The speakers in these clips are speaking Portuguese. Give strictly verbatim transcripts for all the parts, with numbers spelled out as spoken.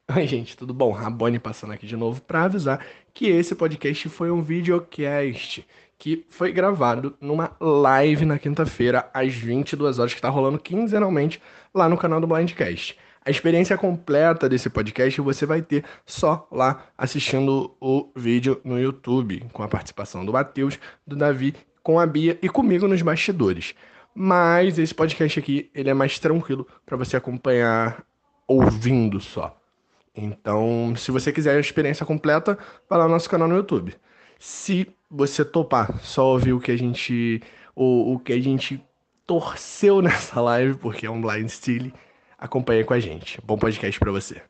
Oi, gente, tudo bom? Rabone passando aqui de novo para avisar que esse podcast foi um videocast que foi gravado numa live na quinta-feira, às vinte e duas horas, que está rolando quinzenalmente lá no canal do Blindcast. A experiência completa desse podcast você vai ter só lá assistindo o vídeo no YouTube, com a participação do Matheus, do Davi, com a Bia e comigo nos bastidores. Mas esse podcast aqui, ele é mais tranquilo para você acompanhar ouvindo só. Então, se você quiser a experiência completa, vai lá no nosso canal no YouTube. Se você topar só ouvir o que a gente, o, o que a gente torceu nessa live, porque é um blind steal, acompanha com a gente. Bom podcast pra você.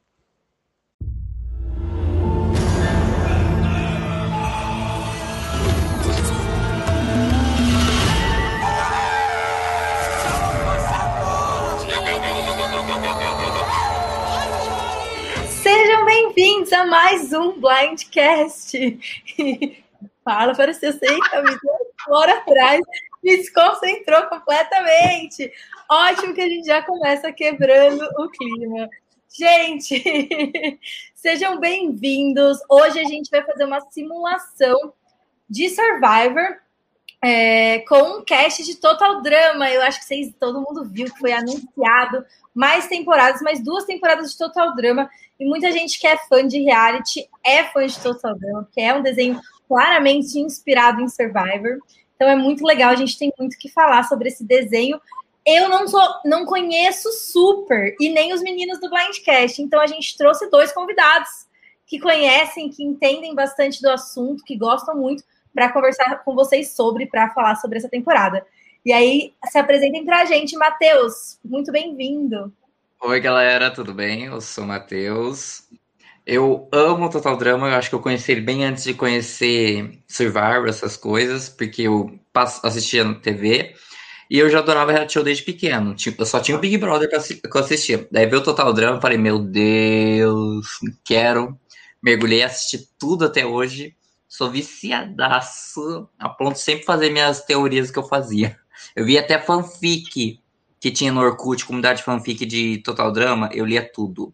Sejam bem-vindos a mais um Blindcast. Fala, parecia ser a minha fora atrás, me desconcentrou completamente. Ótimo que a gente já começa quebrando o clima. Gente, sejam bem-vindos. Hoje a gente vai fazer uma simulação de Survivor é, com um cast de Total Drama. Eu acho que vocês, todo mundo viu que foi anunciado mais temporadas, mais duas temporadas de Total Drama. E muita gente que é fã de reality é fã de Total Drama, porque é um desenho claramente inspirado em Survivor. Então é muito legal, a gente tem muito que falar sobre esse desenho. Eu não sou, não conheço super, e nem os meninos do Blindcast, então a gente trouxe dois convidados que conhecem, que entendem bastante do assunto, que gostam muito, para conversar com vocês sobre, para falar sobre essa temporada. E aí, se apresentem para a gente. Matheus, muito bem-vindo. Oi, galera, tudo bem? Eu sou o Matheus. Eu amo Total Drama, eu acho que eu conheci ele bem antes de conhecer Survivor, essas coisas, porque eu assistia na T V e eu já adorava reality show desde pequeno. Tipo, eu só tinha o Big Brother que eu assistia. Daí veio o Total Drama e falei, meu Deus, quero. Mergulhei, assisti tudo até hoje. Sou viciadaço, a ponto de sempre fazer minhas teorias que eu fazia. Eu vi até fanfic que tinha no Orkut, comunidade fanfic de Total Drama, eu lia tudo.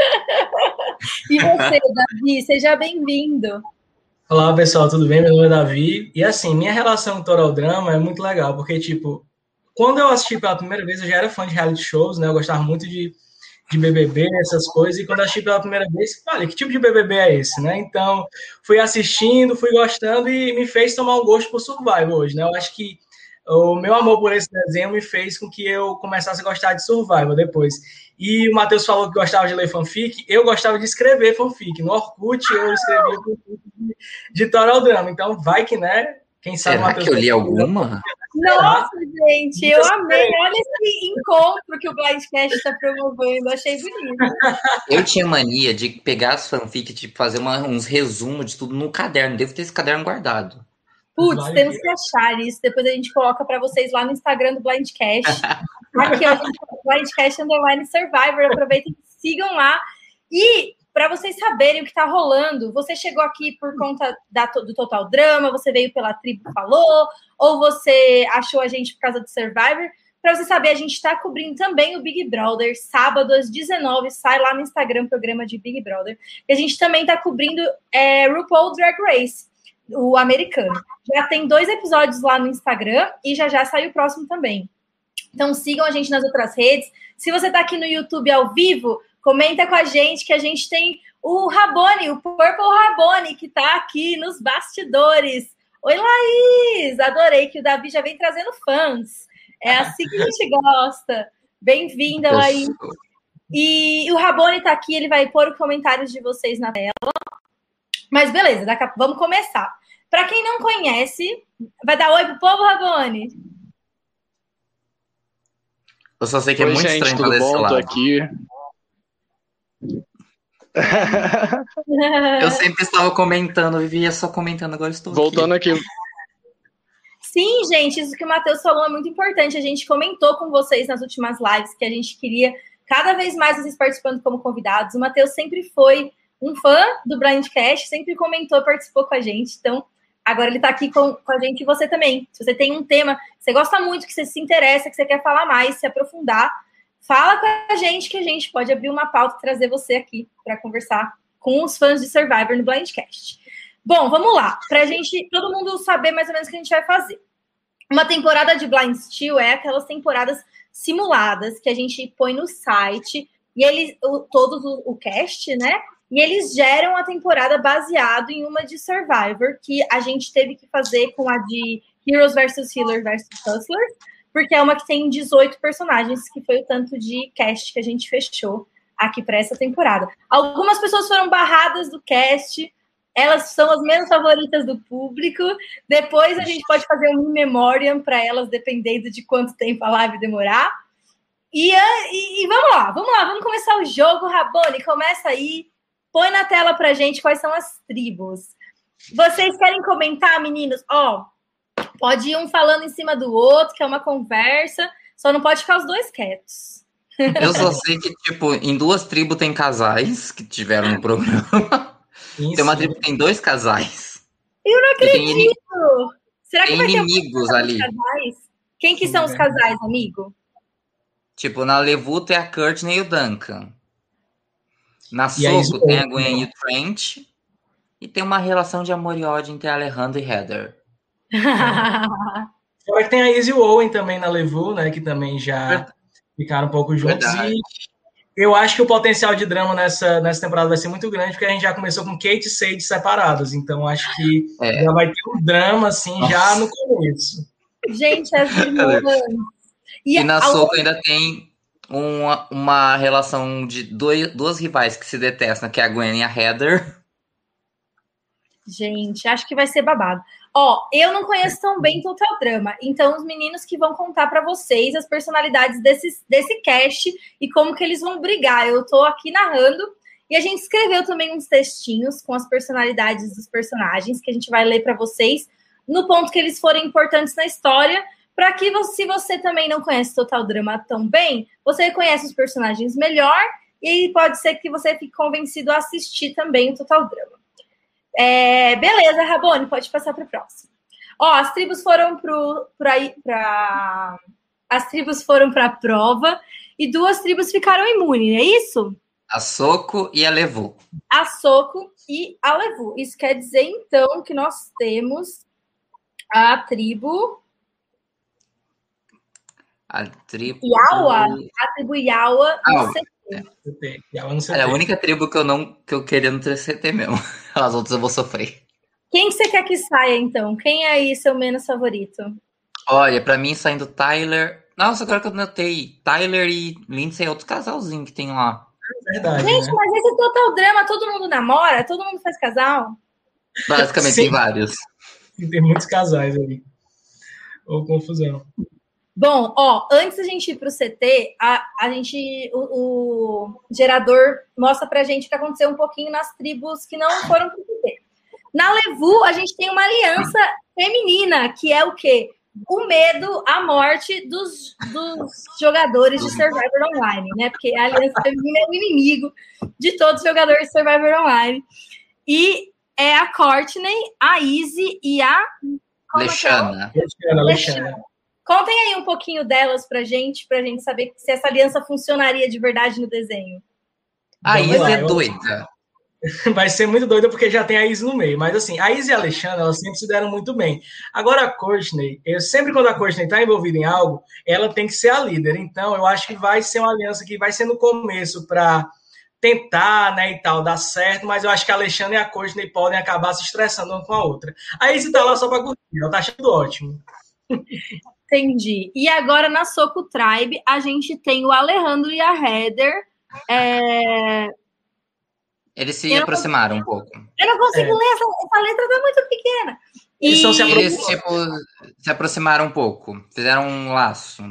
E você, Davi, seja bem-vindo. Olá, pessoal, tudo bem? Meu nome é Davi. E assim, minha relação com Total Drama é muito legal, porque, tipo, quando eu assisti pela primeira vez, eu já era fã de reality shows, né? Eu gostava muito de, de B B B, essas coisas, e quando eu assisti pela primeira vez, olha, que tipo de B B B é esse, né? Então, fui assistindo, fui gostando e me fez tomar um gosto por Survival hoje, né? Eu acho que o meu amor por esse desenho me fez com que eu começasse a gostar de Survival depois. E o Matheus falou que gostava de ler fanfic, eu gostava de escrever fanfic. No Orkut eu escrevia fanfic de, de Total Drama. Então vai que, né? Quem sabe Será que eu li alguma? Nossa, gente, eu amei. Olha esse encontro que o Blindcast está promovendo. Achei bonito. Eu tinha mania de pegar as fanfics, de fazer uma, uns resumos de tudo no caderno. Devo ter esse caderno guardado. Putz, vale temos que achar isso. Depois a gente coloca para vocês lá no Instagram do Blindcast. Aqui, ó, gente, Blindcast Underline Survivor. Aproveitem e sigam lá. E para vocês saberem o que está rolando, você chegou aqui por conta da, do Total Drama, você veio pela Tribo Falou, ou você achou a gente por causa do Survivor? Para você saber, a gente está cobrindo também o Big Brother. Sábado às dezenove, sai lá no Instagram, programa de Big Brother. E a gente também está cobrindo é, RuPaul Drag Race, o americano. Já tem dois episódios lá no Instagram e já já sai o próximo também. Então sigam a gente nas outras redes. Se você está aqui no YouTube ao vivo, comenta com a gente que a gente tem o Rabone, o Purple Rabone, que está aqui nos bastidores. Oi, Laís! Adorei que o Davi já vem trazendo fãs. É assim que a gente gosta. Bem-vinda, Laís. E o Rabone está aqui, ele vai pôr os comentários de vocês na tela. Mas beleza, daqui a... vamos começar. Para quem não conhece, vai dar oi pro povo, Rabone? Eu só sei que oi, é muito gente, estranho tudo desse bom? lado. Tô aqui. Eu sempre estava comentando, eu vivia só comentando, agora estou Voltando aqui. aqui. Sim, gente, isso que o Matheus falou é muito importante. A gente comentou com vocês nas últimas lives que a gente queria cada vez mais vocês participando como convidados. O Matheus sempre foi um fã do Blindcast, sempre comentou, participou com a gente. Então, agora ele está aqui com, com a gente e você também. Se você tem um tema que você gosta muito, que você se interessa, que você quer falar mais, se aprofundar, fala com a gente que a gente pode abrir uma pauta e trazer você aqui para conversar com os fãs de Survivor no Blindcast. Bom, vamos lá, para a gente, todo mundo saber mais ou menos o que a gente vai fazer. Uma temporada de Blind Steel é aquelas temporadas simuladas que a gente põe no site e eles, o, todos o, o cast, né? E eles geram a temporada baseado em uma de Survivor, que a gente teve que fazer com a de Heroes versus. Healers versus. Hustlers, porque é uma que tem dezoito personagens, que foi o tanto de cast que a gente fechou aqui para essa temporada. Algumas pessoas foram barradas do cast, elas são as menos favoritas do público. Depois a gente pode fazer um in memoriam para elas, dependendo de quanto tempo a live demorar. E, e, e vamos lá, vamos lá, vamos começar o jogo. Rabone, começa aí. Põe na tela pra gente quais são as tribos. Vocês querem comentar, meninos? Ó, pode ir um falando em cima do outro, que é uma conversa. Só não pode ficar os dois quietos. Eu só sei que, tipo, em duas tribos tem casais que tiveram no programa. Isso. Tem uma tribo que tem dois casais. Eu não acredito! Tem, in... Será que tem vai ter inimigos ali. Casais? Quem que são os casais, amigo? Tipo, na Levu tem a Courtney e o Duncan. Na Soco tem a Gwen e o Trent. E tem uma relação de amor e ódio entre a Alejandra e Heather. Fora que tem a Izzy e o Owen também na Levu, né? Que também já Verdade. ficaram um pouco juntos. Verdade. E eu acho que o potencial de drama nessa, nessa temporada vai ser muito grande, porque a gente já começou com Kate e Sage separados. Então, acho que é. já vai ter um drama, assim, Nossa. já no começo. Gente, as irmãs... E, e na Soco ainda tem... Uma, uma relação de dois, duas rivais que se detestam, que é a Gwen e a Heather. Gente, acho que vai ser babado. Ó, eu não conheço tão bem Total Drama, então os meninos que vão contar pra vocês as personalidades desse, desse cast e como que eles vão brigar. Eu tô aqui narrando e a gente escreveu também uns textinhos com as personalidades dos personagens que a gente vai ler pra vocês no ponto que eles forem importantes na história, para que, se você também não conhece Total Drama tão bem, você conhece os personagens melhor e pode ser que você fique convencido a assistir também o Total Drama. É, beleza, Rabone, pode passar para o próximo. Ó, as tribos foram para as tribos foram para a prova e duas tribos ficaram imunes, é isso? A Soco e a Levu. A Soco e a Levu. Isso quer dizer, então, que nós temos a tribo... A tribo... Yawa? A tribo Yawa no ah, C T. Yawa no C T. É a única tribo que eu não que eu queria no C T mesmo. As outras eu vou sofrer. Quem que você quer que saia, então? Quem é aí seu menos favorito? Olha, pra mim saindo Tyler... Nossa, agora que eu notei. Tyler e Lindsay é outro casalzinho que tem lá. É verdade, Gente, né? mas esse é Total Drama, todo mundo namora? Todo mundo faz casal? Basicamente Sim. tem vários. Tem muitos casais ali. Ou confusão. Bom, ó, antes da gente ir para o C T, a, a gente, o, o gerador mostra pra gente o que aconteceu um pouquinho nas tribos que não foram para o C T. Na Levu, a gente tem uma aliança feminina, que é o quê? O medo, a morte dos, dos jogadores de Survivor Online, né? Porque a aliança feminina é o inimigo de todos os jogadores de Survivor Online. E é a Courtney, a Izzy e a... Leshana. Leshana, Leshana. Contem aí um pouquinho delas pra gente, pra gente saber se essa aliança funcionaria de verdade no desenho. A Izzy é doida. Vai ser muito doida porque já tem a Izzy no meio. Mas assim, a Izzy e a Alexandra, elas sempre se deram muito bem. Agora a Courtney, eu sempre quando a Courtney está envolvida em algo, ela tem que ser a líder. Então eu acho que vai ser uma aliança que vai ser no começo para tentar, né, e tal, dar certo, mas eu acho que a Alexandra e a Courtney podem acabar se estressando uma com a outra. A Izzy tá lá só para curtir, ela tá achando ótimo. Entendi. E agora na Soco Tribe, a gente tem o Alejandro e a Heather. É... Eles se eu aproximaram não... um pouco. Eu não consigo é. ler, essa, essa letra tá muito pequena. Eles, e... se, Eles tipo, se aproximaram um pouco, fizeram um laço.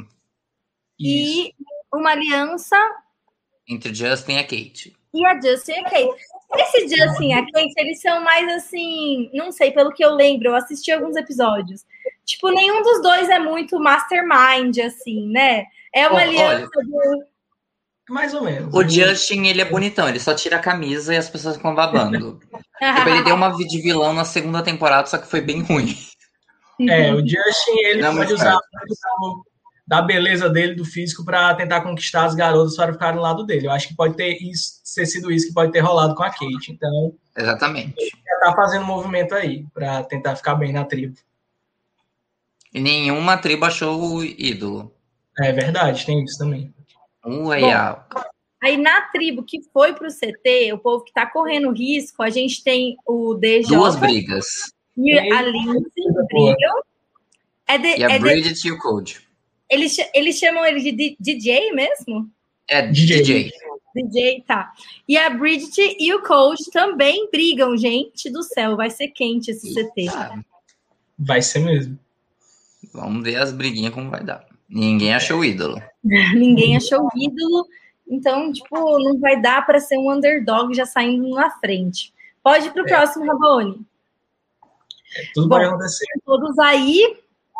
E Isso. uma aliança... Entre Justin e a Kate. E a Justin e a Kate. Esse Justin e a Kate, eles são mais assim... Não sei, pelo que eu lembro, eu assisti alguns episódios. Tipo, nenhum dos dois é muito mastermind, assim, né? É uma oh, aliança olha, do... Mais ou menos. O Justin, ele é bonitão. Ele só tira a camisa e as pessoas ficam babando. Tipo, ele deu uma de vilão na segunda temporada, só que foi bem ruim. É, o Justin, ele Não, pode usar muito da beleza dele, do físico, para tentar conquistar as garotas para ficarem do lado dele. Eu acho que pode ter, isso, ter sido isso que pode ter rolado com a Kate. Então, exatamente. Ele já tá fazendo um movimento aí para tentar ficar bem na tribo. E nenhuma tribo achou o ídolo. É verdade, tem isso também. Uau. Aí na tribo que foi pro C T, o povo que tá correndo risco, a gente tem o D J. Duas brigas. E a Lindsay brigam. É de, E a é Bridget de, e o Code. Eles, eles chamam ele de D J mesmo? É D J. D J, tá. E a Bridget e o Code também brigam, gente do céu. Vai ser quente esse C T. Ah, vai ser mesmo. Vamos ver as briguinhas como vai dar. Ninguém achou o ídolo. Ninguém achou o ídolo. Então, tipo, não vai dar para ser um underdog já saindo na frente. Pode ir pro é. próximo, Rabone. É, tudo Bom, vai acontecer. Todos aí.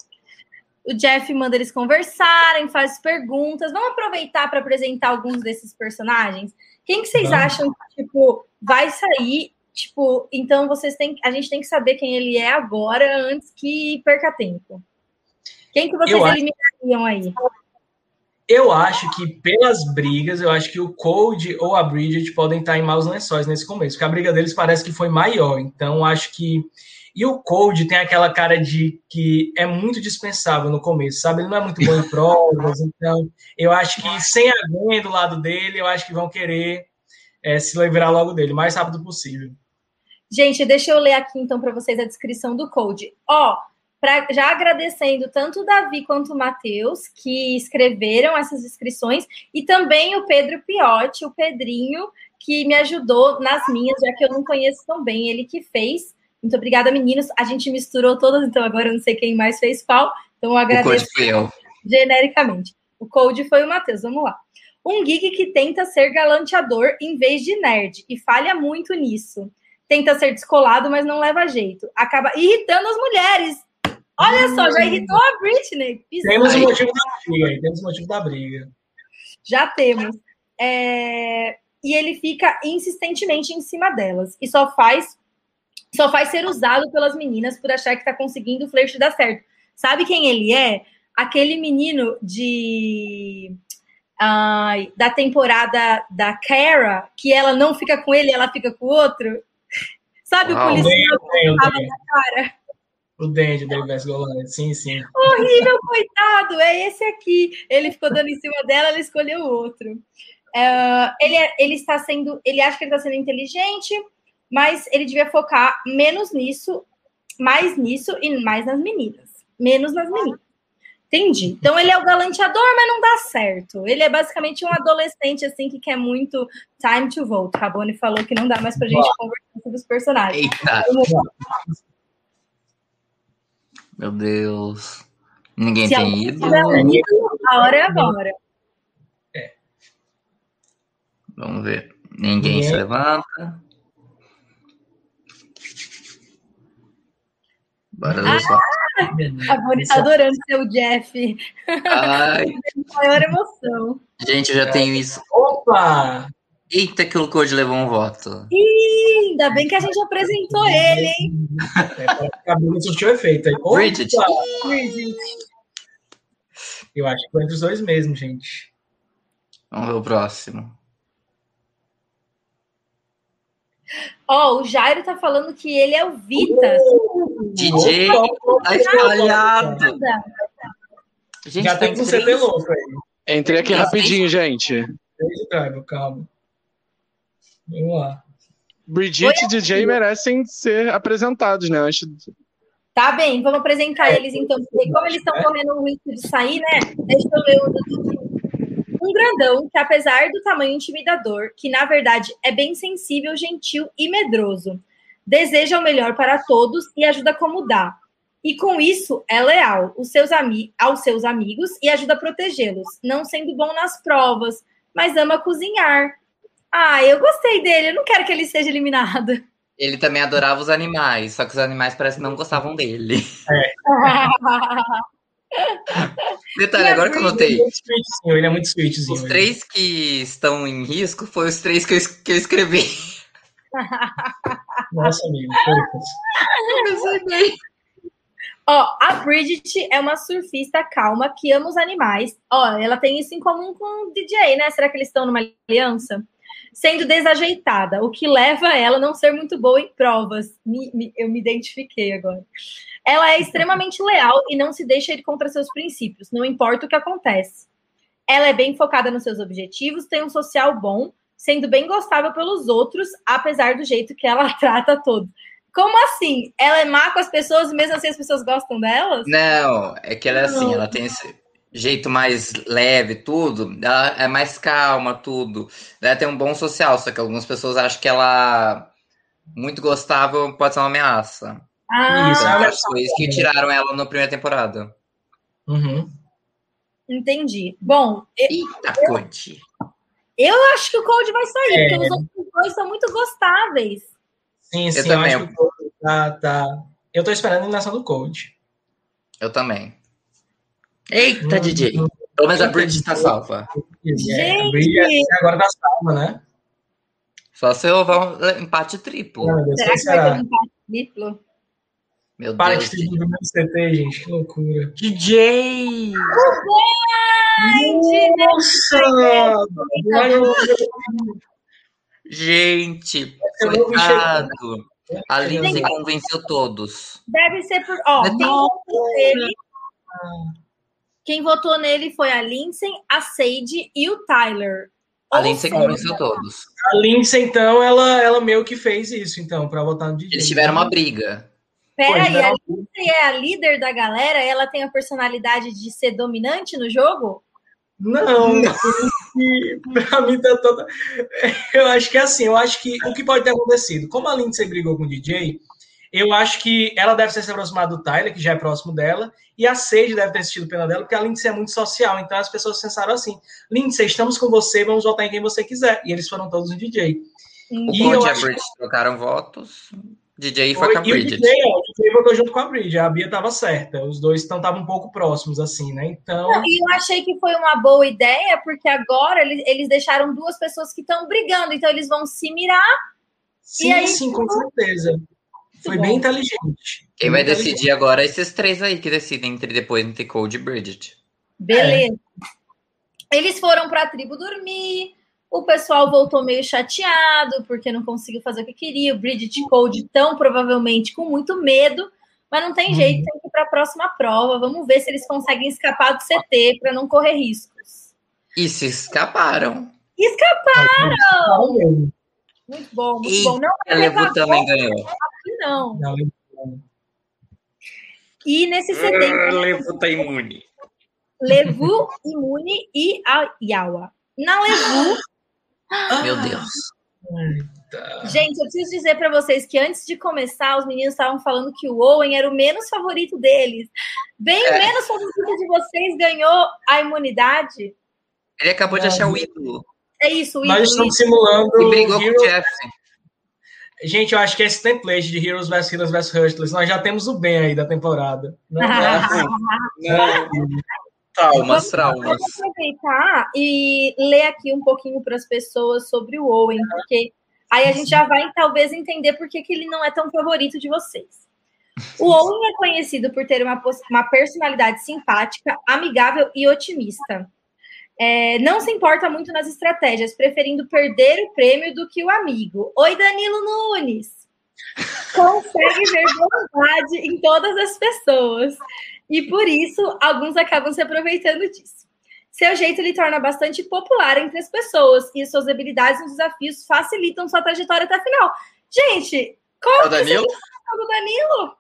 O Jeff manda eles conversarem, faz perguntas. Vamos aproveitar para apresentar alguns desses personagens. Quem que vocês Vamos. acham que, tipo, vai sair? Tipo, então vocês têm, a gente tem que saber quem ele é agora antes que perca tempo. Quem que vocês eu eliminariam acho, aí? Eu acho que pelas brigas, eu acho que o Code ou a Bridget podem estar em maus lençóis nesse começo, porque a briga deles parece que foi maior. Então, acho que... E o Code tem aquela cara de que é muito dispensável no começo, sabe? Ele não é muito bom em provas, então eu acho que sem a Gwen do lado dele, eu acho que vão querer é, se livrar logo dele, o mais rápido possível. Gente, deixa eu ler aqui então para vocês a descrição do Code. Ó, pra, já agradecendo tanto o Davi quanto o Matheus, que escreveram essas descrições, e também o Pedro Piotti, o Pedrinho, que me ajudou nas minhas, já que eu não conheço tão bem, ele que fez. Muito obrigada, meninos. A gente misturou todas, então agora eu não sei quem mais fez qual. Então eu agradeço. O Code foi eu. Genericamente. O Code foi o Matheus. Vamos lá. Um geek que tenta ser galanteador em vez de nerd e falha muito nisso. Tenta ser descolado, mas não leva jeito. Acaba irritando as mulheres. Olha hum. só, já irritou a Britney. Temos o motivo da briga. Temos o motivo da briga. Já temos. É... E ele fica insistentemente em cima delas. E só faz... Só faz ser usado pelas meninas por achar que tá conseguindo o flerte dar certo. Sabe quem ele é? Aquele menino de uh, da temporada da Cara, que ela não fica com ele, ela fica com o outro. Sabe Uau, o policial que tava na cara? O Dandy da Inverse Golândia, sim, sim. Horrível, coitado, é esse aqui. Ele ficou dando em cima dela, ela escolheu o outro. Uh, ele, é, ele está sendo, ele acha que ele está sendo inteligente, mas ele devia focar menos nisso, mais nisso e mais nas meninas. Menos nas meninas. Entendi. Então ele é o galanteador, mas não dá certo. Ele é basicamente um adolescente, assim, que quer muito time to vote. A Rabone falou que não dá mais pra gente Uau. conversar sobre os personagens. Eita. Meu Deus. Ninguém Se tem ido. ido. A hora é agora. É. Vamos ver. Ninguém é. se levanta. Bora ah, a Bonnie tá adorando ser o Jeff. Ai. Maior emoção. Gente, eu já tenho isso. Opa! Eita, que o Code levou um voto. Ih, ainda bem que a gente apresentou ele, hein? É, a cabelo surtiu efeito aí. Bridget. Bridget. Eu acho que foi entre os dois mesmo, gente. Vamos ver o próximo. Ó, oh, o Jairo tá falando que ele é o Vitas. Uh, D J tá espalhado. Gente, já tem que ser três... louco aí. Entrei aqui rapidinho, gente. Calma. Vamos lá. Brigitte e D J merecem ser apresentados, né? Antes... Tá bem, vamos apresentar eles então. Porque como eles estão correndo o risco de sair, né? Deixa eu ler o do Um grandão que, apesar do tamanho intimidador, que na verdade é bem sensível, gentil e medroso, deseja o melhor para todos e ajuda como dá. E com isso é leal os seus aos seus amigos e ajuda a protegê-los, não sendo bom nas provas, mas ama cozinhar. Ah, eu gostei dele, eu não quero que ele seja eliminado. Ele também adorava os animais, só que os animais parece que não gostavam dele. É. Detalhe, agora que eu notei. Ele é muito sweetzinho. Os três que estão em risco foram os três que eu, que eu escrevi. Nossa, amigo. Ó, Ó, a Bridget é uma surfista calma que ama os animais. Ó, ela tem isso em comum com o D J, né? Será que eles estão numa aliança? Sendo desajeitada, o que leva ela a não ser muito boa em provas. Me, me, eu me identifiquei agora. Ela é extremamente leal e não se deixa ir contra seus princípios, não importa o que acontece. Ela é bem focada nos seus objetivos, tem um social bom, sendo bem gostável pelos outros, apesar do jeito que ela trata todos. Como assim? Ela é má com as pessoas e mesmo assim as pessoas gostam delas? Não, é que ela é assim, ela tem esse jeito mais leve, tudo. Ela é mais calma, tudo. Ela tem um bom social, só que algumas pessoas acham que ela muito gostável pode ser uma ameaça. Ah, Isso, Então, ela é acho que foi isso que tiraram ela na primeira temporada. Uhum. entendi. Bom, eu, Eita, Cody. eu acho que o Cold vai sair, É. porque os outros dois são muito gostáveis. Sim, sim, Eu eu, também. acho que o Cold tá, tá... Eu tô esperando a eliminação do Cold. Eu também. Eita, Hum, D J. hum. Pelo menos a Eita, Bridget tá D J. salva. É, a Bridget agora tá salva, né? Só se houver um empate triplo. Não, meu Deus, Será quem que vai ter será? um empate triplo? Meu Para Deus. de ter dúvida no C T, gente, que loucura. D J! Nossa! Gente, Eu não vi coitado. chegar. A Lindsay Gente, convenceu todos. Deve ser por. Ó, Mas quem não. votou nele, quem votou nele foi a Lindsay, a Sage e o Tyler. A Ou Lindsay seja, convenceu todos. A Lindsay, então, ela, ela meio que fez isso, então, pra votar no D J. Eles tiveram uma briga. Peraí, Pois a não. Lindsay é a líder da galera? Ela tem a personalidade de ser dominante no jogo? Não, por isso que pra mim tá toda. Eu acho que é assim, eu acho que o que pode ter acontecido, como a Lindsay brigou com o D J, eu acho que ela deve ter se aproximado do Tyler, que já é próximo dela, e a Sage deve ter assistido pena dela, porque a Lindsay é muito social, então as pessoas pensaram assim: Lindsay, estamos com você, vamos votar em quem você quiser. E eles foram todos no D J. O E Cody eu e a acho Bridget trocaram votos. D J foi Foi, com a e o Bridget. D J, ó, o D J votou junto com a Bridget, a Bia estava certa, os dois estavam um pouco próximos, assim, né? Então. Não, e eu achei que foi uma boa ideia, porque agora eles, eles deixaram duas pessoas que estão brigando, então eles vão se mirar. Sim, aí, sim, com certeza. Foi bom. bem inteligente. Quem Foi vai bem decidir agora é esses três aí que decidem entre depois entre Cody e Bridget. Beleza. É. Eles foram para a tribo dormir. O pessoal voltou meio chateado porque não conseguiu fazer o que queria. O Bridget e Cold tão provavelmente com muito medo, mas não tem jeito, tem que ir para a próxima prova. Vamos ver se eles conseguem escapar do C T para não correr riscos. E se escaparam. Escaparam! mesmo. Muito bom, muito E bom. Não a Levu também ganhou. aqui, não. Não, E nesse C T, A Levu tá imune. Levu, Imune e a Yawa. Na Levu, Meu Deus. gente, eu preciso dizer para vocês que antes de começar, os meninos estavam falando que o Owen era o menos favorito deles. Bem É. menos favorito de vocês, ganhou a imunidade. Ele acabou de Não. achar o ídolo. É isso, o Nós ídolo. estamos simulando. E brigou com o Heroes- Jeff. Gente, eu acho que esse template de Heroes vs Heroes vs Hustlers, nós já temos o bem aí da temporada. Não, Não. Traumas, traumas. Vamos aproveitar e ler aqui um pouquinho para as pessoas sobre o Owen, porque aí a gente já vai talvez entender por que, que ele não é tão favorito de vocês. O Owen é conhecido por ter uma, pos- uma personalidade simpática, amigável e otimista. É, não se importa muito nas estratégias, preferindo perder o prêmio do que o amigo. Oi, Danilo Nunes! Consegue ver bondade em todas as pessoas. E por isso, alguns acabam se aproveitando disso. Seu jeito lhe torna bastante popular entre as pessoas e suas habilidades nos desafios facilitam sua trajetória até a final. Gente, qual É o Danilo? é o Danilo?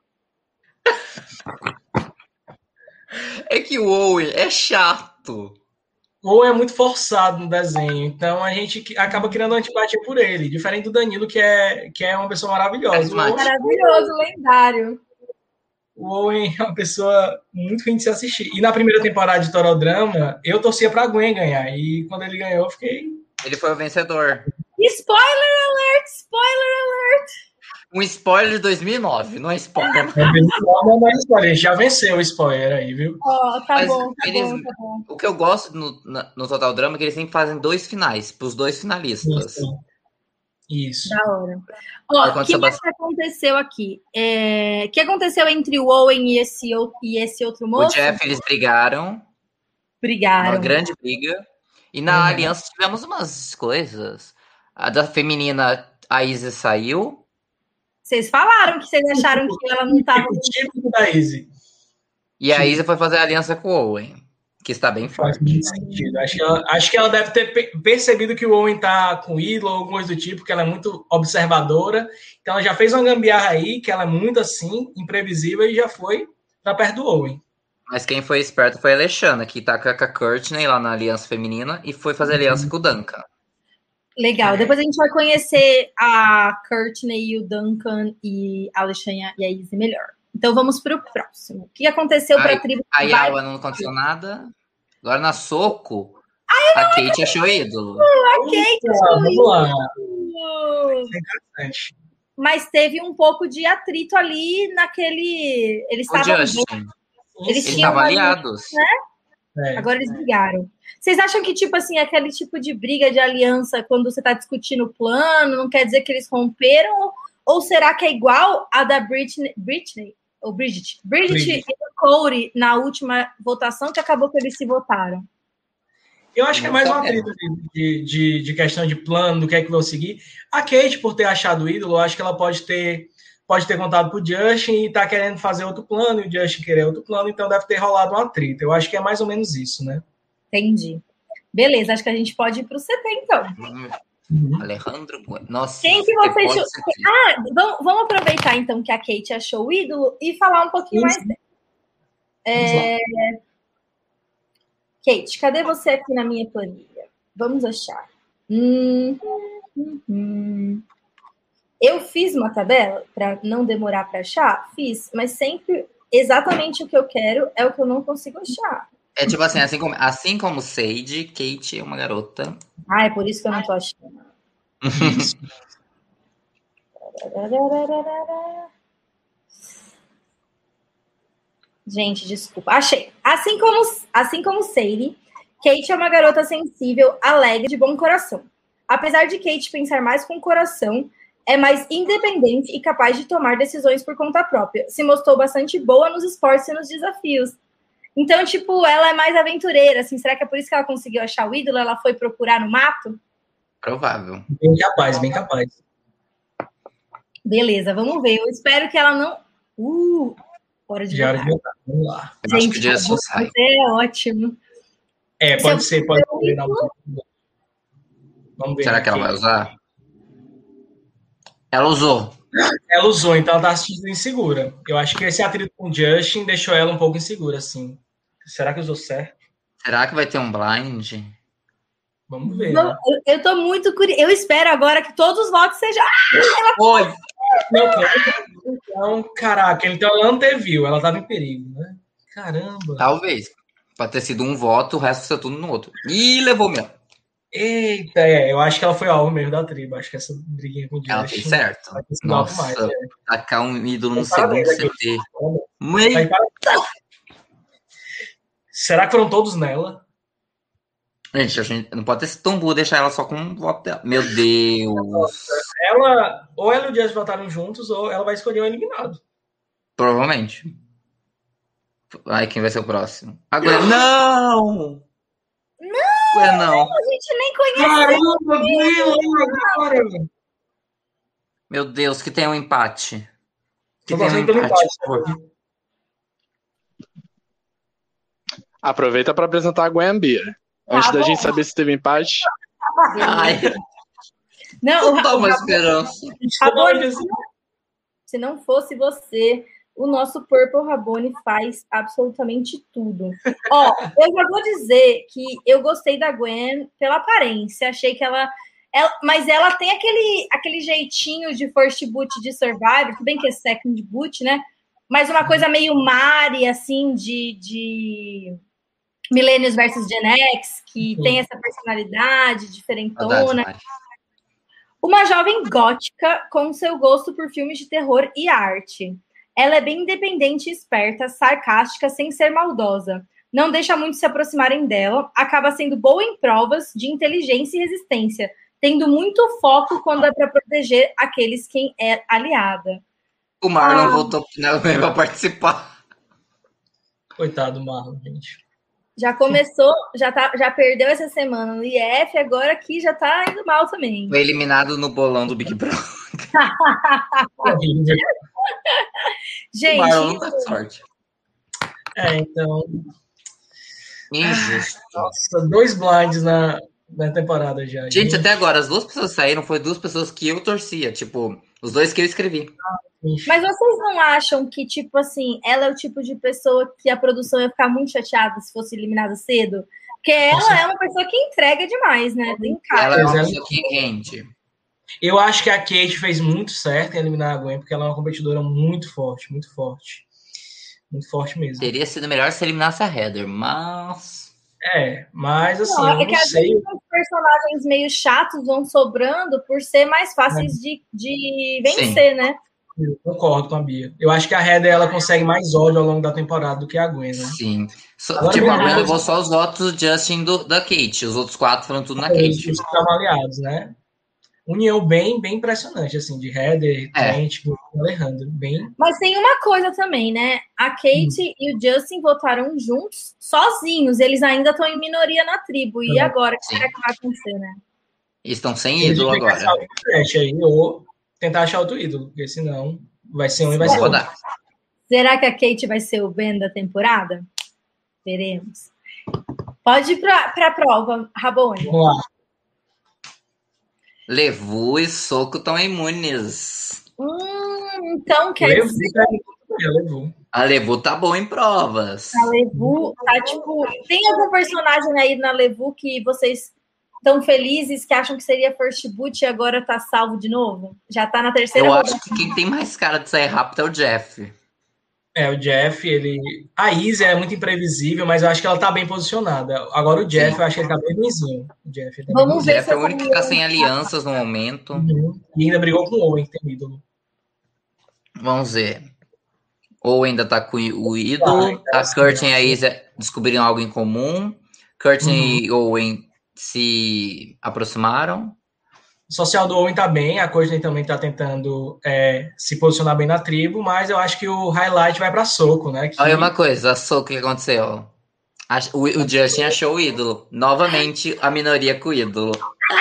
É que o Owen é chato. Ou é muito forçado no desenho, então a gente acaba criando antipatia por ele, diferente do Danilo, que é, que é uma pessoa maravilhosa. O Carismático. Owen, Maravilhoso, lendário. o Owen é uma pessoa muito ruim de se assistir. E na primeira temporada de Torodrama, eu torcia pra Gwen ganhar, e quando ele ganhou, eu fiquei... Ele foi o vencedor. Spoiler alert! Spoiler alert! Um spoiler de dois mil e nove, não é spoiler. Não, mas spoiler, já venceu o spoiler aí, viu? Ó, oh, tá Mas bom, tá eles- bom, tá bom. O que eu gosto no, na- no Total Drama é que eles sempre fazem dois finais, pros dois finalistas. Isso. Isso. Da hora. Ó, o que, que aconteceu aqui? O é... que aconteceu entre o Owen e esse, e esse outro moço? O Jeff, eles brigaram. Brigaram. Uma grande briga. E na uhum. aliança tivemos umas coisas. A da feminina, a Izzy saiu. Vocês falaram que vocês acharam que ela não estava... O típico da Izzy. E a Izzy foi fazer aliança com o Owen, que está bem Faz forte. muito sentido. Acho que, ela, acho que ela deve ter percebido que o Owen tá com o ídolo ou alguma coisa do tipo, que ela é muito observadora. Então ela já fez uma gambiarra aí, que ela é muito assim, imprevisível, e já foi para perto do Owen. Mas quem foi esperto foi a Alexandra, que tá com a Courtney lá na aliança feminina e foi fazer aliança uhum. com o Duncan. Legal. É. Depois a gente vai conhecer a Courtney e o Duncan e a Alexandra e a Izzy melhor. Então vamos para o próximo. O que aconteceu para a tribo? Aí a Alan não aconteceu nada. Agora na soco, Ai, a Kate achou ídolo. A Kate achou ídolo. Interessante. Mas teve um pouco de atrito ali naquele... Eles estavam... Eles estavam aliados. Né? É. Agora eles brigaram. Vocês acham que, tipo assim, aquele tipo de briga de aliança, quando você tá discutindo o plano, não quer dizer que eles romperam? Ou será que é igual a da Britney... Britney? Ou Bridget? Bridget, Bridget. e o Corey na última votação, que acabou que eles se votaram. Eu acho que é mais uma treta de, de, de questão de plano, do que é que vão seguir. A Kate, por ter achado o ídolo, eu acho que ela pode ter... pode ter contado pro Justin e tá querendo fazer outro plano, e o Justin querer outro plano, então deve ter rolado uma treta. Eu acho que é mais ou menos isso, né? Entendi. Beleza, acho que a gente pode ir pro C T, então. Uhum. Alejandro, nossa. Quem que você achou? Ah, vamos, vamos aproveitar, então, que a Kate achou o ídolo e falar um pouquinho isso. mais dela. É... Kate, cadê você aqui na minha planilha? Vamos achar. Hum, hum, hum. Eu fiz uma tabela para não demorar para achar? Fiz, mas sempre exatamente o que eu quero é o que eu não consigo achar. É tipo assim, assim como, assim como Sage, Kate é uma garota. Ah, é por isso que eu não tô achando. Gente, desculpa. Achei. Assim como, assim como Sadie, Kate é uma garota sensível, alegre, de bom coração. Apesar de Kate pensar mais com o coração, é mais independente e capaz de tomar decisões por conta própria. Se mostrou bastante boa nos esportes e nos desafios. Então, tipo, ela é mais aventureira, assim. Será que é por isso que ela conseguiu achar o ídolo? Ela foi procurar no mato? Provável. Bem capaz, bem capaz. Beleza, vamos ver. Eu espero que ela não... Uh, hora de Já votar. Vamos lá. Eu Gente, acho que o dia só sai. É ótimo. É, pode ser, pode ser. Vamos ver. Será que ela vai usar? Ela usou. Ela usou, então ela tá se sentindo insegura. Eu acho que esse atrito com o Justin deixou ela um pouco insegura, assim. Será que usou certo? Será que vai ter um blind? Vamos ver. Não, né? eu, eu tô muito curiosa. Eu espero agora que todos os votos sejam... Ah, Oi! Então, caraca, então ela não viu, ela tava em perigo, né? Caramba. Talvez. Pode ter sido um voto, o resto foi tudo no outro. Ih, levou mesmo. Eita, é, eu acho que ela foi alvo mesmo da tribo. Acho que essa briguinha com o Justin... Ela fez certo. Nossa, mais, é. Tacar um ídolo no segundo C T. Meio... Será que foram todos nela? Gente, a gente não pode ter sido tão burro deixar ela só com um voto dela. Meu Deus. Ela, ou ela e o Justin votaram juntos, ou ela vai escolher o eliminado. Provavelmente. Ai, quem vai ser o próximo? Agora, não! Não! É, não. A gente nem conhece. Caramba, agora! Meu Deus, que tem um empate. Que Tô tem um empate. empate Aproveita para apresentar a Guiambia. Antes ah, da bom. gente saber se teve empate. Ai. Não, não dá uma esperança. Rabone, se não fosse você, o nosso Purple Rabone faz absolutamente tudo. Ó, eu já vou dizer que eu gostei da Gwen pela aparência. Achei que ela... ela mas ela tem aquele, aquele jeitinho de first boot de Survivor, tudo bem que é second boot, né? Mas uma coisa meio Mari, assim, de... de... Millennials versus Gen X, que uhum. tem essa personalidade diferentona. Verdade, uma jovem gótica com seu gosto por filmes de terror e arte. Ela é bem independente e esperta, sarcástica, sem ser maldosa. Não deixa muito se aproximarem dela, acaba sendo boa em provas de inteligência e resistência. tendo muito foco quando é para proteger aqueles quem é aliada. O Marlon ah. voltou para participar. Coitado do Marlon, gente. Já começou, já, tá, já perdeu essa semana no I F, agora aqui já tá indo mal também. Foi eliminado no bolão do Big Brother. Gente, o Marlon não tá sorte. É, então... Injusto. Nossa, dois blinds na, na temporada já. Gente, gente, até agora, as duas pessoas saíram, foi duas pessoas que eu torcia. Tipo, os dois que eu escrevi. Mas vocês não acham que, tipo assim, ela é o tipo de pessoa que a produção ia ficar muito chateada se fosse eliminada cedo? Porque ela Nossa. é uma pessoa que entrega demais, né? Tem cara. Ela é uma pessoa que rende. Eu acho que a Kate fez muito certo em eliminar a Gwen, porque ela é uma competidora muito forte, muito forte. Muito forte mesmo. Teria sido melhor se eliminasse a Heather, mas... É, mas assim, não, eu é não que sei... Às vezes os personagens meio chatos vão sobrando por ser mais fáceis é. de, de vencer, Sim. né? Eu concordo com a Bia. Eu acho que a Heather, ela consegue mais ódio ao longo da temporada do que a Gwen, né? Sim. So, tipo, a Gwen levou só os votos do Justin do, da Kate. Os outros quatro foram tudo na Kate. Os que estavam aliados, né? União bem, bem impressionante, assim, de Heather, Trent, é. Alejandro, bem... Mas tem uma coisa também, né? A Kate hum. e o Justin votaram juntos, sozinhos. Eles ainda estão em minoria na tribo. E é. agora, o que será que vai acontecer, né? Eles estão sem ídolo agora. Aí, ou tentar achar outro ídolo, porque senão vai ser um e vai ser outro. Será que a Kate vai ser o Ben da temporada? Veremos. Pode ir para a prova, Rabone. Vamos lá. Levu e Soco estão imunes. Hum, então quer Levu, dizer... a Levu. A Levu tá bom em provas. A Levu tá, tipo... Tem algum personagem aí na Levu que vocês estão felizes, que acham que seria First Boot e agora tá salvo de novo? Já tá na terceira Eu rodada. acho que quem tem mais cara de sair rápido é o Jeff. É, o Jeff, ele... A Izzy é muito imprevisível, mas eu acho que ela tá bem posicionada. Agora o Jeff, Sim. eu acho que ele tá bem ruimzinho. O Jeff, tá Vamos bem ver o Jeff é o único que tá sem alianças no momento. Uhum. E ainda brigou com o Owen, que tem ídolo. Vamos ver. Ou ainda tá com o ídolo. Ah, a Curtin e a Izzy descobriram algo em comum. Curtin uhum. e Owen se aproximaram. O social do Owen tá bem, a Courtney também tá tentando é, se posicionar bem na tribo, mas eu acho que o highlight vai pra Soco, né? Que... Olha uma coisa, a Soco, o que aconteceu? O, o Justin achou o ídolo. Novamente, a minoria com o ídolo.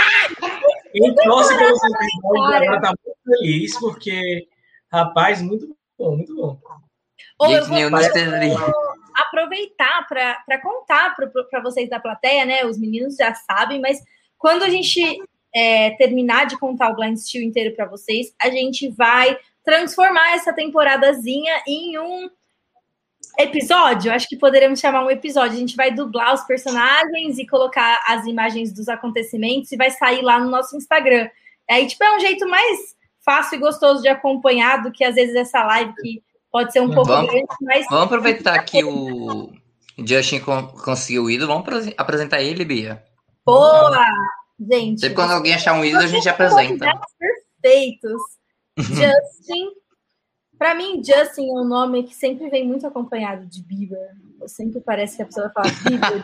Ele trouxe pelos episódios, agora tá muito feliz, porque, rapaz, muito bom, muito bom. Ou eu vou, eu vou aproveitar para contar para vocês da plateia, né? Os meninos já sabem, mas quando a gente... É, terminar de contar o Blind Steel inteiro para vocês, a gente vai transformar essa temporadazinha em um episódio. Acho que poderíamos chamar um episódio. A gente vai dublar os personagens e colocar as imagens dos acontecimentos e vai sair lá no nosso Instagram. Aí, tipo, é um jeito mais fácil e gostoso de acompanhar do que, às vezes, essa live que pode ser um pouco vamos, grande, mas... Vamos aproveitar que o Justin conseguiu o ídolo. Vamos apresentar ele, Bia. Boa! Gente, sempre quando alguém achar um ídolo, a gente apresenta. Perfeitos. Justin. Para mim, Justin é um nome que sempre vem muito acompanhado de Bieber. Sempre parece que a pessoa fala Bieber.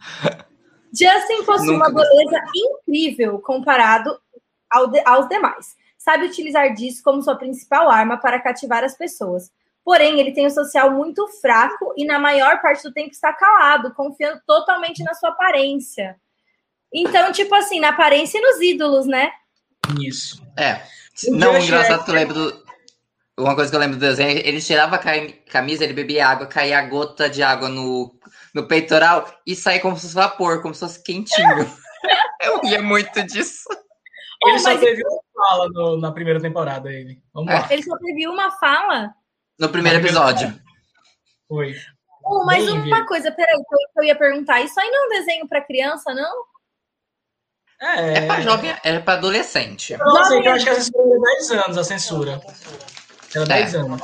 Justin possui uma beleza incrível comparado ao de, aos demais. Sabe utilizar disso como sua principal arma para cativar as pessoas. Porém, ele tem um social muito fraco e na maior parte do tempo está calado, confiando totalmente na sua aparência. Então, tipo assim, na aparência e nos ídolos, né? Isso. É. Não, engraçado que eu lembro do... Uma coisa que eu lembro do desenho, ele tirava a camisa, ele bebia água, caía a gota de água no, no peitoral e saía como se fosse vapor, como se fosse quentinho. Eu ria muito disso. Ele oh, só teve uma fala no, na primeira temporada, ele. Vamos é. lá. Ele só teve uma fala? No primeiro episódio. Foi. Oh, mas Bem, uma coisa, peraí, que eu ia perguntar, isso aí não é um desenho para criança, não? É, é pra jovem, é pra adolescente. Eu não sei, eu acho que a censura era dez anos, a censura. Era dez é. anos.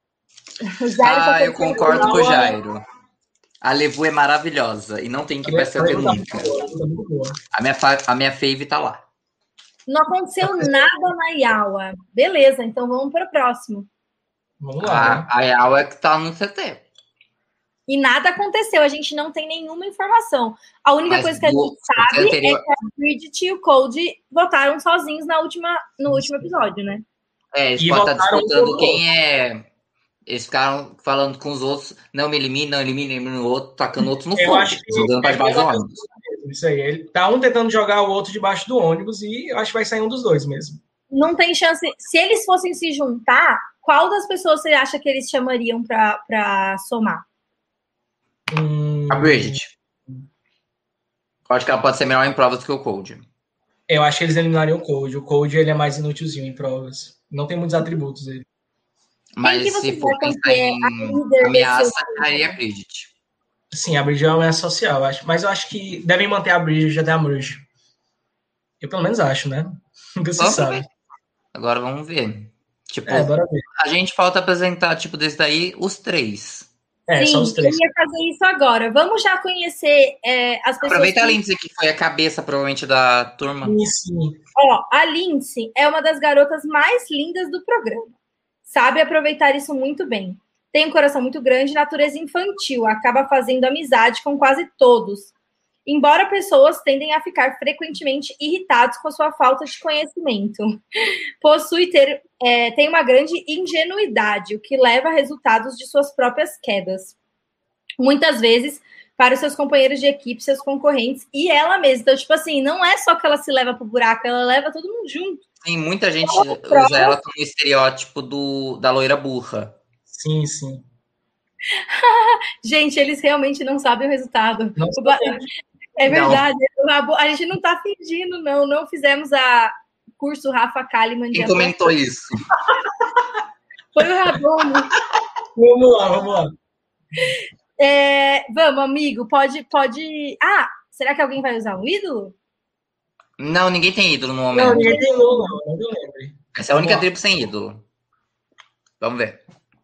Ah, eu concordo com o Jairo. A Levu é maravilhosa e não tem que ir pra ser nunca. A minha, a minha fave tá lá. Não aconteceu nada na Yawa. Beleza, então vamos pro próximo. Vamos lá. A, a Yawa é que tá no C T. E nada aconteceu, a gente não tem nenhuma informação. A única Mas coisa que a do- gente sabe anterior- é que a Bridget e o Cold votaram sozinhos na última, no último episódio, né? É, eles E podem estar voltaram disputando pro- quem é. Eles ficaram falando com os outros, não me elimina, não elimina, elimina o outro, tacando o outro no Eu fogo, acho que jogando pra é debaixo do mais ou ônibus. menos isso aí. Ele tá um tentando jogar o outro debaixo do ônibus e eu acho que vai sair um dos dois mesmo. Não tem chance. Se eles fossem se juntar, qual das pessoas você acha que eles chamariam pra, pra somar? Hum, A Bridget. Eu acho que ela pode ser melhor em provas do que o Cold. eu acho que eles eliminariam o Cold. O Cold ele é mais inútilzinho em provas. Não tem muitos atributos dele. Mas que você se for acha pensar que é em a líder ameaça, desse- aí é a Bridget. Sim, a Bridget é uma ameaça social, eu acho. Mas eu acho que devem manter a Bridget até a Merge. Eu pelo menos acho, né? Nunca se Vamos sabe. ver. Agora vamos ver. Tipo, É, bora ver. a gente falta apresentar, tipo, desse daí, os três. É, Sim, só os três. eu ia fazer isso agora. Vamos já conhecer é, as pessoas. Aproveita a que- Lindsay, que foi a cabeça, provavelmente, da turma. Sim, sim. Ó, a Lindsay é uma das garotas mais lindas do programa. Sabe aproveitar isso muito bem. Tem um coração muito grande, natureza infantil, acaba fazendo amizade com quase todos. Embora pessoas tendem a ficar frequentemente irritados com a sua falta de conhecimento. Possui ter, é, tem uma grande ingenuidade, o que leva a resultados de suas próprias quedas. Muitas vezes para os seus companheiros de equipe, seus concorrentes e ela mesma. Então, tipo assim, não é só que ela se leva pro buraco, ela leva todo mundo junto. Sim, muita gente prova. usa ela como estereótipo do, da loira burra. Sim, sim. Gente, eles realmente não sabem o resultado. Não O ba- sabem. É verdade. A gente não tá fingindo, não. Não fizemos a curso Rafa Kalimann de Quem comentou atuação. isso? Foi o Rabone. Vamos lá, vamos lá. É, vamos, amigo, pode, pode. Ah, será que alguém vai usar um ídolo? Não, ninguém tem ídolo no Não, momento. ninguém tem não, não, não me lembre. Essa é a única Vamos lá. tribo sem ídolo. Vamos ver.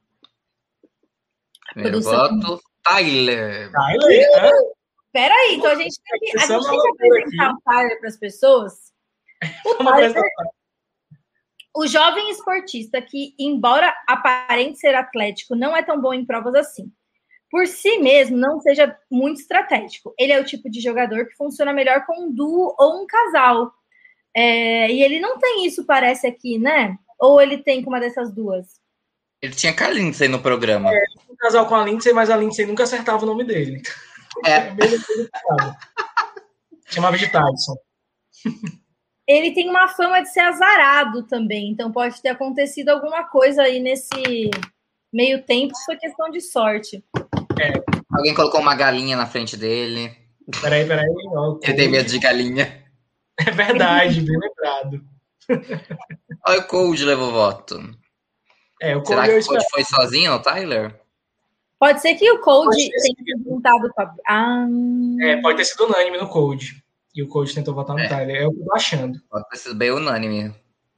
Primeiro Produção. voto, Tyler. Tyler, né? Peraí, então a gente tem que, a Essa é gente uma tem que loucura apresentar aqui. o Tyler para as pessoas. O Vamos Tyler, apresentar. o jovem esportista que, embora aparente ser atlético, não é tão bom em provas assim. Por si mesmo, não seja muito estratégico. Ele é o tipo de jogador que funciona melhor com um duo ou um casal. É, e ele não tem isso, parece, aqui, né? Ou ele tem com uma dessas duas? Ele tinha Carlinhos aí no programa. Um casal com a Lindsay, mas a Lindsay nunca acertava o nome dele. É. Mesmo coisa que sabe. Chamava de Tyson. Ele tem uma fama de ser azarado também, então pode ter acontecido alguma coisa aí nesse meio tempo, foi questão de sorte. Alguém colocou uma galinha na frente dele. Peraí, peraí. Ó, Ele tem medo de galinha. É verdade, bem lembrado. Olha, o Cold levou voto. É, o Será Cole que eu o Cold espero. foi sozinho no Tyler? Pode ser que o Cold Pode ser tenha se juntado com a. Ah, É, pode ter sido unânime no Code. E o Code tentou votar no É. Tyler. É o que eu tô achando. Pode ter sido bem unânime.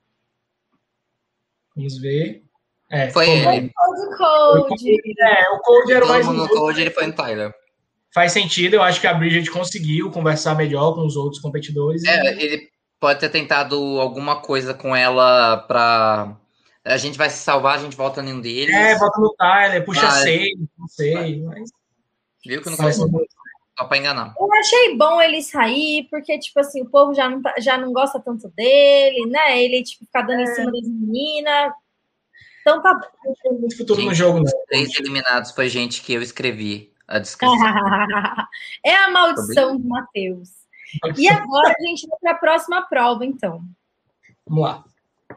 Vamos ver. É, Foi como- ele. o Cold. É, o Code era o Todo mais mundo no inútil. Cold, ele foi no Tyler. Faz sentido, eu acho que a Bridget conseguiu conversar melhor com os outros competidores. É, ele pode ter tentado alguma coisa com ela pra... A gente vai se salvar, a gente volta em um deles. É, vota no Tyler, puxa Mas- seis, não sei. Mas Viu que não faz foi muito. só pra enganar. Eu achei bom ele sair, porque, tipo assim, o povo já não, tá- já não gosta tanto dele, né? Ele, tipo, ficar dando em cima das meninas. Então tá bom. Não tem muito futuro no Gente, jogo, não. Os três eliminados foi gente que eu escrevi a descrição. É a maldição do Matheus. E agora a gente vai para a próxima prova, então. Vamos lá.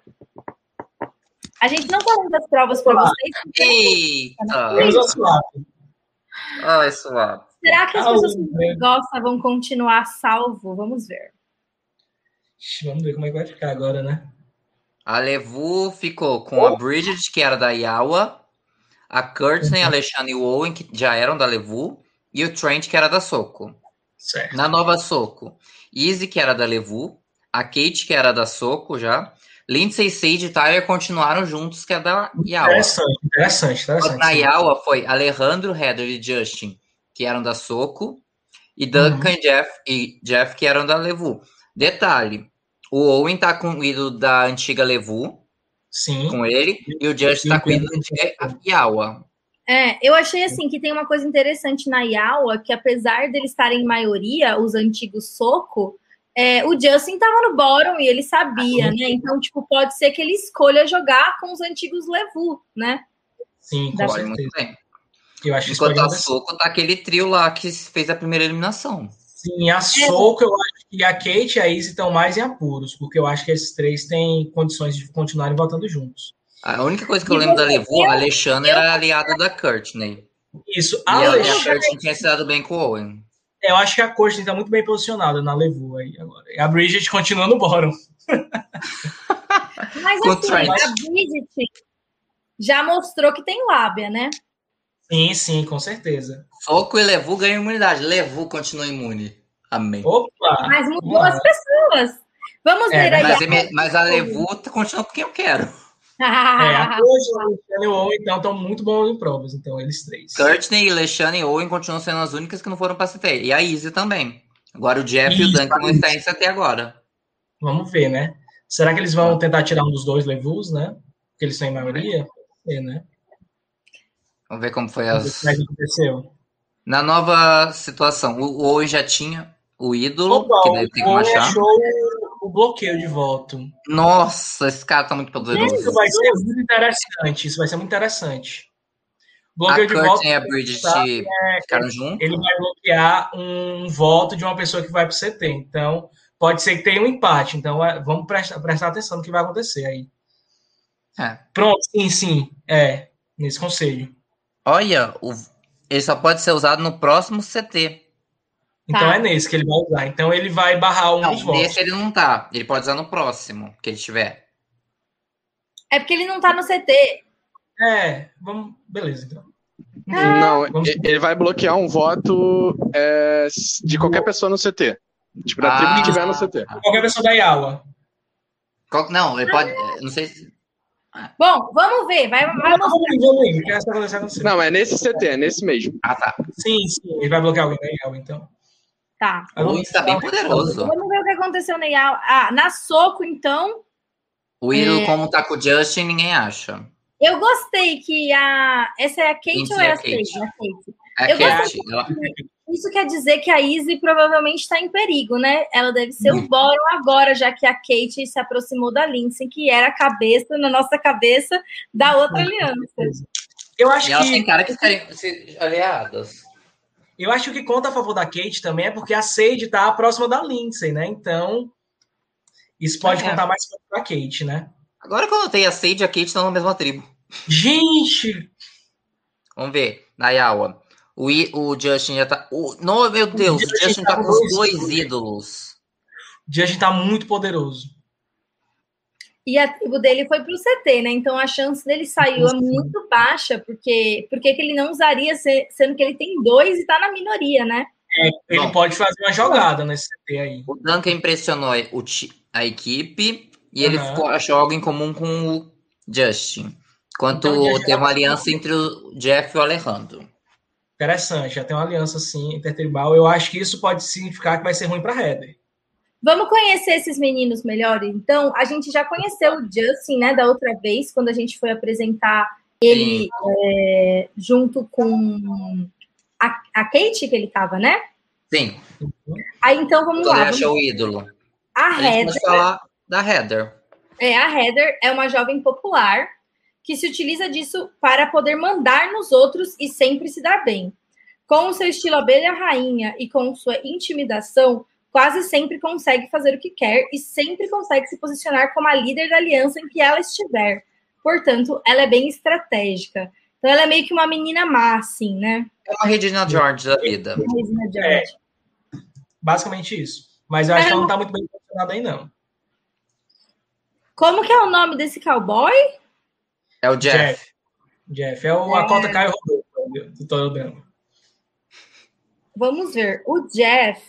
A gente não tá dando as provas para vocês. Eita! Temos a swap. Ai, suave. Será que as Ah, pessoas que né? gostam vão continuar salvo? Vamos ver. Ixi, vamos ver como é que vai ficar agora, né? A Levu ficou com a Bridget, que era da Yawa, a Courtney, a Alexandre e o Owen, que já eram da Levu, e o Trent, que era da Soco. Certo. Na nova Soco, Izzy, que era da Levu, a Kate, que era da Soco já, Lindsay, Sage e Tyler continuaram juntos, que é da Yawa. Interessante, interessante, interessante. Na sim. Yawa foi Alejandro, Heather e Justin, que eram da Soco, e Duncan Uhum. e, Jeff, e Jeff, que eram da Levu. Detalhe, o Owen tá com o ídolo da antiga Levu, Sim. com ele, e o Justin tá com o ídolo da antiga Yawa. É, eu achei assim que tem uma coisa interessante na Yawa, que apesar deles estarem em maioria, os antigos Soco, é, o Justin estava no bottom e ele sabia, né? Então, tipo, pode ser que ele escolha jogar com os antigos Levu, né? Sim, com Pode certeza. muito bem. Eu acho que isso pode Enquanto a acontecer. Soco tá aquele trio lá que fez a primeira eliminação. Sim, a Soco, eu acho que a Kate e a Izzy estão mais em apuros, porque eu acho que esses três têm condições de continuarem votando juntos. A única coisa que eu E lembro da você- Levu, a eu- Alexandra era aliada da Courtney. Isso, E a ela e a Alexandra, Courtney tinha se dado bem com o Owen. eu acho que a Courtney está muito bem posicionada na Levu aí agora. E a Bridget continua no bottom. Mas Com o assim, Trent. a Bridget já mostrou que tem lábia, né? Sim, sim, com certeza. Soco e Levu ganham imunidade. Levu continua imune. Amém. Opa! Mas mudou vamos lá. as pessoas. Vamos É, ver aí. Mas, a- ele- mas a Levu continua com quem eu quero. É, a Courtney, a Alexandra e o Owen, então, estão muito bons em provas, então, eles três. Courtney, Leshane e Owen continuam sendo as únicas que não foram pra C T. E a Izzy também. Agora o Jeff e o Isso, Duncan vão isso. estar em C T agora. Vamos ver, né? Será que eles vão tentar tirar um dos dois Levus, né? Porque eles têm maioria? É, né? Vamos ver como foi Vamos ver o as... que aconteceu. Na nova situação, o Owen já tinha o ídolo, Opa, que daí tem que o Owen achar. achou o bloqueio de voto. Nossa, esse cara tá muito Isso poderoso. vai ser muito interessante. Isso vai ser muito interessante. A Bloqueio de voto, Courtney e a Bridget sabe, ficaram juntos. ele vai bloquear um voto de uma pessoa que vai para o C T. Então, pode ser que tenha um empate. Então, é, vamos prestar, prestar atenção no que vai acontecer aí. É. Pronto, sim, sim. É, nesse conselho. Olha, o... ele só pode ser usado no próximo C T. Então, Tá. é nesse que ele vai usar. Então, ele vai barrar um Não, dos votos. nesse ele não tá. Ele pode usar no próximo que ele tiver. É porque ele não tá no C T. É, vamos... Beleza, então. Não, Vamos- e- ele vai bloquear um voto é, de qualquer pessoa no C T. Tipo, da tribo Ah. que tiver no C T. Qualquer pessoa da Yawa. Qual- Não, ele pode. Não sei se. Bom, vamos ver. Vai, vai mostrar. Vamos ir, vamos ir. O que essa acontecendo com você? Não, é nesse C T, é nesse mesmo. Ah, tá. Sim, sim. Ele vai bloquear alguém da Yawa, então. Tá. O Owen está bem poderoso. Vamos ver o que aconteceu na Yawa. Ah, na Soco, então. O ídolo, É. como tá com o Justin, ninguém acha. Eu gostei que a. Essa é a Kate Sim, ou é é a a Kate. Sage? A Kate. É Eu que gostei. ela- Isso quer dizer que a Izzy provavelmente está em perigo, né? Ela deve ser o bottom agora, já que a Kate se aproximou da Lindsay, que era a cabeça, na nossa cabeça, da outra aliança. Eu acho E elas que têm cara que ficarem se- aliadas. eu acho que o que conta a favor da Kate também é porque a Sage tá próxima da Lindsay, né? Então, isso pode É. contar mais pra Kate, né? Agora, quando tem a Sage e a Kate, estão na mesma tribo. Gente! Vamos ver. Na Yawa. O, I- o Justin já tá. O, não, meu Deus, o Justin Justin tá tá com com os dois dois ídolos. ídolos. O Justin tá muito poderoso. E a tribo dele foi pro C T, né? Então a chance dele sair é muito baixa, porque por que que ele não usaria, se- sendo que ele tem dois e tá na minoria, né? Ele Bom. pode fazer uma jogada nesse C T aí. O Duncan impressionou o ti- a equipe e ele Aham. ficou, achou algo em comum com o Justin. Enquanto Então, o Justin tem uma tá- aliança entre o Jeff e o Alejandro. Interessante, já tem uma aliança assim, intertribal. Eu acho que isso pode significar que vai ser ruim pra Heather. Vamos conhecer esses meninos melhor? Então, a gente já conheceu o Justin, né, da outra vez, quando a gente foi apresentar ele é, junto com a, a Kate, que ele tava, né? Sim, Aí, então, vamos quando lá. ele Vamos... achou o ídolo. A A gente Heather, pode falar da Heather. é, a Heather é uma jovem popular que se utiliza disso para poder mandar nos outros e sempre se dar bem. Com o seu estilo abelha rainha e com sua intimidação, quase sempre consegue fazer o que quer e sempre consegue se posicionar como a líder da aliança em que ela estiver. Portanto, ela é bem estratégica. Então, ela é meio que uma menina má, assim, né? É uma Regina George da vida. Regina É. George. Basicamente isso. Mas eu acho É, que ela não tá muito bem posicionada aí, não. Como que é o nome desse cowboy? É o Jeff. Jeff. Jeff. É o, a cota Caio Rodolfo do Toro Drama. Vamos ver. O Jeff.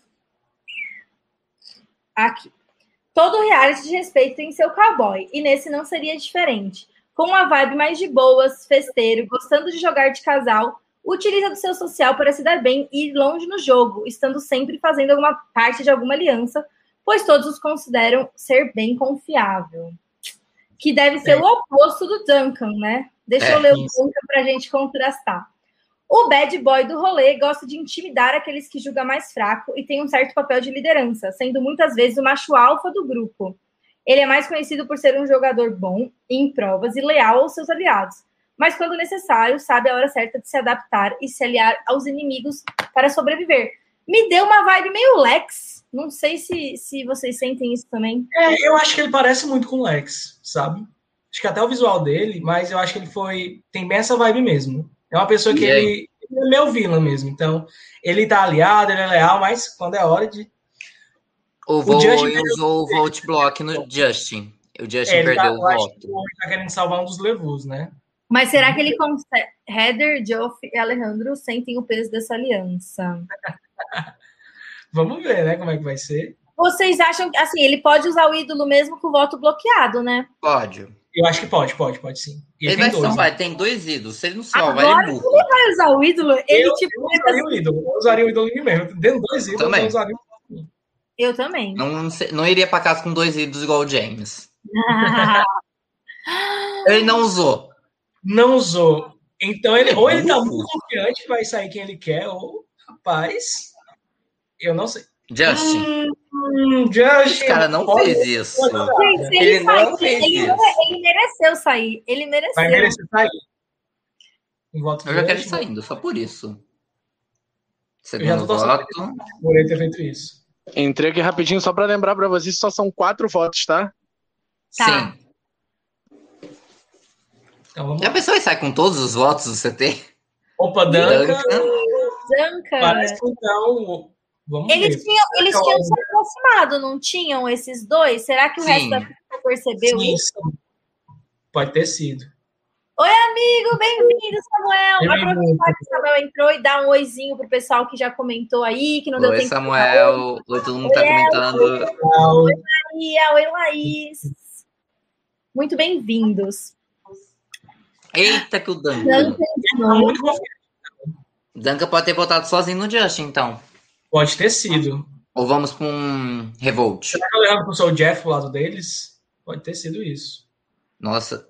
Aqui. Todo reality de respeito tem seu cowboy. E nesse não seria diferente. Com uma vibe mais de boas, festeiro, gostando de jogar de casal, utiliza do seu social para se dar bem e ir longe no jogo, estando sempre fazendo alguma parte de alguma aliança, pois todos os consideram ser bem confiável. Que deve ser É. o oposto do Duncan, né? Deixa É, eu ler o isso. Duncan pra gente contrastar. O bad boy do rolê gosta de intimidar aqueles que julga mais fraco e tem um certo papel de liderança, sendo muitas vezes o macho alfa do grupo. Ele é mais conhecido por ser um jogador bom em provas e leal aos seus aliados, mas quando necessário, sabe a hora certa de se adaptar e se aliar aos inimigos para sobreviver. Me deu uma vibe meio Lex. Não sei se, se vocês sentem isso também. É, eu acho que ele parece muito com o Lex, sabe? Acho que até o visual dele, mas eu acho que ele foi... Tem bem essa vibe mesmo. É uma pessoa que E aí? ele, ele é meio vilã mesmo. Então, ele tá aliado, ele é leal, mas quando é hora de... O O Vo Justin- usou o vote block no Justin. O Justin É, ele tá, perdeu o eu acho que voto. ele tá querendo salvar um dos levus, né? Mas será que ele consegue? Heather, Geoff e Alejandro sentem o peso dessa aliança. Vamos ver, né, como é que vai ser. Vocês acham que, assim, ele pode usar o ídolo mesmo com o voto bloqueado, né? Pode. Eu acho que pode, pode, pode sim. E Ele tem vai dois, salvar, né? ele tem dois ídolos. Se ele não salvar, Agora, ele é se burro. ele vai usar o ídolo, ele, Eu, tipo... eu usaria o ídolo. Eu usaria o ídolo em mim mesmo. Dentro dois ídolos, Também. eu usaria o Eu também. Não, não, sei- não iria pra casa com dois ídolos igual o James. Ele não usou. Não usou. Então, ele, ou ele tá Burro. muito confiante que vai sair quem ele quer, ou, rapaz, eu não sei. Justin, Hum, Justin, esse cara não pode- fez isso. Gente, se ele, Ele não sair, fez ele, não- isso. ele mereceu sair. Ele mereceu. Vai merecer sair. Em voto Eu já quero ele Justin, saindo, só por isso. Eu já Segundo tô torcendo voto. por ele ter feito isso. Entrei aqui rapidinho só pra lembrar pra vocês, só são quatro votos, tá? Tá. Sim. Então, vamos Já lá. pensou em sair com todos os votos do C T? Opa, Duncan. Duncan. Zanca. Parece que então... Vamos Eles ver. tinham, eles tinham se aproximado, não tinham esses dois? Será que o Sim. resto da pista percebeu Sim, isso? sim. Pode ter sido. Oi, amigo, bem-vindo, Samuel. Bem-vindo. Aproveitar que o Samuel entrou e dar um oizinho pro pessoal que já comentou aí, que não deu Oi, tempo. Samuel. Oi, todo mundo tá Oi, comentando. Então, Maria, oi, Laís. Muito bem-vindos. Eita, que o Duncan. Duncan, tá muito confiante. Duncan pode ter votado sozinho no Justin, então. Pode ter sido. Ou vamos com um Revolt. Será que eu lembro que eu sou o Jeff pro lado deles? Pode ter sido isso. Nossa.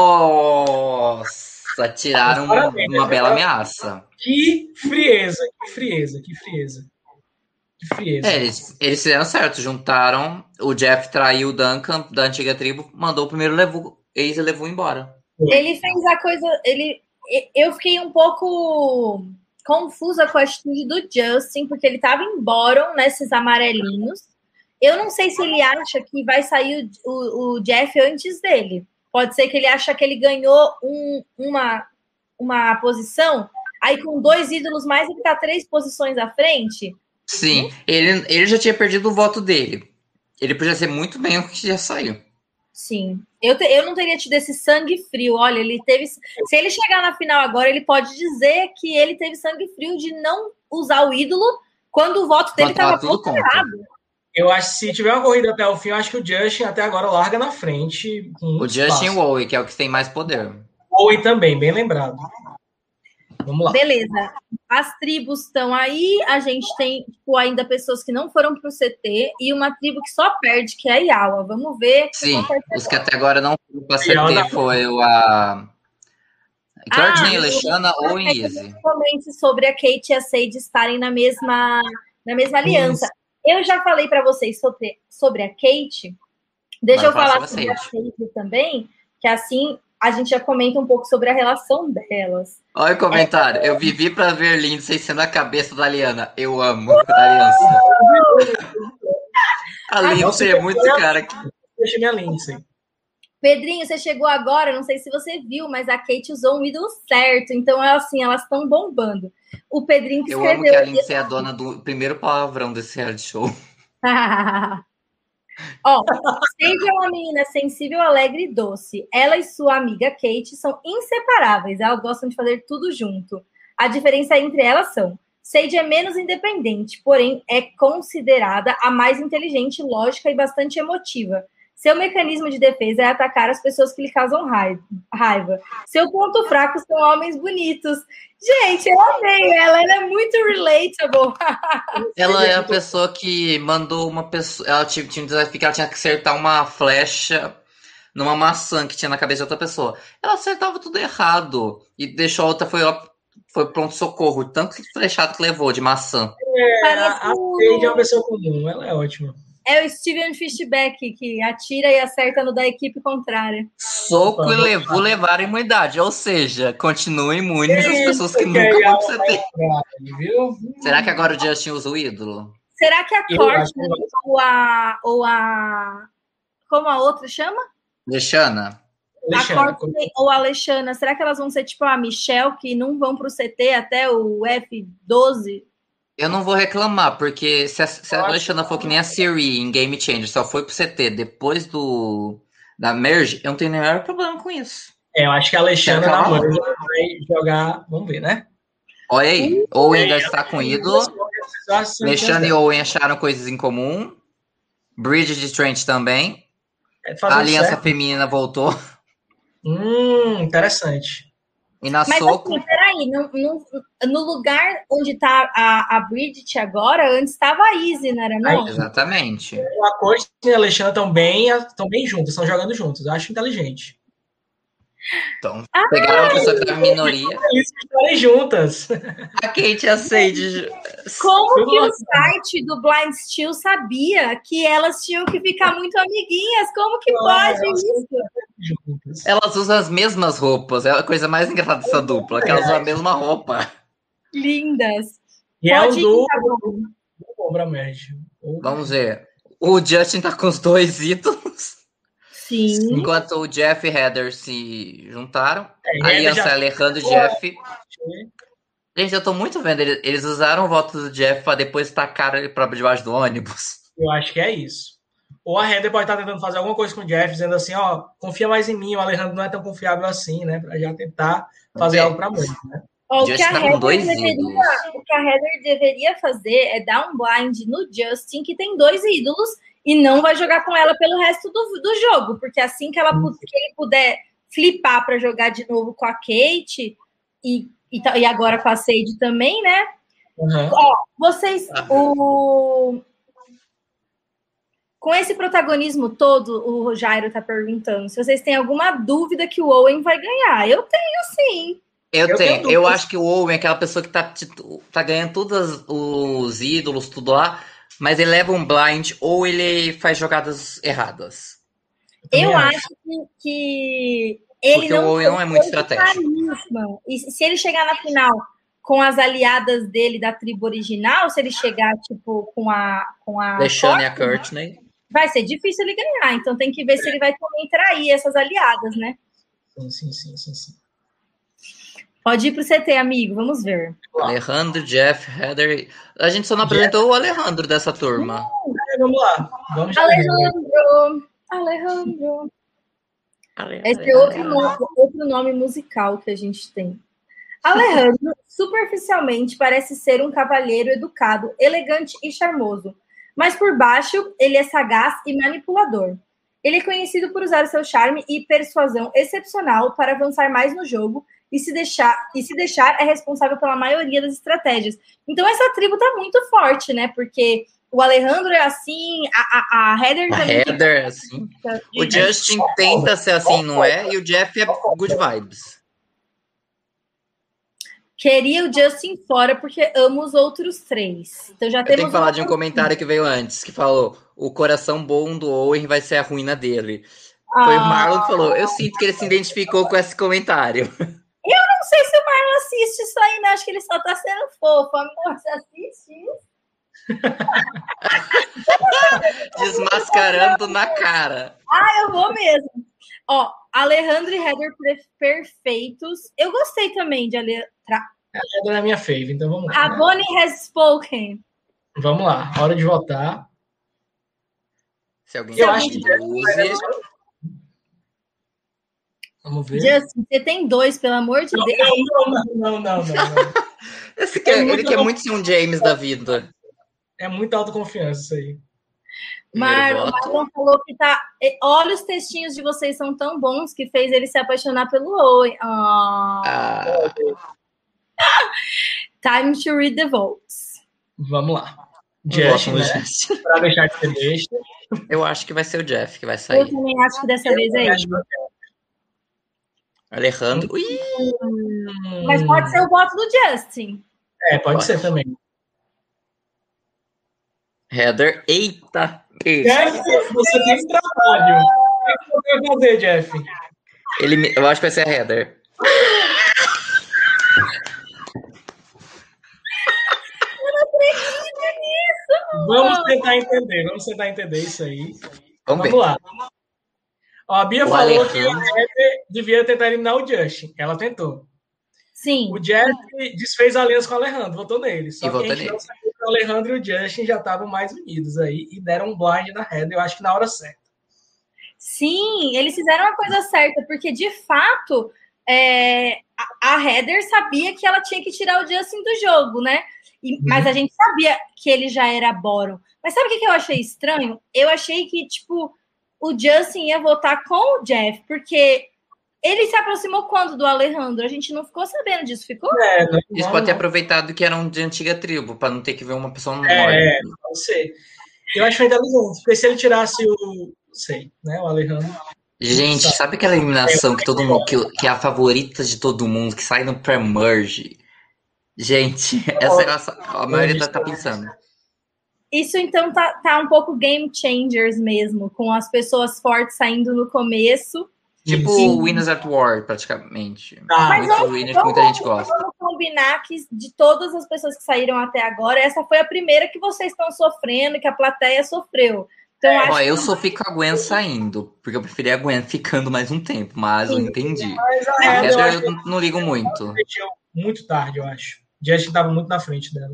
Nossa! Tiraram uma, uma bela ameaça. Que frieza, que frieza, que frieza. Que frieza. É, eles, eles fizeram certo. Juntaram. O Jeff traiu o Duncan da antiga tribo, mandou o primeiro levu, ex e levou embora. ele fez a coisa. Ele, eu fiquei um pouco confusa com a atitude do Justin, porque ele estava em Boron, nesses amarelinhos. Eu não sei se ele acha que vai sair o, o, o Jeff antes dele. Pode ser que ele acha que ele ganhou um, uma, uma posição, aí com dois ídolos mais, ele está três posições à frente. Sim, ele, ele já tinha perdido o voto dele. Ele podia ser muito bem o que já saiu. Sim. Eu, te, eu não teria tido esse sangue frio. Olha, ele teve. Se ele chegar na final agora, ele pode dizer que ele teve sangue frio de não usar o ídolo quando o voto dele estava tudo contra. errado. Eu acho que se tiver uma corrida até o fim, eu acho que o Justin até agora larga na frente. O Justin e o Owen, que é o que tem mais poder. Owen também, bem lembrado. Vamos lá. Beleza. As tribos estão aí. A gente tem tipo, ainda pessoas que não foram para o C T e uma tribo que só perde, que é a Yawa. Vamos ver. Sim, os que até agora não foram para C Yawa T da- foi o a Claudinei, Ah, Alexandra eu- ou Easy. Comente sobre a Kate e a Sage estarem na mesma, na mesma aliança. Eu já falei para vocês sobre, sobre a Kate. Deixa Agora eu falar fala sobre sobre a Sage também, que assim a gente já comenta um pouco sobre a relação delas. Olha o comentário. Eu vivi para ver Lindsay sendo a cabeça da Liana. Eu amo a aliança. A Lindsay é muito cara aqui. Deixa minha Lindsay. Pedrinho, você chegou agora, não sei se você viu, mas a Kate usou um ídolo certo, então é assim, elas estão bombando. O Pedrinho que Eu amo escreveu. que a Lindsay é a dona do primeiro palavrão desse reality show. Ó, Sage é uma menina sensível, alegre e doce. Ela e sua amiga Kate são inseparáveis. Elas gostam de fazer tudo junto. A diferença entre elas são: Sage é menos independente, porém é considerada a mais inteligente, lógica e bastante emotiva. Seu mecanismo de defesa é atacar as pessoas que lhe causam raiva. Seu ponto fraco são homens bonitos. Gente, eu amei ela, ela é muito relatable. Ela é a pessoa que mandou uma pessoa. Ela tinha, tinha um desafio que ela tinha que acertar uma flecha numa maçã que tinha na cabeça de outra pessoa. Ela acertava tudo errado. E deixou a outra, foi, foi pronto-socorro. Tanto flechado que levou de maçã. É, a Sage é uma pessoa comum, ela é ótima. É o Steven Fishback, que atira e acerta no da equipe contrária. Soco e levou, levaram imunidade. Ou seja, continuam imunes as pessoas que nunca vão pro C T. Viu? Será que agora o Justin usa o ídolo? Será que a Courtney ou a, ou a... Como a outra chama? Leshana? A Courtney ou a Alexandra, será que elas vão ser tipo a Michelle, que não vão pro C T até o F doze? Eu não vou reclamar, porque se a, se a Alexandra for que nem a Siri em Game Changer, só foi pro C T depois do da Merge, eu não tenho nenhum problema com isso. É, eu acho que a Alexandra na Merge vai jogar, vamos ver, né? Olha aí, Owen ainda está com ídolo. Alexandra e Owen acharam coisas em comum. Bridget de Trent também. É a aliança certo. Feminina voltou. Hum, interessante. E na Mas Soco... assim, peraí, no, no, no lugar onde tá a, a Bridget agora, antes estava a Izzy, não era não? Ah, exatamente. A Courtney e a Alexandra estão bem, estão bem juntas, estão jogando juntos. Eu acho inteligente. Então, ah, pegaram uma pessoa que tá minoria. Eles estarem juntas. A Kate e a Sage. Como que o site do Blind Steel sabia que elas tinham que ficar muito amiguinhas? Como que pode ah, isso? Elas usam as mesmas roupas. É a coisa mais engraçada dessa dupla, que elas usam a mesma roupa. Lindas. E pode é o do... Obra média. Vamos ver. O Justin tá com os dois ídolos. Sim. Enquanto o Jeff e Heather se juntaram. É, a aliança já... Alejandro e Jeff. Gente, eu tô muito vendo. Eles, eles usaram o voto do Jeff pra depois tacar ele pra debaixo do ônibus. Eu acho que é isso. Ou a Heather pode estar tentando fazer alguma coisa com o Jeff, dizendo assim, ó, confia mais em mim, o Alejandro não é tão confiável assim, né? Pra já tentar fazer okay. algo pra mim, né? O que, a Heather deveria, o que a Heather deveria fazer é dar um blind no Justin, que tem dois ídolos, e não vai jogar com ela pelo resto do, do jogo, porque assim que, ela, que ele puder flipar para jogar de novo com a Kate, e, e, e agora com a Sage também, né? Uhum. Ó, vocês... O... Com esse protagonismo todo, o Jairo tá perguntando se vocês têm alguma dúvida que o Owen vai ganhar. Eu tenho, sim. Eu, eu tenho. tenho eu acho que o Owen é aquela pessoa que tá, tá ganhando todos os ídolos, tudo lá, mas ele leva um blind ou ele faz jogadas erradas. Eu, eu acho que, que ele Porque não, o Owen não é muito estratégico. E se ele chegar na final com as aliadas dele da tribo original, se ele chegar, tipo, com a... com a Leshana e a Courtney, vai ser difícil ele ganhar. Então tem que ver se ele vai também trair essas aliadas, né? Sim, sim, sim, sim, sim. Pode ir pro C T, amigo. Vamos ver. Alejandro, Jeff, Heather... A gente só não apresentou Jeff. O Alejandro dessa turma. Uh, vamos lá. Vamos Alejandro. Alejandro. Ale, Esse é outro nome, outro nome musical que a gente tem. Alejandro, superficialmente, parece ser um cavalheiro educado, elegante e charmoso. Mas por baixo, ele é sagaz e manipulador. Ele é conhecido por usar o seu charme e persuasão excepcional para avançar mais no jogo e se deixar, e se deixar é responsável pela maioria das estratégias. Então essa tribo tá muito forte, né? Porque o Alejandro é assim, a, a, a Heather... A Heather é assim. O Justin tenta ser assim, não é? E o Jeff é good vibes. Queria o Justin fora porque amo os outros três. Então já Eu temos tenho que falar de um comentário que veio antes, que falou: o coração bom do Owen vai ser a ruína dele. Ah. Foi o Marlon que falou. Eu sinto que ele se identificou com esse comentário. Eu não sei se o Marlon assiste isso aí, né? Acho que ele só tá sendo fofo. Amor, você assiste isso? Desmascarando na cara. Ah, eu vou mesmo. Ó, Alejandro e Heather perfeitos. Eu gostei também de Ale... Tra... A Heather é minha fave, então vamos lá. A né? Bonnie has spoken. Vamos lá, hora de votar. Se alguém eu acho que use... Vamos ver. Justin, você tem dois, pelo amor de não, Deus. Não, não, não, não, não. não. Esse quer, é ele quer muito ser um James da vida. É muita autoconfiança isso aí. Marlon, Marlon falou que tá. Olha, os textinhos de vocês são tão bons que fez ele se apaixonar pelo Owen. Oh. Ah. Time to read the votes. Vamos lá. Just, Voto no né? Just. Pra deixar de ser besta. Eu acho que vai ser o Jeff que vai Eu sair. também acho que dessa vez é ele. Alejandro. Ui, Mas pode ser o voto do Justin. É, pode, Pode. ser também. Heather. Eita. Jeff, você tem trabalho. O que você vai fazer, Jeff? Ele, me- eu acho que vai ser a Heather. Vamos tentar entender, vamos tentar entender isso aí. Vamos, Vamos ver. lá. Ó, a Bia O falou que Alejandro. a Heather devia tentar eliminar o Justin. Ela tentou. Sim. O Jeff desfez a aliança com o Alejandro, votou nele. Só E que a votou gente não nele. sabia que o Alejandro e o Justin já estavam mais unidos aí e deram um blind na Heather, eu acho que na hora certa. Sim, eles fizeram a coisa certa, porque de fato é, a, a Heather sabia que ela tinha que tirar o Justin do jogo, né? E, Uhum. Mas a gente sabia que ele já era Boron. Mas sabe o que, que eu achei estranho? Eu achei que, tipo, o Justin ia votar com o Jeff, porque ele se aproximou quando do Alejandro? A gente não ficou sabendo disso, ficou? É, não, Eles não, podem ter não. aproveitado que eram de antiga tribo, pra não ter que ver uma pessoa morta. É, pode ser. Eu acho inteligente, porque se ele tirasse o. Sei, né? O Alejandro. Gente, Sabe. sabe aquela eliminação que todo mundo, que, que é a favorita de todo mundo, que sai no pré-merge? Gente, essa é a, a maioria tá, tá pensando. Isso, então, tá, tá um pouco game changers mesmo, com as pessoas fortes saindo no começo. Tipo Isso. Winners at War, praticamente. Tá. Mas Muitos vamos, winners que muita gente gosta. vamos combinar que de todas as pessoas que saíram até agora, essa foi a primeira que vocês estão sofrendo, que a plateia sofreu. Então, acho Ó, eu que... só fico a Gwen saindo, porque eu preferia a Gwen ficando mais um tempo, mas eu Sim. entendi. Mas a A Heather, eu Heather acho eu que não, não ligo muito. mexeu muito tarde, eu acho. O Justin estava muito na frente dela.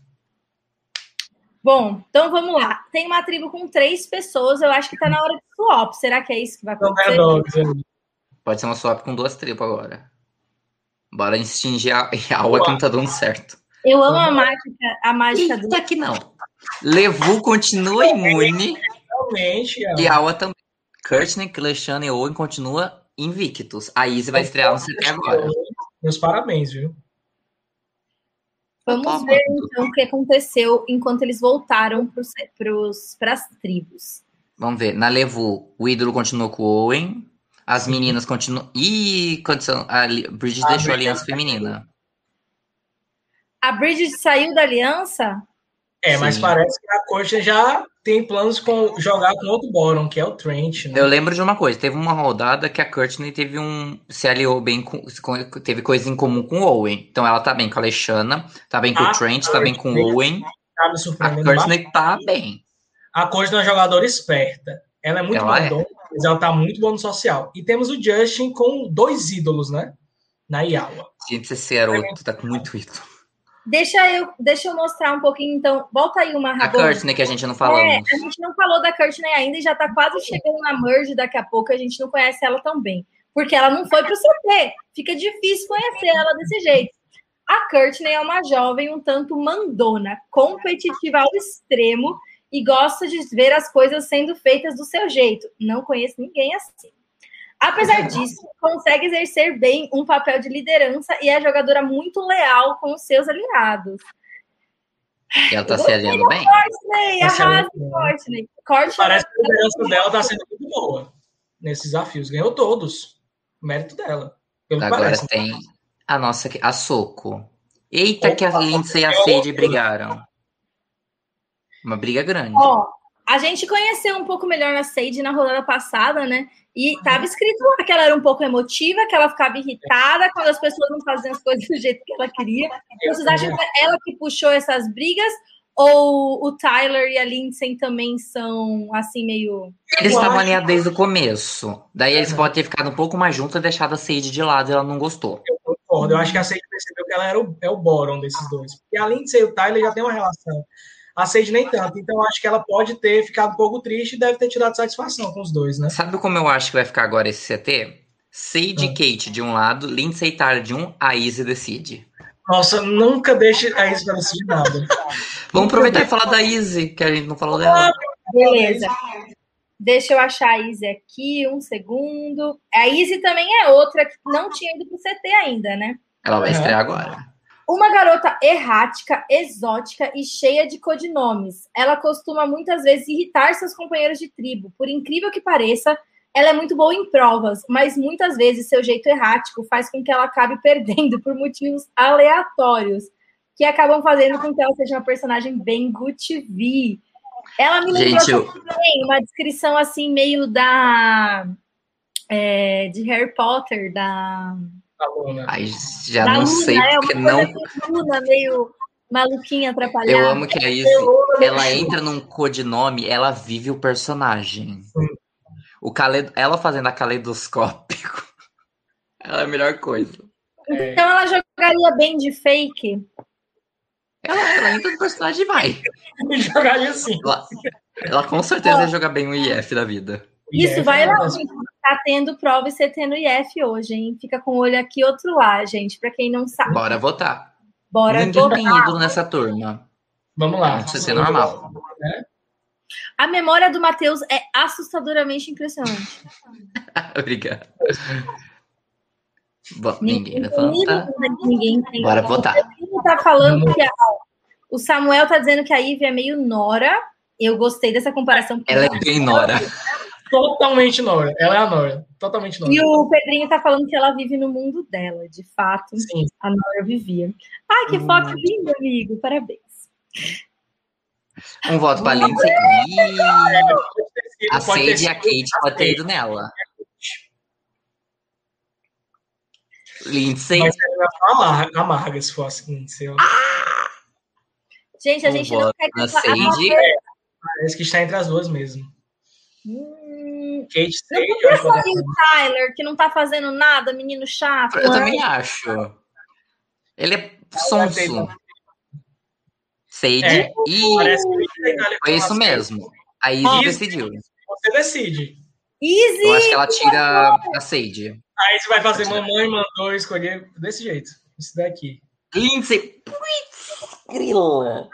Bom, então vamos lá. Tem uma tribo com três pessoas, eu acho que tá na hora de swap. Será que é isso que vai Então, acontecer? Dogs ali. Pode ser uma swap com duas tribos agora. Bora extingir a Aua que não tá dando certo. Eu amo a mágica, a mágica do... Eita que não. Levu continua imune Realmente, e a Aua também. Courtney, Kleshana e Owen continua invictos. A Izzy vai estrear no C T agora. Meus parabéns, viu? Vamos Toma. ver, então, o que aconteceu enquanto eles voltaram para as tribos. Vamos ver. Na Levu, o ídolo continuou com o Owen. As Sim. meninas continuam. Ih, condição... a Bridget A deixou a Bridget aliança feminina. A Bridget saiu da aliança? É, mas Sim. parece que a Courtney já tem planos com jogar com outro Boron, que é o Trent, né? Eu lembro de uma coisa, teve uma rodada que a Courtney teve um. Se aliou bem com. com- Teve coisa em comum com o Owen. Então ela tá bem com a Alexandra, tá bem com A o Trent, tá bem com o Courtney Owen. Tá me A surpreendendo Courtney tá bem. A Courtney é uma jogadora esperta. Ela é muito Ela é. mandona, mas ela tá muito boa no social. E temos o Justin com dois ídolos, né? Na Iawa. Gente, esse garoto tá com muito ídolo. Deixa eu, deixa eu mostrar um pouquinho, então. Volta aí uma A Rabona. Courtney que a gente não É, falamos. a gente não falou da Courtney ainda e já tá quase chegando na merge daqui a pouco. A gente não conhece ela tão bem. Porque ela não foi pro C T. Fica difícil conhecer ela desse jeito. A Courtney é uma jovem um tanto mandona, competitiva ao extremo e gosta de ver as coisas sendo feitas do seu jeito. Não conheço ninguém assim. Apesar disso, consegue exercer bem um papel de liderança e é jogadora muito leal com os seus aliados. E ela tá se alinhando bem. Courtney, Tá se arrasa, alinhando. Courtney. Courtney. Parece que a liderança dela tá sendo muito boa nesses desafios. Ganhou todos. Mérito dela. Pelo que Agora parece. tem a nossa aqui, a Soco. Eita, que a Opa, Lindsay e a é Sage outra. brigaram. Uma briga grande. Ó, a gente conheceu um pouco melhor a Sage na rodada passada, né? E tava escrito lá que ela era um pouco emotiva, que ela ficava irritada quando as pessoas não faziam as coisas do jeito que ela queria. Vocês acham que é ela que puxou essas brigas? Ou o Tyler e a Lindsay também são, assim, meio... Eles Eu estavam acho- alinhados desde o começo. Daí eles Uhum. podem ter ficado um pouco mais juntos e deixado a Sage de lado e ela não gostou. Eu concordo. Eu acho que a Sage percebeu que ela era o, é o Boron desses dois. Porque além de ser o Tyler, já tem uma relação. A Sage nem tanto. Então, eu acho que ela pode ter ficado um pouco triste e deve ter tirado satisfação com os dois, né? Sabe como eu acho que vai ficar agora esse C T? Sage e Hum. Kate de um lado, Lindsay e Tyler de um, a Izzy decide. Nossa, nunca deixe a Izzy para decidir nada. Vamos aproveitar e falar da Izzy, que a gente não falou dela. Beleza. Deixa eu achar a Izzy aqui, um segundo. A Izzy também é outra que não tinha ido pro C T ainda, né? Ela vai Uhum. estrear agora. Uma garota errática, exótica e cheia de codinomes. Ela costuma muitas vezes irritar seus companheiros de tribo. Por incrível que pareça, ela é muito boa em provas, mas muitas vezes seu jeito errático faz com que ela acabe perdendo por motivos aleatórios, que acabam fazendo com que ela seja uma personagem bem good T V. Ela me lembrou Gente, eu- também uma descrição assim, meio da... é, de Harry Potter, da... Aluna. Ai, já da não Luna, sei é porque uma não. coisa meio Luna, meio maluquinha, atrapalhada. Eu amo que a Izzy, ela entra num codinome, ela vive o personagem. O cale... Ela fazendo a caleidoscópico. Ela é a melhor coisa. Então ela jogaria bem de fake? Ela, ela entra no personagem e vai. Jogaria assim. Ela, ela com certeza ia jogar bem o I F da vida. Isso, Yeah, vai é lá, uma das- gente. Tá tendo prova e você tendo I F hoje, hein? Fica com o olho aqui, outro lá, gente. Pra quem não sabe. Bora votar. Bora Ninguém votar. tem ídolo nessa turma. Vamos lá. Pode ser normal. A memória do Matheus é assustadoramente impressionante. Obrigado. Bom, ninguém levanta. Ninguém, ninguém tem. Bora votar. O tá falando que a, o Samuel tá dizendo que a Ivy é meio Nora. Eu gostei dessa comparação. porque- Ela é bem Nora. Totalmente Nora. Ela é a Nora. Totalmente Nora. E o Pedrinho tá falando que ela vive no mundo dela. De fato, Sim. a Nora vivia. Ai, que foto linda, amigo. Parabéns. Um voto pra Lindsay. Ih, Pode ter sido, a pode ter Sage e a sido Kate a podem ter Sage. ido nela. Lindsay. Mas ela é amarga, amarga se for assim. Se eu... Gente, a Um gente não voto quer na que a- Sage. Parece que está entre as duas mesmo. Hum, Kate não Sage, eu podia acho que ela sair o Tyler, que não tá fazendo nada, menino chato. Eu né? também acho. Ele é sonso. Sage É, e parece que ele foi isso mesmo. A Izzy Ó. decidiu. Você decide. Easy! Eu acho que ela tira a Sage. Aí você vai fazer mamãe mandou escolher desse jeito. Isso daqui. Lindsay. Putz, grila.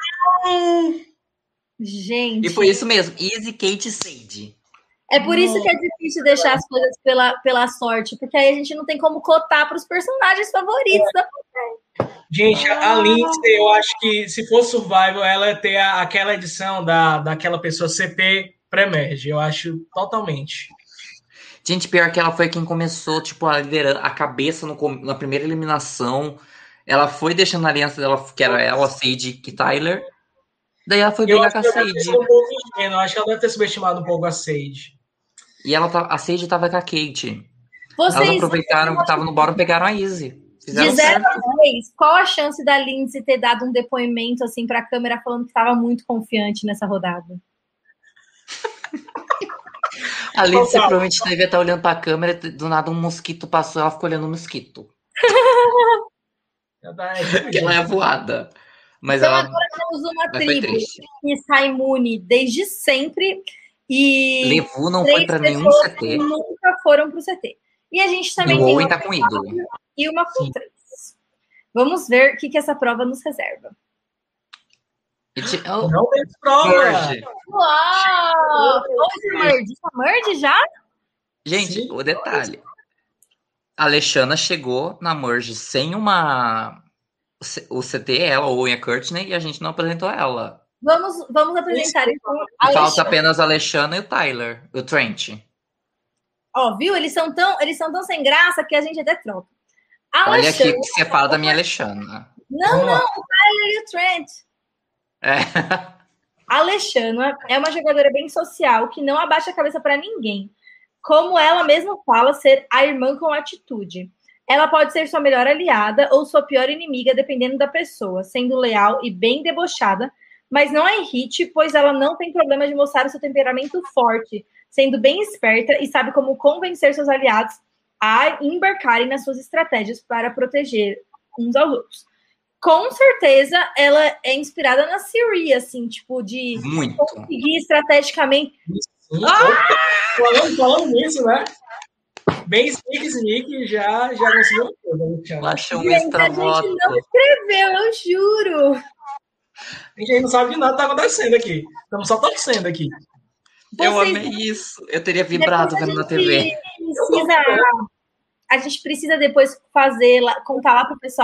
Gente, E foi isso mesmo. Izzy, Kate e Sage. é por isso que é difícil deixar as coisas pela, pela sorte, porque aí a gente não tem como cotar para os personagens favoritos da Gente, a Lindsay, eu acho que se for Survival, ela ia ter a- aquela edição da, daquela pessoa C P pré-merge. Eu acho totalmente. Gente, pior que ela foi quem começou, tipo, a liderar a cabeça no com- na primeira eliminação. Ela foi deixando a aliança dela, que era ela, Sage e Tyler. Daí ela foi Eu brigar acho com a que ela deve ter Sage. sido um pouco ingênua. Eu acho que ela deve ter subestimado um pouco a Sage. E ela tá, a Sage tava com a Kate. Elas Vocês, aproveitaram que tava no bottom, pegaram a Izzy. Fizeram de zero certo. a dez, qual a chance da Lindsay ter dado um depoimento assim para a câmera falando que estava muito confiante nessa rodada? A Lindsay Total. provavelmente devia estar olhando pra câmera, do nada um mosquito passou, ela ficou olhando o mosquito. Já tá- Porque ela é voada. Mas Então ela. agora temos uma Mas foi tribo triste. que está imune desde sempre e Levu não três foi pra nenhum pessoas C que T. nunca foram para o C T. E a gente E também o tem Owen uma tá com ídolo. e uma com Sim. três. Vamos ver o que, que essa prova nos reserva. E ti- oh, Não tem prova. Merge. Uau! Hoje merge. Isso é merge já? Gente, Sim. o detalhe. A Alexandra chegou na Merge sem uma. O C T, ela, o Owen e a Courtney, e a gente não apresentou ela. Vamos, vamos apresentar então. E falta Alexandre. apenas a Alexandra e o Tyler, o Trent. Ó, viu? Eles são tão, eles são tão sem graça que a gente até troca. A Olha aqui Alexandre- que separa da minha Alexandra. Não, Vamos não, lá. o Tyler e o Trent. É. A Alexandra é uma jogadora bem social que não abaixa a cabeça para ninguém. Como ela mesma fala, ser a irmã com atitude. Ela pode ser sua melhor aliada ou sua pior inimiga, dependendo da pessoa, sendo leal e bem debochada, mas não é hit, pois ela não tem problema de mostrar o seu temperamento forte, sendo bem esperta e sabe como convencer seus aliados a embarcarem nas suas estratégias para proteger uns aos outros. Com certeza, ela é inspirada na Siri, assim, tipo, de Muito. conseguir estrategicamente. Sim, opa. Falando, falando nisso, né? Bem Sneak Sneak já, já conseguiu uma coisa. né, Thiago? Ela achou um Gente, a extra gente voto. não escreveu, eu juro. A gente aí não sabe de nada que tá acontecendo aqui. Estamos só torcendo aqui. Eu Vocês- amei isso. Eu teria vibrado Depois a vendo na gente T V. Precisa, a gente precisa depois fazer, lá, contar lá pro pessoal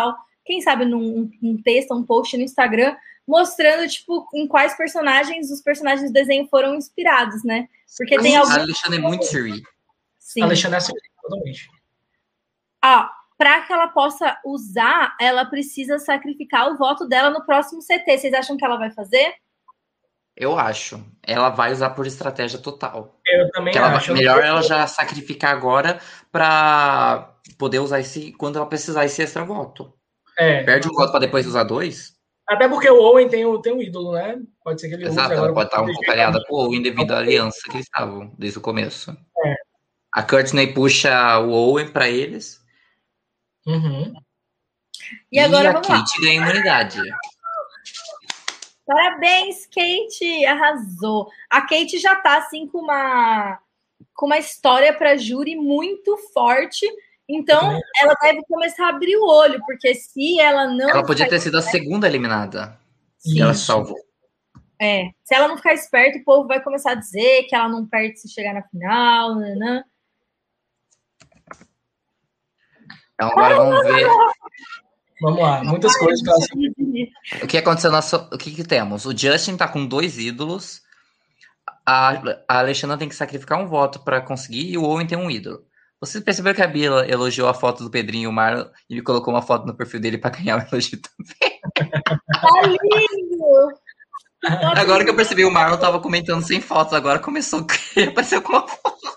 quem sabe num um texto, um post no Instagram, mostrando, tipo, em quais personagens os personagens do desenho foram inspirados, né? Porque tem alguns... A Alexandra é muito Siri. Sim. A Alexandra é Siri, totalmente. Ah, para que ela possa usar, ela precisa sacrificar o voto dela no próximo C T. Vocês acham que ela vai fazer? Eu acho. Ela vai usar por estratégia total. Eu também que ela, acho. Melhor ela já sacrificar agora para poder usar esse quando ela precisar esse extra voto. É. Perde um voto para depois usar dois. Até porque o Owen tem o, tem o ídolo, né? Pode ser que ele Exato, use agora. ela pode estar um pouco aliada com o Owen devido à aliança que eles estavam desde o começo. É. A Courtney puxa o Owen para eles. Uhum. E agora e a vamos Kate lá. ganha imunidade. Parabéns, Kate! Arrasou. A Kate já tá, assim, com uma, com uma história para júri muito forte. Então, ela deve começar a abrir o olho, porque se ela não... Ela podia ter sido a segunda eliminada. Sim. E ela salvou. É. Se ela não ficar esperta, o povo vai começar a dizer que ela não perde se chegar na final, né? Então, agora vamos ver... Vamos lá, muitas coisas. O que aconteceu na so... O que, que temos? O Justin tá com dois ídolos. A, a Alexandra tem que sacrificar um voto para conseguir e o Owen tem um ídolo. Vocês perceberam que a Bia elogiou a foto do Pedrinho e o Marlon e colocou uma foto no perfil dele para ganhar o elogio também? Tá lindo! Agora que eu percebi, o Marlon tava comentando sem fotos, agora começou a aparecer com uma foto.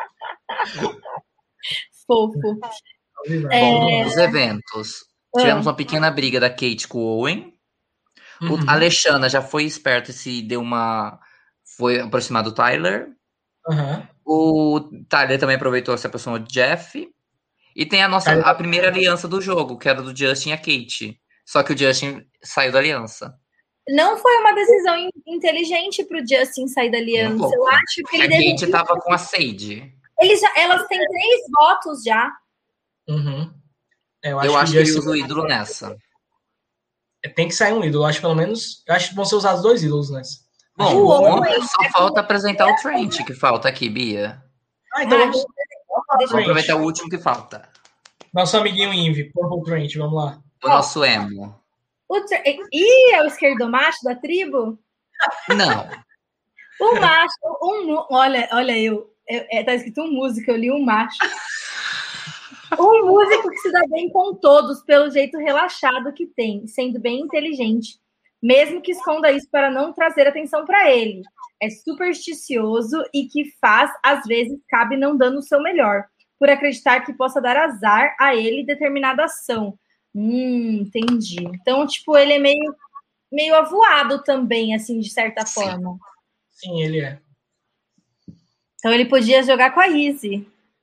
Fofo. É... Bom, os eventos. Tivemos uma pequena briga da Kate com o Owen. Uhum. O Alexandra já foi esperto e se deu uma... Foi aproximar do Tyler. Uhum. O Tyler também aproveitou essa pessoa de Jeff. E tem a nossa a primeira aliança do jogo, que era do Justin e a Kate. Só que o Justin saiu da aliança. Não foi uma decisão inteligente pro Justin sair da aliança. Um Eu acho que ele a deveria... Kate tava com a Sage. Eles já... Elas têm três votos já. Uhum. Eu acho, eu acho que, que ele usa o ídolo nessa. Tem que sair um ídolo. Eu acho pelo menos... Eu acho que vão ser usados dois ídolos nessa. Bom, bom só é falta apresentar o Trent, que falta aqui, Bia. Ah, então vamos... Vamos aproveitar o último que falta. Nosso amiguinho Invi, Purple Trent, vamos lá. O nosso emo. O tra... Ih, é o esquerdo macho da tribo? Não. O macho... Um... Olha, olha eu. É, tá escrito um músico, eu li um macho. Um músico que se dá bem com todos, pelo jeito relaxado que tem, sendo bem inteligente, mesmo que esconda isso para não trazer atenção para ele. É supersticioso e que faz, às vezes, cabe não dando o seu melhor, por acreditar que possa dar azar a ele determinada ação. Hum, entendi. Então, tipo, ele é meio, meio avoado também, assim, de certa Sim. forma. Sim, ele é. Então, ele podia jogar com a Izzy.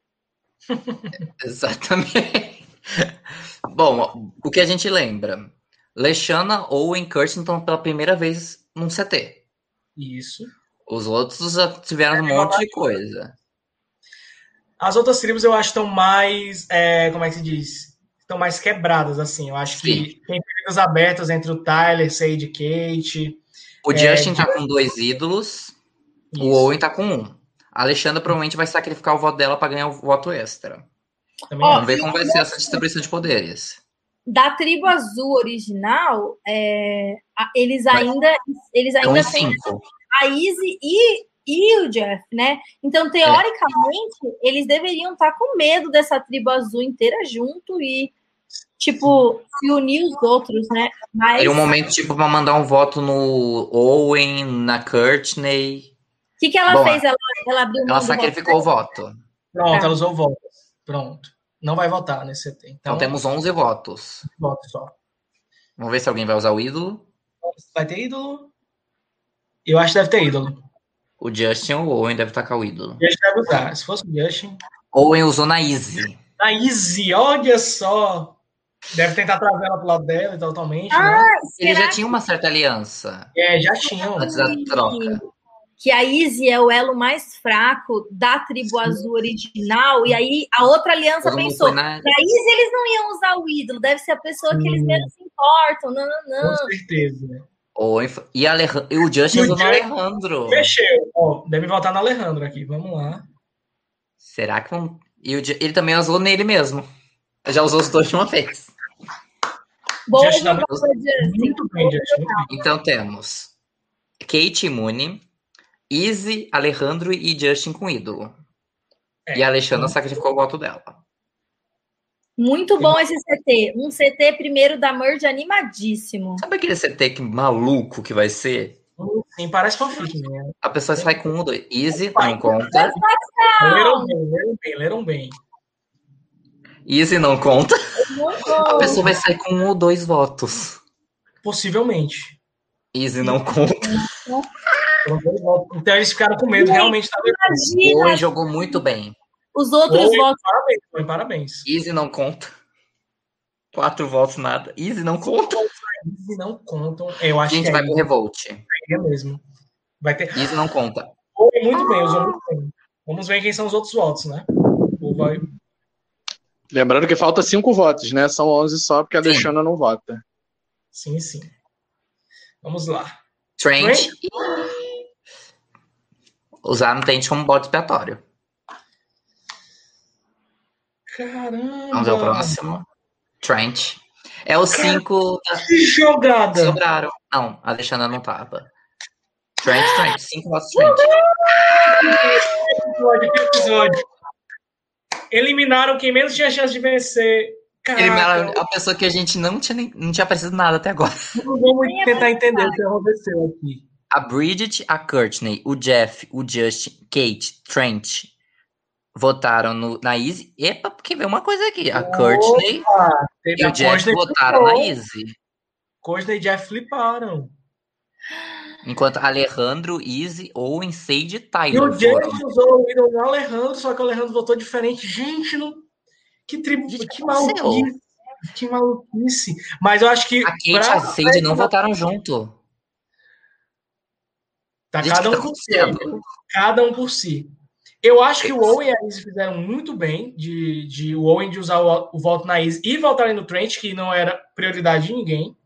Exatamente. Bom, o que a gente lembra? Leshana, Owen, Kirsten estão pela primeira vez num C T. Isso. Os outros já tiveram um monte de coisa. As outras tribos eu acho que estão mais, é, como é que se diz? Estão mais quebradas, assim. Eu acho Sim. que tem brigas abertas entre o Tyler, Sage e Kate. O é, Justin tá com dois ídolos. Isso. O Owen tá com um. A Alexandra provavelmente vai sacrificar o voto dela para ganhar o voto extra. Também Vamos ver como vai ser essa distribuição de poderes. Da tribo azul original, é, eles ainda, eles ainda é um têm a Izzy e, e o Jeff, né? Então, teoricamente, é. eles deveriam estar com medo dessa tribo azul inteira junto e, tipo, se unir os outros, né? Mas... Era um momento, tipo, para mandar um voto no Owen, na Courtney. O que, que ela Bom, fez? Ela, ela abriu Ela sacrificou voto. o voto. Pronto, tá. ela usou votos. Pronto. Não vai votar nesse C T. Então, então temos onze votos. Votos só. Vamos ver se alguém vai usar o ídolo. Vai ter ídolo? Eu acho que deve ter ídolo. O Justin ou o Owen deve tacar o ídolo. O Justin deve usar. Se fosse o Justin... Owen usou na Izzy. Na Izzy, olha só. Deve tentar trazer ela pro lado dela totalmente. Ah, né? Ele já tinha uma certa aliança. É, já tinham. Antes da troca. Que a Izzy é o elo mais fraco da tribo Sim. azul original, e aí a outra aliança Todo pensou, na... na Izzy eles não iam usar o ídolo, deve ser a pessoa Sim. que eles menos se importam, não, não, não. Com certeza. Oh, e, Alej... e o Justin usou no Alejandro. Fechou. Oh, deve voltar no Alejandro aqui, vamos lá. Será que vão... E o... ele também usou nele mesmo. Já usou os dois de uma vez. Bom, Justin tá muito, Justin. muito bem, Justin. Muito bem. Então temos Kate Imune, Izzy, Alejandro e Justin com ídolo. É, e a Alexandra sim. sacrificou o voto dela. Muito bom esse C T. Um C T primeiro da Merge animadíssimo. Sabe aquele C T que maluco que vai ser? Sim, parece fanfic, né? A pessoa sai com um, dois. Easy não conta. Leram bem, leram bem, leram bem. Easy não conta. Muito A pessoa vai sair com um ou dois votos. Possivelmente. Easy não conta. Então eles ficaram com medo, realmente. Tá Imagina. Owen jogou muito bem. Os outros Owen, votos. Parabéns, Owen, parabéns. Easy não conta. Quatro votos, nada. Easy não conta. Easy não contam. Eu A acho gente que vai é pro Revolt. é mesmo. Vai ter. Easy não conta. Owen muito bem, usou muito bem. Vamos ver quem são os outros votos, né? Ou vai... Lembrando que falta cinco votos, né? São onze só, porque a Sim. Alexandra não vota. Sim, sim. Vamos lá. Trent. Usaram o Trent como bode expiatório. Caramba! Vamos ver o próximo. Trent. É o cinco. Da... Que jogada! Sobraram. Não, a Alexandra não tava. Trent, Trent. Cinco votos Trent. Que episódio, que episódio. Eliminaram quem menos tinha chance de vencer. Eliminaram a pessoa que a gente não tinha, nem, não tinha aparecido nada até agora. Vamos tentar entender o que aconteceu aqui. A Bridget, a Courtney, o Jeff, o Justin, Kate, Trent votaram no, na Izzy. Epa, porque veio uma coisa aqui. A Courtney Opa, e o Jeff votaram na Izzy. Courtney e Jeff fliparam. Enquanto Alejandro, Izzy, Owen, Sage e Tyler E o Jeff foram. usou o ídolo no Alejandro, só que o Alejandro votou diferente. Gente, não... que, tri... Gente, que que aconteceu? maluquice. Que maluquice. Mas eu acho que... A Kate e a Sage não votaram junto. Tá Gente, cada que um tá por si. acontecendo? Cada um por si. Eu acho que o Owen e a Izzy fizeram muito bem de, de o Owen de usar o, o voto na Izzy e votar no Trent, que não era prioridade de ninguém.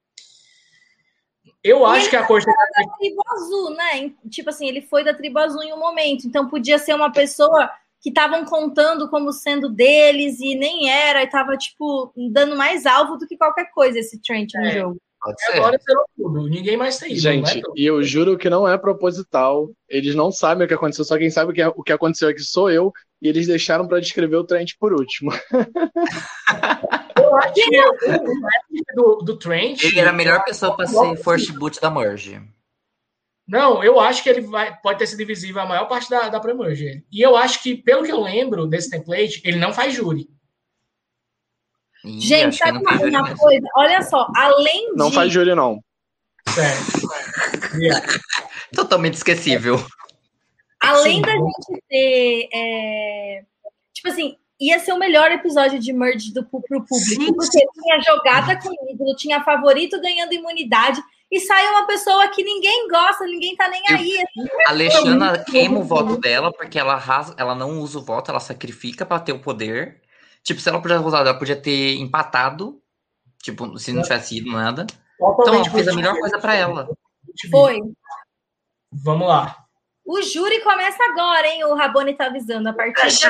Eu E acho ele que a Costa da tribo azul, né? Tipo assim, ele foi da tribo azul em um momento. Então podia ser uma pessoa que estavam contando como sendo deles e nem era. E tava, tipo, dando mais alvo do que qualquer coisa esse Trent no É. jogo. Pode ser. agora zerou tudo. Ninguém mais tem ídolo, Gente, né? e eu juro que não é proposital. Eles não sabem o que aconteceu, só quem sabe o que, o que aconteceu aqui sou eu. E eles deixaram pra descrever o Trent por último. Eu acho que o do, do Trent... Ele era a melhor pessoa pra ser first boot da Merge. Não, eu acho que ele vai, pode ter sido invisível a maior parte da, da Pre-Merge. E eu acho que, pelo que eu lembro desse template, ele não faz júri. Ih, Gente, acho que sabe não fez uma, júri uma mesmo. coisa? Olha só, além de... Não faz júri, não. Sério. Yeah. Totalmente esquecível. Além Sim, da bom. gente ter... é, Tipo assim, ia ser o melhor episódio de Merge do, pro público. Sim, porque tinha jogada com ídolo, tinha favorito ganhando imunidade, e saiu uma pessoa que ninguém gosta, ninguém tá nem aí. A Alexandra queima o voto dela porque ela, rasga, ela não usa o voto, ela sacrifica pra ter o poder. Tipo, se ela podia usar, ela podia ter empatado. Tipo, se não tivesse ido nada. Então ela fez a melhor coisa pra ela. Foi. Vamos lá. O júri começa agora, hein? O Rabone tá avisando a partir de...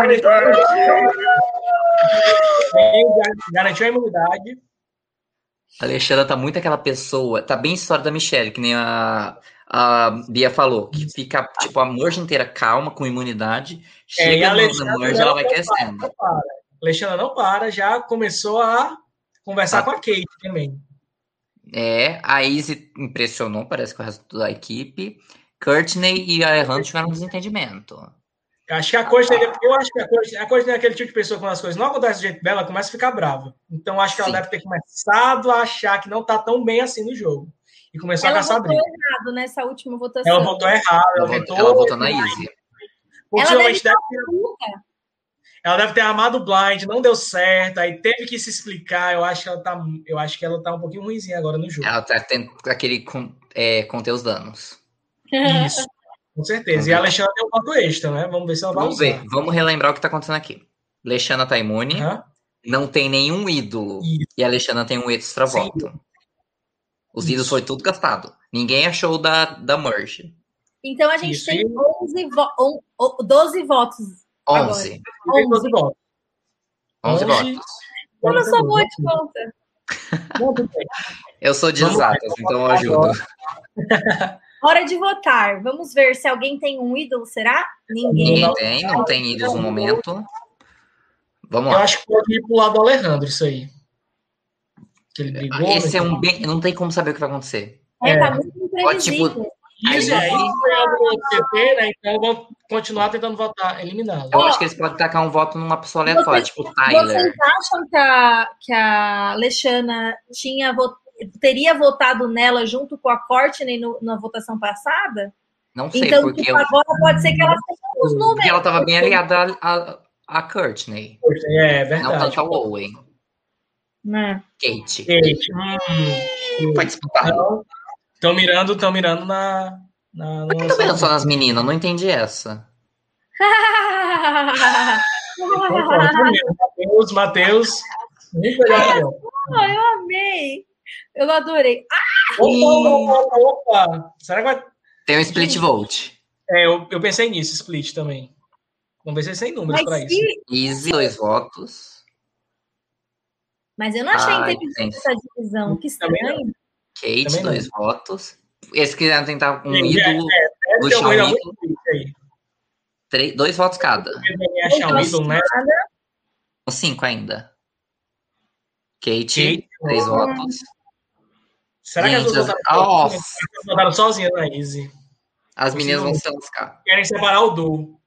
Garantiu a imunidade. A Alexandra tá muito aquela pessoa. Tá bem a história da Michelle, que nem a, a Bia falou. Que fica, tipo, a Merge inteira calma, com imunidade. É, e Chega a no- na Alexandra Merge, ela vai não crescendo. para, não para. A Alexandra não para, já começou a conversar Ah. com a Kate também. É, a Izzy impressionou, parece que o resto da equipe. Courtney e a Alejandro tiveram um desentendimento. Acho que a Courtney, eu acho que a Courtney, a Courtney é aquele tipo de pessoa que quando as coisas não acontecem do jeito dela, ela começa a ficar brava. Então acho que ela Sim. deve ter começado a achar que não tá tão bem assim no jogo. E começou Ela a caçar votou briga. errado nessa última votação. Ela votou errado, ela, Ela, tentou. ela votou na Izzy. Possivelmente Ela deve, deve estar ela deve ter armado o blind, não deu certo, aí teve que se explicar. Eu acho que ela tá, eu acho que ela tá um pouquinho ruimzinha agora no jogo. Ela tá tendo aquele con- é, conter os danos. Isso, com certeza. E a Alexandra tem um voto extra, né? Vamos ver se ela vai Vamos usar. ver, vamos relembrar o que tá acontecendo aqui. Alexandra tá imune, Aham. não tem nenhum ídolo. Isso. E a Alexandra tem um extra Sim. voto. Os Isso. ídolos foi tudo gastado. Ninguém achou da, da Merge. Então a gente Isso. tem onze vo... on- o- doze votos. onze. Tem doze votos. onze onze. votos. Eu não sou boa de conta. Muito bem. Eu sou de Vamos lá, exatas, então então eu vamos ajudo. Hora de votar. Vamos ver se alguém tem um ídolo, será? Ninguém. Ninguém tem, não tem ídolos no momento. Vamos Eu lá. acho que pode ir pro lado do Alejandro, isso aí. Que ele brigou. Esse é né? um bem. Não tem como saber o que vai acontecer. É, tá É. muito Pode, tipo, imprevisível. Isso, aí- é, eles ganhando o T T, né? Então vão continuar tentando votar, eliminá-lo. Eu acho que eles podem tacar um voto numa pessoa aleatória, Vocês- tipo o Tyler. Vocês acham que a, que a Alexana tinha, vo- teria votado nela junto com a Courtney no- na votação passada? Não sei, Então, porque, tipo, eu, agora pode ser que ela tenha os números. porque ela tava bem aliada a, a, a Courtney. É, Não verdade. tanto ao Owen. Né? Kate. Kate, hum, Foi disputado. Estão mirando, estão mirando na. na Por que tá vendo só nas meninas? Não entendi essa. Matheus, Matheus. Muito legal. Ah, eu amei. Eu adorei. Ah, Opa, opa, opa. Será que vai. Tem um split vote. É, eu, eu pensei nisso, split também. Vamos ver se tem números mas, para isso. se... Easy, dois votos. mas eu não achei Ah, inteligente tem. essa divisão. Que Também estranho. Kate, Também não. dois votos. Eles quiseram tentar um É, ídolo, é, é, puxar eu um vou ídolo. muito split aí. Três, dois votos cada. Eu achar um ídolo, né? Cinco ainda. Kate, Kate, três ó. votos. Será que as duas Gente, votaram, nossa. votaram sozinhas na Easy? As meninas vão se lascar. Querem separar o duo.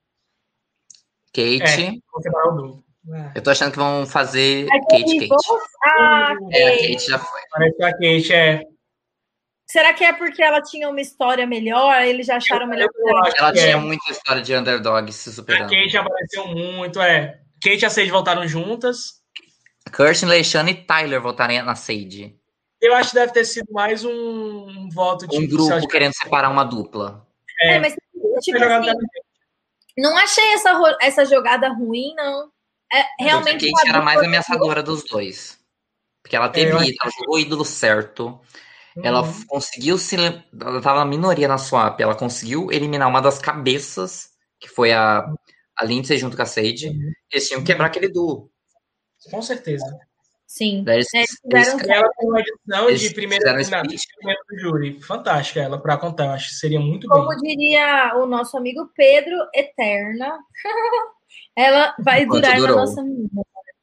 Kate. É, vão separar o duo. Ah, Eu tô achando que vão fazer Aí, Kate, Kate. Ah, É, a Kate. Kate já foi. parece que a Kate é. Será que é porque ela tinha uma história melhor? Eles já acharam melhor? Eu acho Ela que tinha é. muita história de underdog se A superando. Kate apareceu muito, é. Kate e a Sage voltaram juntas. Kirsten, Leixane e Tyler votarem na Sage. Eu acho que deve ter sido mais um, um voto de. Um grupo querendo separar uma dupla. É, É, mas tipo assim, não achei essa, ro- essa jogada ruim, não. É, realmente. A uma Kate era mais dupla- ameaçadora dos dois. Porque ela teve É, eu acho ídolo, ela jogou o ídolo certo. Uhum. Ela f- conseguiu se. lem- Ela tava na minoria na swap. Ela conseguiu eliminar uma das cabeças, que foi a, a Lindsay junto com a Sage. Uhum. Eles tinham que quebrar aquele duo. Com certeza. Sim. Daí eles, É, eles, fizeram- E ela tem uma edição Eles de primeira fizeram eliminação split. primeiro do júri. Fantástica ela, pra contar. Eu acho que seria muito bem. Como diria o nosso amigo Pedro, eterna. Ela vai Enquanto durar na durou. nossa menina.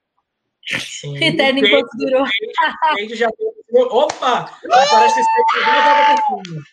Sim. Eterna Kate- enquanto durou. Kate já tem. Opa! Parece ter sido uma prova por cima.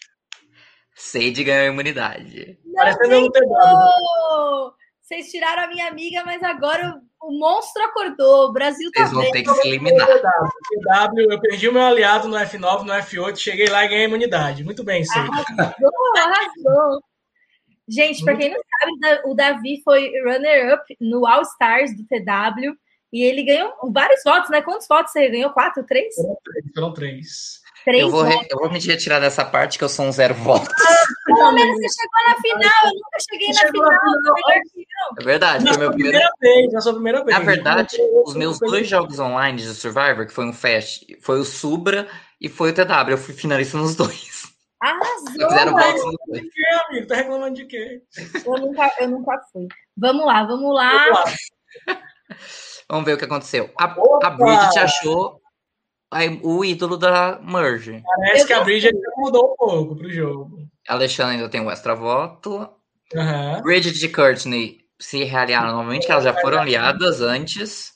Sage ganhou a imunidade. Parece Não ter um T W. ganhou! Vocês tiraram a minha amiga, mas agora o, o monstro acordou. O Brasil tá Eles vão bem. ter que se eliminar. T W, eu perdi o meu aliado no F nove, no F oito, cheguei lá e ganhei imunidade. Muito bem, Sage. Arrasou, arrasou. Gente, para quem não sabe, o Davi foi runner-up no All Stars do T W e ele ganhou vários votos, né? Quantos votos você ganhou? Quatro? Três? Foram três. Foram três. Três Eu vou, votos. re- eu vou me retirar dessa parte que eu sou um zero voto. Pelo menos você chegou na final. Eu nunca cheguei na Chegou final. na final. Melhor que eu. É verdade, Na foi meu sua primeiro. primeira vez, na sua primeira vez. Na verdade, os meus dois jogos online de Survivor, que foi um Fast, foi o Subra e foi o T W. Eu fui finalista nos dois. Arrasou. Fizeram mano. votos nos dois. De quê, amigo? Tá reclamando de quê? Eu nunca, eu nunca fui. Vamos lá, vamos lá. Vamos lá. Vamos ver o que aconteceu. A, Opa! a Bridget achou a- o ídolo da Merge. Parece Eu que a tô- Bridget mudou um pouco pro jogo. A Alexandre ainda tem um extra voto. Aham. Bridget e Courtney se realiaram novamente, que elas já foram aliadas antes.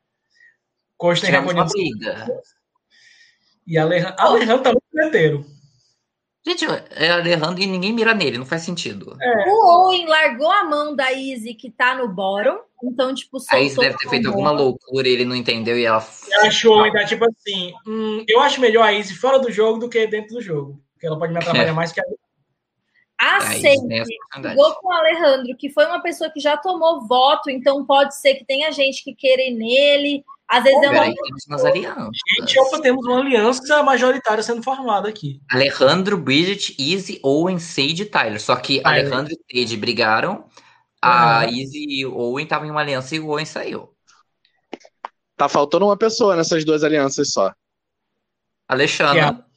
Costa Tivemos uma reconhecido. briga. E a Alejandro, a Alejandro tá muito meteiro. Gente, é Alejandro e ninguém mira nele, não faz sentido. O Owen largou a mão da Izzy, que tá no bottom. Então, tipo, A Izzy soltou deve ter feito a alguma mão. loucura e ele não entendeu e ela. Ela achou ainda, tipo assim, hum, eu acho melhor a Izzy fora do jogo do que dentro do jogo. Porque ela pode me atrapalhar É. mais que a A A Izzy Sage tem essa oportunidade. jogou com o Alejandro, que foi uma pessoa que já tomou voto, então pode ser que tenha gente que queira ir nele. Às vezes é uma Peraí, temos umas alianças. gente. Opa, temos uma aliança majoritária sendo formada aqui. Alejandro, Bridget, Izzy, Owen, Sage e Tyler. Só que Tyler. Alejandro e Sage brigaram. A Uhum. Izzy e o Owen estavam em uma aliança e o Owen saiu. Tá faltando uma pessoa nessas duas alianças só. Alexandre. Que é a-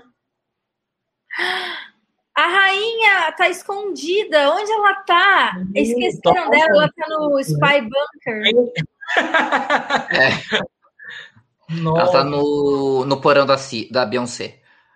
A rainha tá escondida. Onde ela tá? Hum, Esqueceram tá dela. Ela faltando. tá no Spy Bunker. É. Nossa. Ela tá no, no porão da, C, da Beyoncé.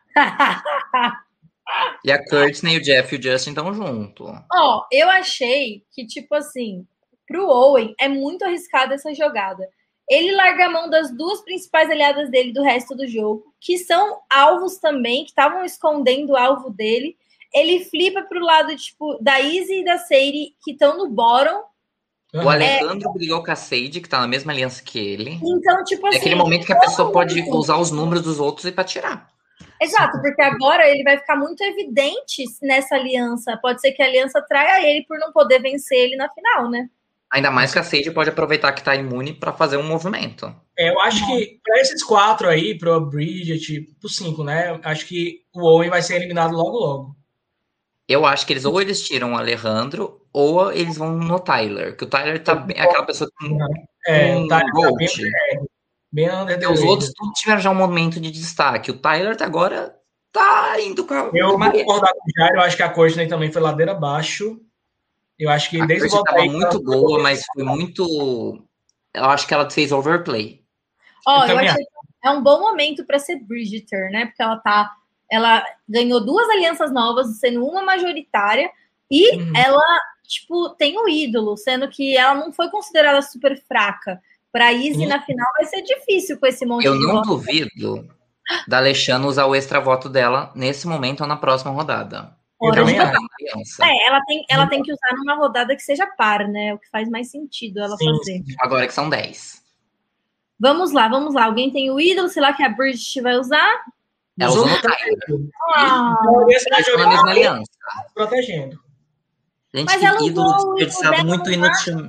E a Courtney, o Jeff e o Justin estão junto. Ó, oh, eu achei que, tipo assim, pro Owen é muito arriscada essa jogada. Ele larga a mão das duas principais aliadas dele do resto do jogo, que são alvos também, que estavam escondendo o alvo dele. Ele flipa pro lado, tipo, da Izzy e da Sadie, que estão no bottom. O Alejandro é... brigou com a Sadie, que tá na mesma aliança que ele. Então, tipo assim... É aquele momento que a pessoa pode usar os números dos outros e pra tirar. Exato, porque agora ele vai ficar muito evidente nessa aliança. Pode ser que a aliança traia ele por não poder vencer ele na final, né? Ainda mais que a Sadie pode aproveitar que tá imune pra fazer um movimento. É, eu acho que pra esses quatro aí, pro Bridget, pro cinco, né? Acho que o Owen vai ser eliminado logo, logo. Eu acho que eles ou eles tiram o Alejandro ou eles vão no Tyler, que o Tyler tá bem, é aquela pessoa que é, um o Tyler tá bem, bem under. Os outros tudo tiveram já um momento de destaque. O Tyler tá agora tá indo com a Eu vou concordar com o Jair, eu acho que a Courtney também foi ladeira abaixo. Eu acho que a desde o voto tava aí, muito ela... boa, mas foi muito. Eu acho que ela fez overplay. Ó, oh, eu, eu achei que é um bom momento para ser Bridgerton, né? Porque ela tá. Ela ganhou duas alianças novas, sendo uma majoritária, e uhum. ela, tipo, tem um ídolo, sendo que ela não foi considerada super fraca. Para Izzy uhum. na final vai ser difícil com esse monte eu de não votos. duvido da Alexandra usar o extra voto dela nesse momento ou na próxima rodada. Eu também acho. É, ela tem, ela tem que usar numa rodada que seja par, né? O que faz mais sentido ela sim, fazer. Sim. Agora que são dez. Vamos lá, vamos lá. Alguém tem o ídolo, sei lá, que a Bridget vai usar? Ela usou no Tyler. Ah, ela na mesma aliança. Protegendo. Gente, mas que ela ídolo desperdiçado, muito inútil.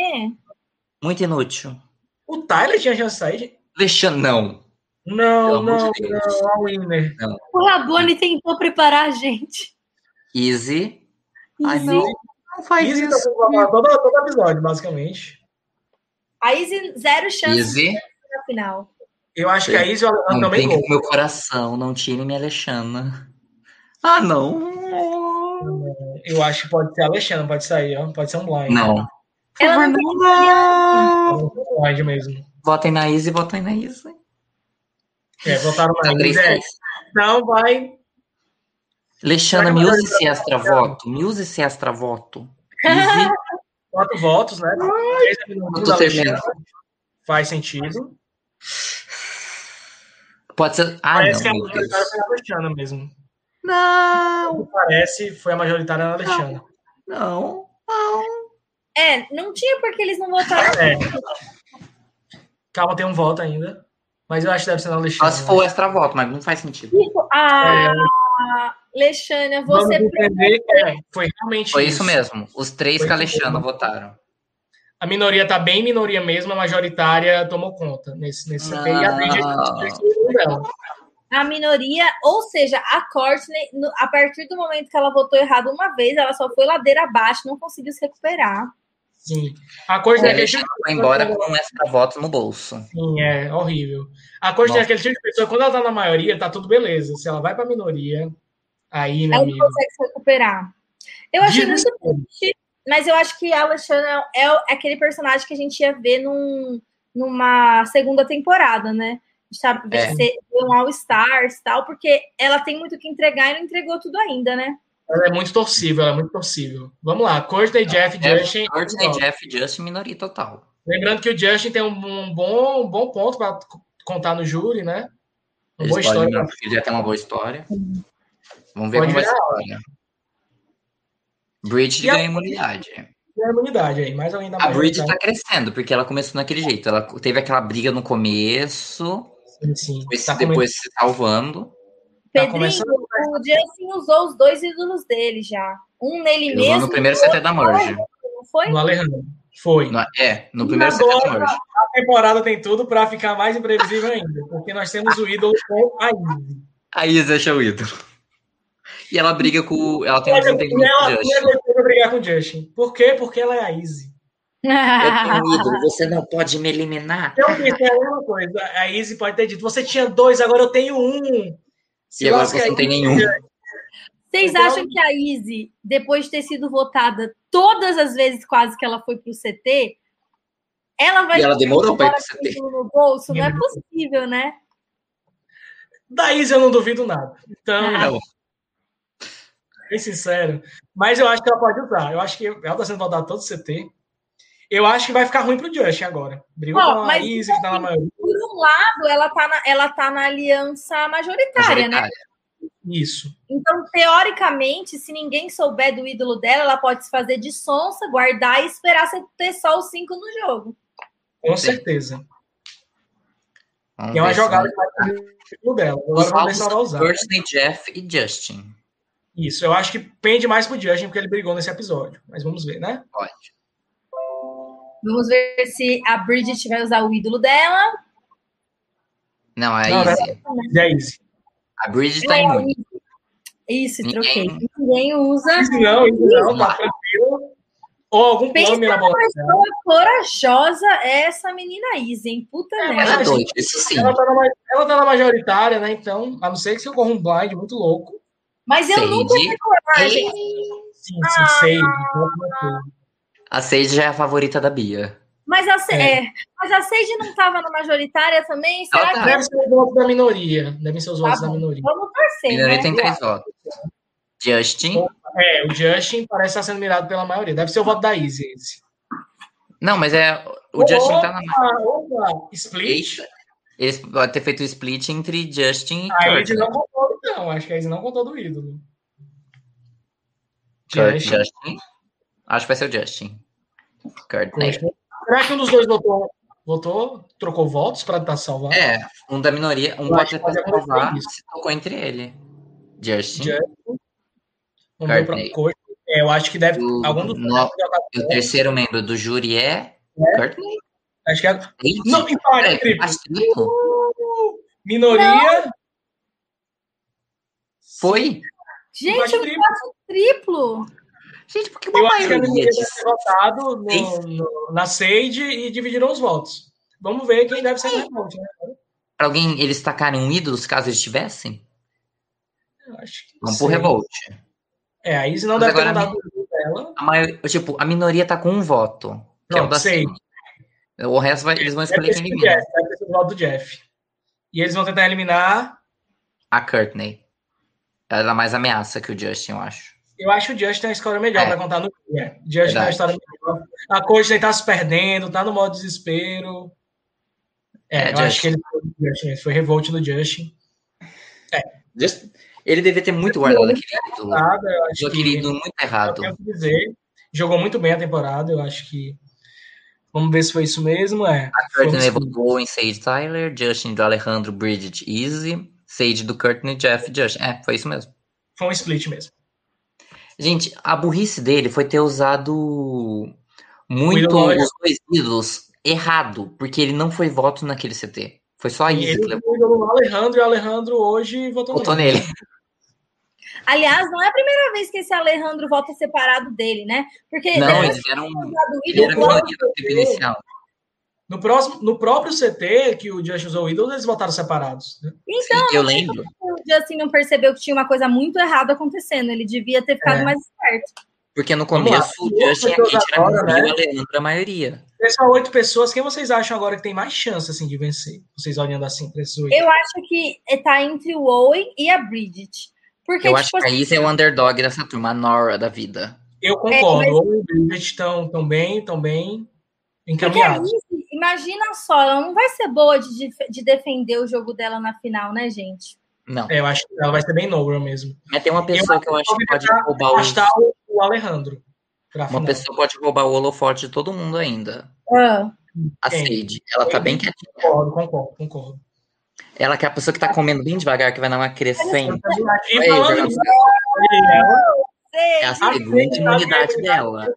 Muito inútil. O Tyler tinha chance de sair? Deixa, não. Não, não, de não, a Winner. Não. O Rabone tentou preparar a gente. Easy. Ai, não, não faz Easy isso. Tá todo, todo episódio, basicamente. A Easy, zero chance Easy. na final. Eu acho que a Izzy não também tem meu coração, não tire minha Alexandra. Ah, não. Eu acho que pode ser a Alexandra, pode sair, ó. Pode ser um blind. Não. Ela não, não. É um blind mesmo. Votem na Izzy, votem na Izzy. É, votaram na tá Izzy. É. Não, vai. Alexandra, me use esse extra voto. Me use esse extra voto. Izzy. Quatro votos, né? Eu tô terminando. Faz sentido. Pode ser. Ah, parece não. que a majoritária foi a Alexandra mesmo. Não. Parece foi a majoritária na Alexandra. Não. Não. É, não tinha porque eles não votaram. É. Calma, tem um voto ainda. Mas eu acho que deve ser na Alexandra. Só se for extra voto, mas não faz sentido. Ah, é. Alexandra, você. Entender, é, foi realmente Foi isso. isso mesmo. Os três foi que a Alexandra votaram. A minoria tá bem minoria mesmo, a majoritária tomou conta nesse, nesse C P I. A minoria, ou seja, a Courtney, no, a partir do momento que ela votou errado uma vez, ela só foi ladeira abaixo, não conseguiu se recuperar. Sim. A Courtney é aquele tipo foi embora com um extra voto no bolso. Sim, é horrível. A Courtney é aquele tipo de pessoa, quando ela tá na maioria, tá tudo beleza. Se ela vai pra minoria, aí, meu ela amigo... não consegue se recuperar. Eu achei muito triste. Mas eu acho que a Alexandra é aquele personagem que a gente ia ver num, numa segunda temporada, né? Sabe, é. Ser um All-Stars e tal, porque ela tem muito o que entregar e não entregou tudo ainda, né? Ela é muito torcível, ela é muito torcível. Vamos lá, Courtney, Jeff, é, Justin... Courtney, Jeff, Justin, minoria total. Lembrando que o Justin tem um, um, bom, um bom ponto para contar no júri, né? Uma Eles boa história. Ele já tem uma boa história. Vamos ver pode como vai ser a história. Bridget ganha imunidade. Ganha imunidade aí, mais ainda mais. A Bridget tá crescendo, porque ela começou naquele jeito. Ela teve aquela briga no começo. Sim, sim. Depois, tá depois se salvando. Pedrinho, tá o Justin usou os dois ídolos dele já. Um nele Ele mesmo. no primeiro C T da Merge. Não foi? No Alejandro. Foi. No, é, no primeiro C T da Merge. A temporada tem tudo pra ficar mais imprevisível ainda. Porque nós temos o ídolo com a Izzy. A Izzy achou o ídolo. E ela briga com. Ela tem um desentendimento com o Justin. Ela brigar com o Justin. Por quê? Porque ela é a Izzy. Eu tenho um ídolo, você não pode me eliminar. Eu pensei a mesma coisa. A Izzy pode ter dito: você tinha dois, agora eu tenho um. Se e agora você não tem nenhum. Vocês acham que a Izzy, depois de ter sido votada todas as vezes quase que ela foi pro C T, Ela vai E ela demorou pra ir pro embora C T. com no bolso? Não é possível, né? Da Izzy eu não duvido nada. Então, Não. bem sincero. Mas eu acho que ela pode usar. Eu acho que ela tá sendo votada todo C T. Eu acho que vai ficar ruim pro Justin agora. Brigou Ó, com a mas Izzy, que tá na maioria. Por um lado, ela tá na, ela tá na aliança majoritária, né? Majoritária. Isso. Então, teoricamente, se ninguém souber do ídolo dela, ela pode se fazer de sonsa, guardar e esperar você ter só os cinco no jogo. Com Sim. certeza. Vamos Tem uma ver se jogada vai- do dela. Agora Os vamos ver alvos se ela vai são usar. Courtney, Jeff e Justin. Isso, eu acho que pende mais pro Justin, porque ele brigou nesse episódio. Mas vamos ver, né? Pode. Vamos ver se a Bridget vai usar o ídolo dela. Não, a Não, Izzy. E a Izzy. A Bridget tá imune. Isso, Ninguém- troquei. Ninguém usa. Izzy não, Izzy não, Vamos lá. tá tranquilo. Ou algum Pensa plano numa mirabolante. pessoa corajosa é essa menina Izzy, hein? Puta É, merda. Ela é mas- doida, isso sim. Ela tá, na, ma- ela tá na majoritária, né? Então, a não ser que você corra um blind muito louco. Mas eu Sage. nunca tive coragem. Sim, sim, sei. A Sage já é a favorita da Bia. Mas a, É. é, mas a Sage não estava na majoritária também? Será Ela que tá. Deve ser os votos da minoria. Devem ser os votos Tá da bom. minoria. Vamos torcer, Minoria né? tem três votos. Justin. É, o Justin parece estar sendo mirado pela maioria. Deve ser o voto da Izzy esse. Não, mas é. O Justin tá na. Opa, opa, split. Eita. Eles podem ter feito o split entre Justin e A Izzy Courtney. não contou, não. Acho que a Izzy não contou do ídolo. Kurt, Justin. Justin. Acho que vai ser o Justin. Courtney. Será que um dos dois votou, votou trocou votos para tentar salvar? É, um da minoria. Um Eu pode acho que até pode acontecer salvar isso. se tocou entre ele. Justin. Justin. Vamos ver Courtney. pra Courtney. É, eu acho que deve. O, Algum dos no- e o terceiro membro do júri é. Courtney? Acho que é. Eita. Não, empate, Peraí, triplo. empate triplo? Minoria. Foi? Gente, Empate eu triplo. faço triplo. Gente, porque uma Eu acho que a maioria minoria de deve ter votado no, no, na Sage e dividiram os votos. Vamos ver quem deve ser o remote, né? Pra alguém eles tacarem um ídolo, caso eles tivessem? Eu acho que Vamos sei. pro Revolt. É, a Izzy não Mas deve ter agora mandado o ídolo dela. A maioria, tipo, a minoria tá com um voto. Que é o Pronto, da sei. Cindy. O resto vai- eles vão Deve escolher ter quem sido o elimina. Jeff, deve ter sido o voto do Jeff. E eles vão tentar eliminar. A Courtney. Ela dá mais ameaça que o Justin, eu acho. Eu acho que o Justin tem uma história melhor É. pra contar no dia. O Justin tem uma Verdade. história melhor. A Courtney tá se perdendo, tá no modo desespero. É, É, eu acho Justin. que ele foi, o Justin, foi revolt no Justin. Just- Ele devia ter muito guardado aquele ídolo. Nada, eu acho Usou aquele que. ídolo muito Eu errado. tenho que dizer. Jogou muito bem a temporada, eu acho que. Vamos ver se foi isso mesmo. É. A Foi um Courtney split. votou em Sage Tyler, Justin do Alejandro, Bridget, Easy, Sage do Courtney, Jeff, Justin. É, foi isso mesmo. Foi um split mesmo. Gente, a burrice dele foi ter usado muito ídolo os dois ídolos errado, porque ele não foi voto naquele C T. Foi só a E Easy ele que levou. cuidou do Alejandro e o Alejandro hoje votou, Votou nele. nele. Aliás, não é a primeira vez que esse Alejandro volta separado dele, né? Porque Não, depois eles eram. que ele usado o Ele era a ídolo, minoria do tempo inicial. No, próximo, no próprio C T que o Justin usou o ídolo, eles votaram separados. Né? então, Sim, eu lembro. o Justin não percebeu que tinha uma coisa muito errada acontecendo. Ele devia ter ficado É. mais esperto. Porque no Vamos lá. começo o Justin e a Pessoas Kate era agora, a minoria, né? o Alejandro a maioria. Dessas oito pessoas, quem vocês acham agora que tem mais chance assim, de vencer? Vocês olhando assim para esses oito? Eu acho que tá entre o Owen e a Bridget. Porque, Eu tipo, acho que a Izzy é o underdog dessa turma, a Nora da vida. Eu concordo. É, mas- Ou o Bridget estão tão bem, tão bem porque a encaminhados. Izzy, imagina só, ela não vai ser boa de, de defender o jogo dela na final, né, gente? Não. É, eu acho que ela vai ser bem Nobel mesmo. Mas tem uma pessoa que eu acho que pode tentar roubar os... Afastar o, o Alejandro. Pra Uma final. pessoa pode roubar o holofote de todo mundo ainda. Ah, A Quem? Sage. Ela tá Quem? bem quietinha. Concordo, concordo, concordo. Ela que é a pessoa que tá comendo bem devagar, que vai dar uma crescente. E Aí, falando jogador. nisso, ela- É a sei, segunda imunidade dela.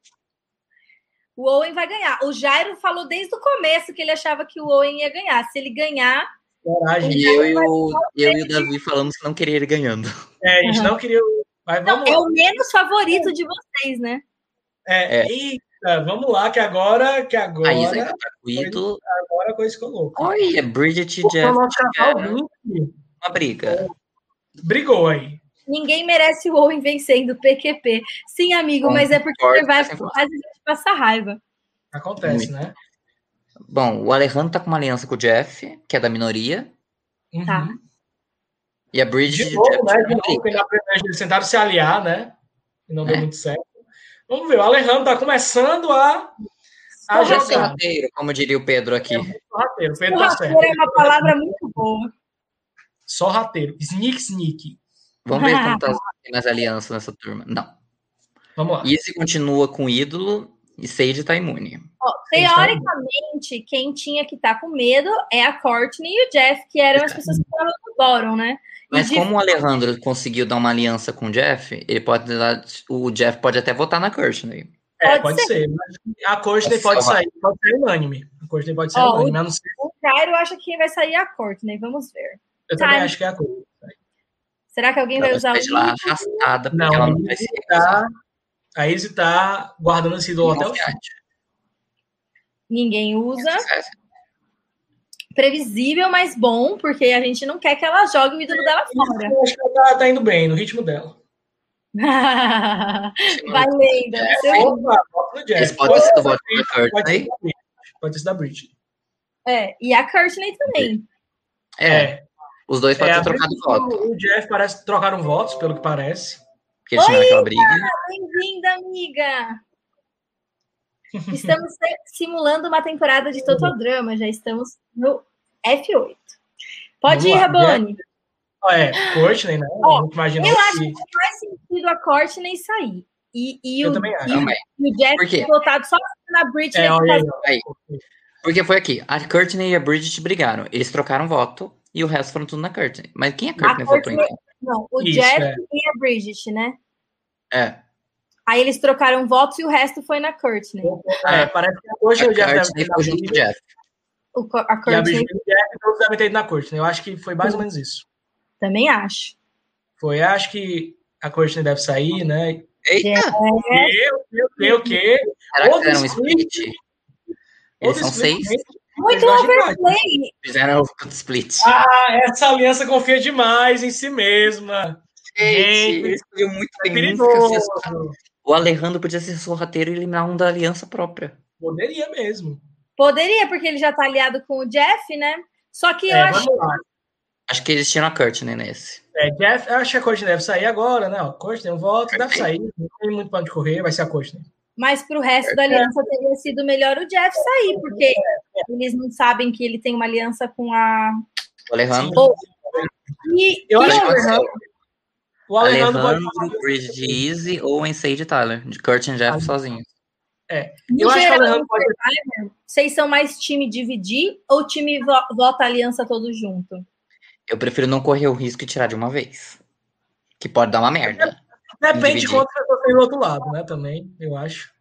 o Owen vai ganhar. O Jairo falou desde o começo que ele achava que o Owen ia ganhar. Se ele ganhar, coragem. E eu e o, eu e o Davi falamos que não queria ele ganhando. É, a gente não queria. Mas não, vamos é lá. o menos favorito de vocês, né? É, É. Eita, vamos lá, que agora, que agora, A Isa tá com o ídolo. agora a coisa ficou louca. Olha, Bridget e O Jeff nosso casal tiveram vinte uma briga. brigou aí. Ninguém merece o Owen vencendo o P Q P. Sim, amigo, mas é porque Concordo você vai com essa faz a gente passar raiva. Acontece, Muito. né? Bom, o Alejandro tá com uma aliança com o Jeff, que é da minoria. Uhum. Tá. E a Bridget De e o Jeff novo, né? De não novo, ligam. que na primeira eles tentaram se aliar, né? E não deu É. muito certo. Vamos ver, o Alejandro tá começando a, a Porra, Já jogar. sorrateiro, como diria o Pedro aqui. É muito sorrateiro. O Pedro tá certo. Sorrateiro é uma palavra muito boa. Sorrateiro. Sneak, sneak. Vamos ver como tá as alianças nessa turma. Não. Vamos lá. Easy continua com ídolo e Sage tá imune. Ó, teoricamente, quem tinha que estar com medo é a Courtney e o Jeff, que eram as pessoas que estavam no bórum, né? E Mas de- como o Alejandro conseguiu dar uma aliança com o Jeff, ele pode dar, o Jeff pode até votar na Courtney. É, Pode pode, ser. ser. Mas a Courtney Nossa, pode vai. sair, pode ser unânime. A Courtney pode ser Ó, unânime, a não ser. O Cairo acha que quem vai sair é a Courtney. Vamos ver. Eu também Tá. acho que é a Courtney. Será que alguém vai Ela usar sai de lá o arrastada, porque Não, ela a não vai Izzy se recusar. tá, a Izzy tá guardando esse ídolo até o fim. Confiante. Ninguém usa. É, Previsível, mas bom, porque a gente não quer que ela jogue o ídolo dela fora. Eu acho que ela tá, tá indo bem, no ritmo dela. Vai, lenda. É, Seu- Opa, voto no Jeff. Eles podem ser do voto ser- da pode ser Courtney. da Bridget. Pode ser da Bridget. É, e a Courtney também. É, os dois podem É, ter a trocado Bridget voto. e o Jeff parece que trocaram votos, pelo que parece. Porque eles tiveram aquela briga. Bem-vinda, amiga! Estamos se- simulando uma temporada de Total Drama, já estamos no F oito. Pode Vamos ir, lá, Rabone. Ó, É, Courtney, né? Ó, a gente imaginou eu acho que... Faz sentido a Courtney sair. E, e, Eu o, também acho. e, Também. e o Jeff Por quê? votado só na Britney. É, por olha aí, causa- ó. Aí. Porque foi aqui. A Courtney e a Bridget brigaram. Eles trocaram voto e o resto foram tudo na Courtney. Mas quem a Courtney votou Courtney- então? Não, o Isso, Jeff é. e a Bridget, né? É. Aí eles trocaram votos e o resto foi na Courtney. É, parece que hoje A o Jeff deve Courtney ter na ficou junto com o Bridget, Jeff. O, Co- a e a Courtney Bridget e o Jeff todos devem ter ido na Courtney. Eu acho que foi mais ou menos isso. também acho. Foi, acho que a Courtney deve sair, né? Eita! Eu, eu, eu, o quê? Será que Outro fizeram um split. split? Eles Outro são split. seis. Muito Eles gostam de mais. overplay. Fizeram o split. Ah, essa aliança confia demais em si mesma. Gente, gente, ele escolheu muito É bem. Nunca perigoso. fez- O Alejandro podia ser sorrateiro e eliminar um da aliança própria. Poderia mesmo. Poderia, porque ele já tá aliado com o Jeff, né? Só que eu É, acho vamos lá. Acho que eles tiram a Courtney nesse. É, Jeff, acho que a Courtney deve sair agora, né? A Courtney, um voto, deve sair. Não tem muito pra onde correr, vai ser a Courtney. Mas pro resto da aliança teria sido melhor o Jeff sair, porque eles não sabem que ele tem uma aliança com a. O Alejandro. Ou- E, Eu e acho que o outra, Alejandro, o Alejandro pode Alejandro, Bridget Easy ou em Sage Tyler. De Courtney e Jeff sozinhos. no eu acho que o geral, Alejandro no pode- Survivor, vocês são mais time dividir ou time vo- vota a aliança todos junto? Eu prefiro não correr o risco e tirar de uma vez. Que pode dar uma merda. Depende de Dividir. quantas pessoas tem do outro lado, né? Também, eu acho.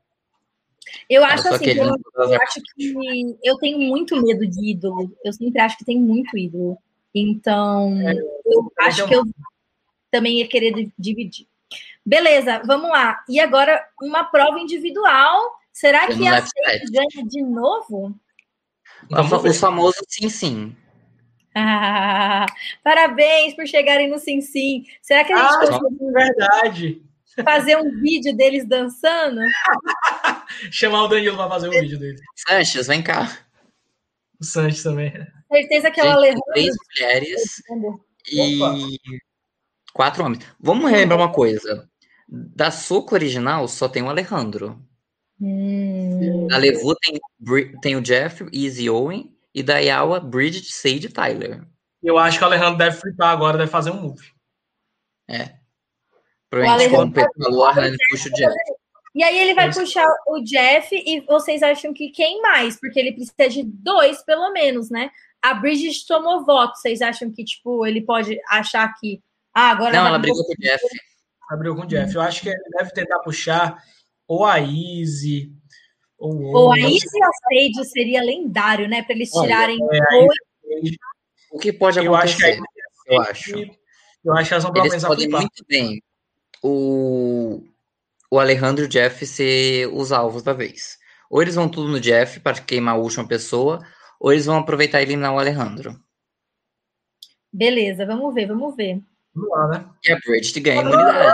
Eu Eu acho sou assim, aquele eu, não todas eu as- acho que eu tenho muito medo de ídolo. Eu sempre acho que tem muito ídolo. Então, eu acho que eu também ia querer di- dividir. Beleza, vamos lá. E agora, uma prova individual. Será Eu que não a levo Sage sete. ganha de novo? Então, vamos ver. Os famosos sim, sim. Ah, parabéns por chegarem no Sim Sim. Será que a gente Ah, consegue sim, verdade. fazer um vídeo deles dançando? Chamar o Danilo pra fazer o vídeo dele. Sanches, vem cá. O Sanches também. Certeza que é o Gente, Alejandro. três mulheres e quatro homens. Vamos relembrar uma coisa. Da Soco original só tem o Alejandro. Hum, Da Levu tem, Bri- tem o Jeff, Easy Owen. E da Yawa, Bridget, Sage e Tyler. Eu acho que o Alejandro deve flipar agora, deve fazer um move. É. Provavelmente, O como o Pedro falou, a Hannah puxa o Jeff. E aí ele vai Isso. puxar o Jeff e vocês acham que quem mais? Porque ele precisa de dois, pelo menos, né? A Bridget tomou voto. Vocês acham que, tipo, ele pode achar que... Ah, agora... Não, vai ela um brigou pouco- com o Jeff. Abriu com o Jeff. Eu acho que ele deve tentar puxar ou a Izzy, ou o Ou a Owen. Izzy e a Sage seria lendário, né? Pra eles Olha, tirarem é, dois. O que pode Eu acho que acontecer? aí- Eu acho. Eu acho que elas vão pelo Eles menos podem flipar. muito bem o, o Alejandro e o Jeff ser os alvos da vez. Ou eles vão tudo no Jeff para queimar a última pessoa, ou eles vão aproveitar e eliminar o Alejandro. Beleza, vamos ver, vamos ver. Vamos lá, né? E a Bridget ganha imunidade.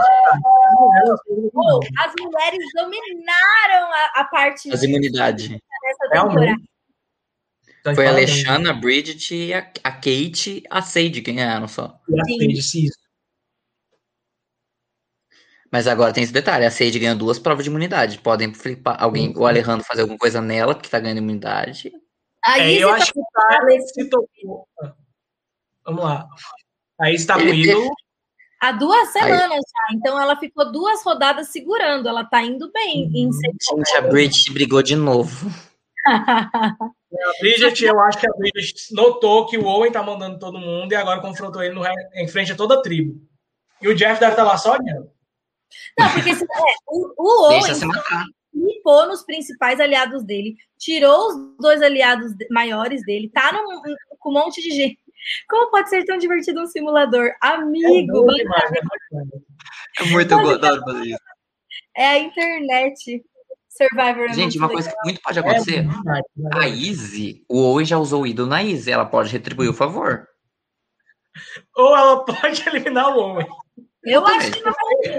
Oh, as mulheres dominaram a, a parte As imunidades. dessa Realmente. temporada. Então, Foi a parabéns. Alexandra, a Bridget, e a, a Kate, a Sage, quem ganharam só. E a Sim. Sage, sim. Mas agora tem esse detalhe, a Sage ganhou duas provas de imunidade. Podem flipar alguém, o Alejandro fazer alguma coisa nela, porque tá ganhando imunidade. A É, Izzy eu tá acho que o com Tyler esse- se tocou. Vamos lá. A Izzy tá com Ele o ídolo. há duas semanas já, então ela ficou duas rodadas segurando, ela tá indo bem em ser. Gente, a Bridget brigou de novo. A Bridget, eu acho que a Bridget notou que o Owen tá mandando todo mundo e agora confrontou ele no, re- em frente a toda a tribo. E o Jeff deve estar lá só olhando. Não, porque se, é, o, o Deixa Owen se matar. flipou nos principais aliados dele, tirou os dois aliados de- maiores dele, tá num- com um monte de gente. Como pode ser tão divertido um simulador? É Amigo, bom demais, né? É muito eu adoro fazer isso. é a internet. Survivor é Gente, muito uma legal. coisa que muito pode É acontecer. bom demais, né? A Izzy, o Owen já usou o ídolo na Izzy. Ela pode retribuir o favor. Ou ela pode eliminar o Owen. Eu acho que não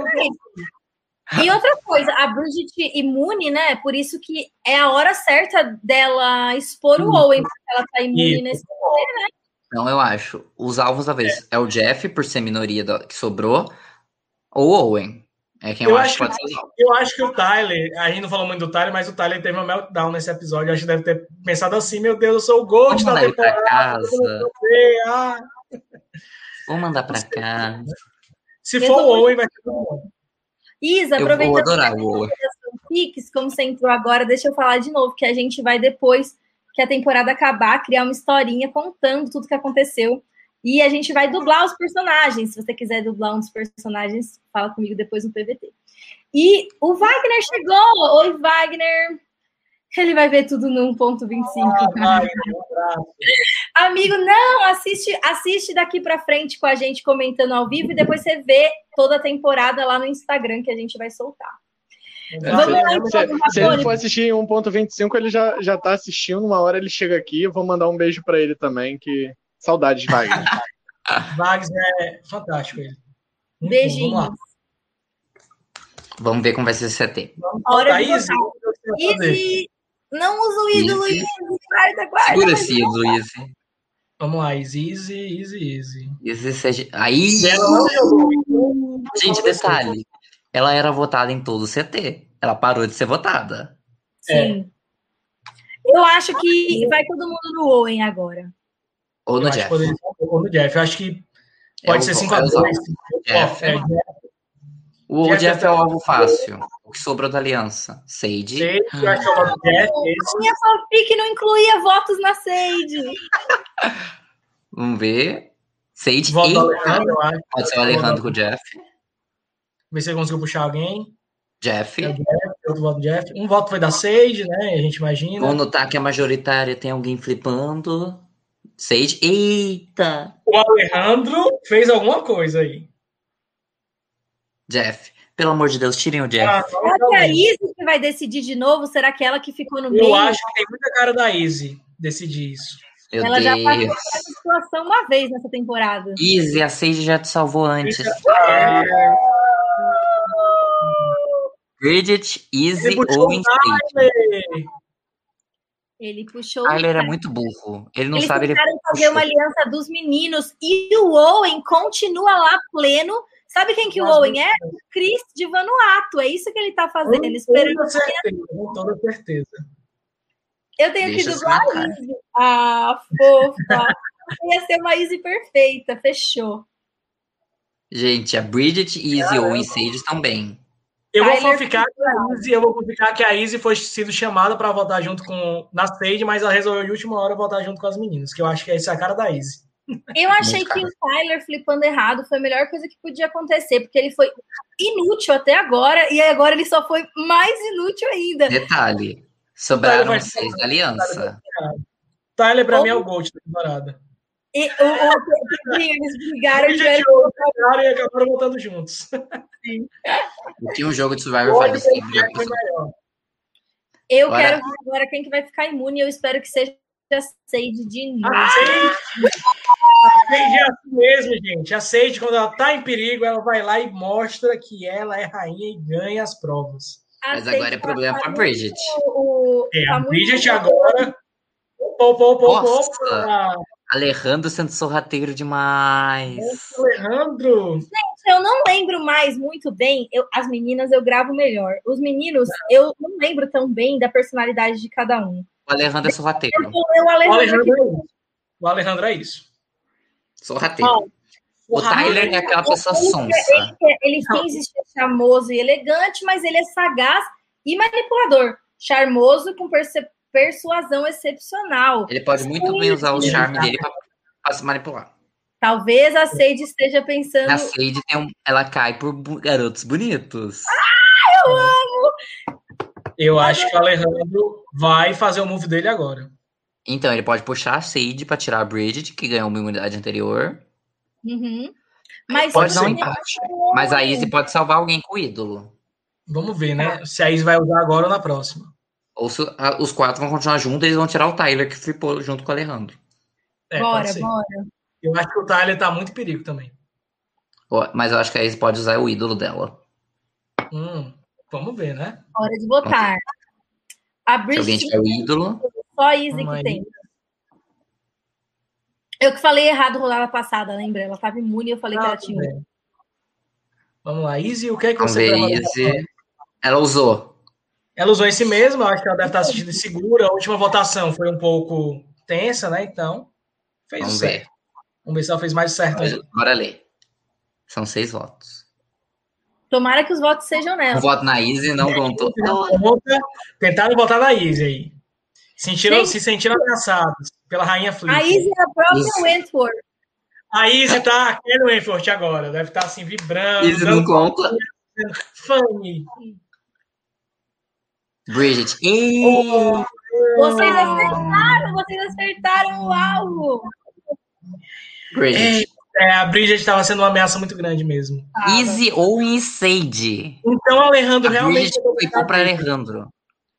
vai. E outra coisa, a Bridget imune, né? Por isso que é a hora certa dela expor o Owen, porque ela tá imune Isso. nesse. Não, eu acho. Os alvos da vez é o Jeff, por ser minoria da- que sobrou, ou o Owen. É quem eu, Eu acho acho que pode ser os alvos. Eu acho que o Tyler, a gente não falou muito do Tyler, mas o Tyler teve uma meltdown nesse episódio. Eu acho que deve ter pensado assim: meu Deus, eu sou o Gold Vamos da mandar ele pra temporada. casa. eu vou ver, ah. Vou mandar pra cá. Se Eu for tô o Owen, vai ser tudo bom. Isa, Eu vou aproveitando adorar o Owen. Pix, como você entrou agora, deixa eu falar de novo, que a gente vai, depois que a temporada acabar, criar uma historinha contando tudo que aconteceu. E a gente vai dublar os personagens. Se você quiser dublar um dos personagens, fala comigo depois no P V T. E o Wagner chegou! Oi, Wagner! Ele vai ver tudo no um ponto vinte e cinco. Ah, vai, um abraço. Amigo, não, assiste, assiste daqui pra frente com a gente comentando ao vivo e depois você vê toda a temporada lá no Instagram que a gente vai soltar. É, Vamos se, lá, ele- então, se- Rabone. se ele for assistir em um ponto vinte e cinco, ele já, já tá assistindo. Uma hora ele chega aqui. Eu vou mandar um beijo pra ele também, que saudades, Wagner. Vags é fantástico ele. Muito bom, Beijinhos. Vamos lá. Vamos ver como vai ser esse C T. Vamos Hora botar de Izzy. votar. O que você vai fazer? Izzy, não usa o ídolo, Izzy. Izzy. Guarda, guarda. Segura mas- esse ídolo, Izzy. Vamos lá, Izzy, Easy, Easy, Easy. Izzy seja... Aí, E ela não jogou. gente, detalhe. Ela era votada em todo o C T. Ela parou de ser votada. Sim. Eu acho que vai todo mundo no Owen agora. Ou Eu no acho que Jeff. poderia ser um pouco no Jeff. Eu acho que pode É ser o- cinco é a os dois. alvos. Jeff. É, O Jeff Jeff é- é o alvo fácil. O que sobrou da aliança? Sage. Sage, eu acho que é o voto do Jeff. Esse. Minha fanfic não incluía votos na Sage. Vamos ver. Sage Voto do e... Alejandro, eu acho. Pode ser o Alejandro com o Jeff. Ver se ele conseguiu puxar alguém. Jeff. É o Jeff, outro voto do Jeff. Um voto foi da Sage, né? A gente imagina. Vamos notar que a majoritária tem alguém flipando. Sage. Eita! O Alejandro fez alguma coisa aí. Jeff. Pelo amor de Deus, tirem o Jeff. Ah, Será que é a realmente. Izzy que vai decidir de novo? Será que é ela que ficou no meio? Eu acho que tem muita cara da Izzy decidir isso. Meu Ela já passou Deus. por essa situação uma vez nessa temporada. Easy, a Sage já te salvou antes. Ah, Bridget, Easy ele puxou ou o Sage. Tyler. Ele puxou o Tyler é Tyler. muito burro. Ele não Eles sabe, ele tentaram fazer puxou. uma aliança dos meninos e o Owen continua lá pleno. Sabe quem que o Nossa, Owen é? O Chris de Vanuatu. É isso que ele tá fazendo. Com Esperando. toda certeza, com toda certeza. Eu tenho Deixa que se dublar a matar. Izzy. Ah, fofa. Ia ser uma Izzy perfeita. Fechou. Gente, a Bridget, Easy Caramba. ou e Sage estão bem. Eu vou Tyler fanficar que a Izzy, eu vou fanficar que a Izzy foi sido chamada para votar junto com na Sage, mas ela resolveu de última hora votar junto com as meninas, que eu acho que essa é a cara da Izzy. Eu achei Muito que caro. o Tyler flipando errado foi a melhor coisa que podia acontecer, porque ele foi inútil até agora, e agora ele só foi mais inútil ainda. Detalhe, sobraram vai- seis da aliança. Tyler, pra Ou- mim, é o Gold da temporada. E, o, o, Pedrinho, eles brigaram Eles de velho. jogaram e acabaram votando juntos. O que um jogo de Survivor faz assim? brigar com Foi os- melhor. Eu Agora- quero ver agora quem que vai ficar imune, eu espero que seja a Sage de novo. A Sage, a Sage é assim mesmo, gente. A Sage, quando ela tá em perigo, ela vai lá e mostra que ela é rainha e ganha as provas. A Mas Sage agora é tá- problema tá pra muito- Bridget. o- É, tá a muito- Bridget agora Opa, opa, opa, Nossa! opa! Alejandro sendo sorrateiro demais. Nossa, Alejandro! Eu não lembro mais muito bem. Eu, as meninas eu gravo melhor. Os meninos, eu não lembro tão bem da personalidade de cada um. O Alejandro é sorrateiro. Eu vou ler o Alejandro, O Alejandro aqui. é isso. O Alejandro é isso. Sorrateiro. Ó, O Tyler é aquela pessoa ele, sonsa. ele, ele finge ser charmoso e elegante, mas ele é sagaz e manipulador. Charmoso com perce- persuasão excepcional. Ele pode muito bem usar o charme dele pra, pra se manipular. Talvez a Sage esteja pensando... A Sage tem um, ela cai por bu- garotos bonitos. Eu amo! Eu acho que o Alejandro vai fazer o move dele agora. Então, ele pode puxar a Sage pra tirar a Bridget, que ganhou uma imunidade anterior. Uhum. Mas Pode dar um você- empate. Mas a Izzy pode salvar alguém com o ídolo. Vamos ver, né? Se a Izzy vai usar agora ou na próxima. Ou se a- os quatro vão continuar juntos, eles vão tirar o Tyler, que flipou junto com o Alejandro. É, bora, pode ser. bora. Eu acho que o Tyler tá muito em perigo também. Ó, Mas eu acho que a Izzy pode usar o ídolo dela. Hum, vamos ver, né? Hora de votar. A Se alguém Bridget, tiver o ídolo, só a Izzy Vamos que aí. tem. Eu que falei errado rodada passada, lembra? Ela tava imune e eu falei que Ah, ela tinha. tudo bem. Vamos lá, Izzy, o que é que vamos você ver a trabalha? Izzy. Ela usou. Ela usou em si mesma, eu acho que ela deve estar assistindo segura. A última votação foi um pouco tensa, né? Então, fez Vamos o ver. certo. Vamos ver se ela fez mais certo ainda. Bora ler. São seis votos. Tomara que os votos sejam Um nela. voto na Izzy não contou. Conta, tentaram votar na Izzy aí. Sentiram, Gente. se sentiram ameaçados pela Rainha Flip. A Izzy é a própria Isso. Wentworth. A Izzy tá aqui no Wentworth agora. Deve estar assim, vibrando. Izzy não conta. Fanny. Bridget. Ih, Vocês acertaram, vocês acertaram o alvo. Bridget. É, a Bridget estava sendo uma ameaça muito grande mesmo. Izzy ou em Sage. Então o Alejandro A realmente. Bridget ficou pra Alejandro.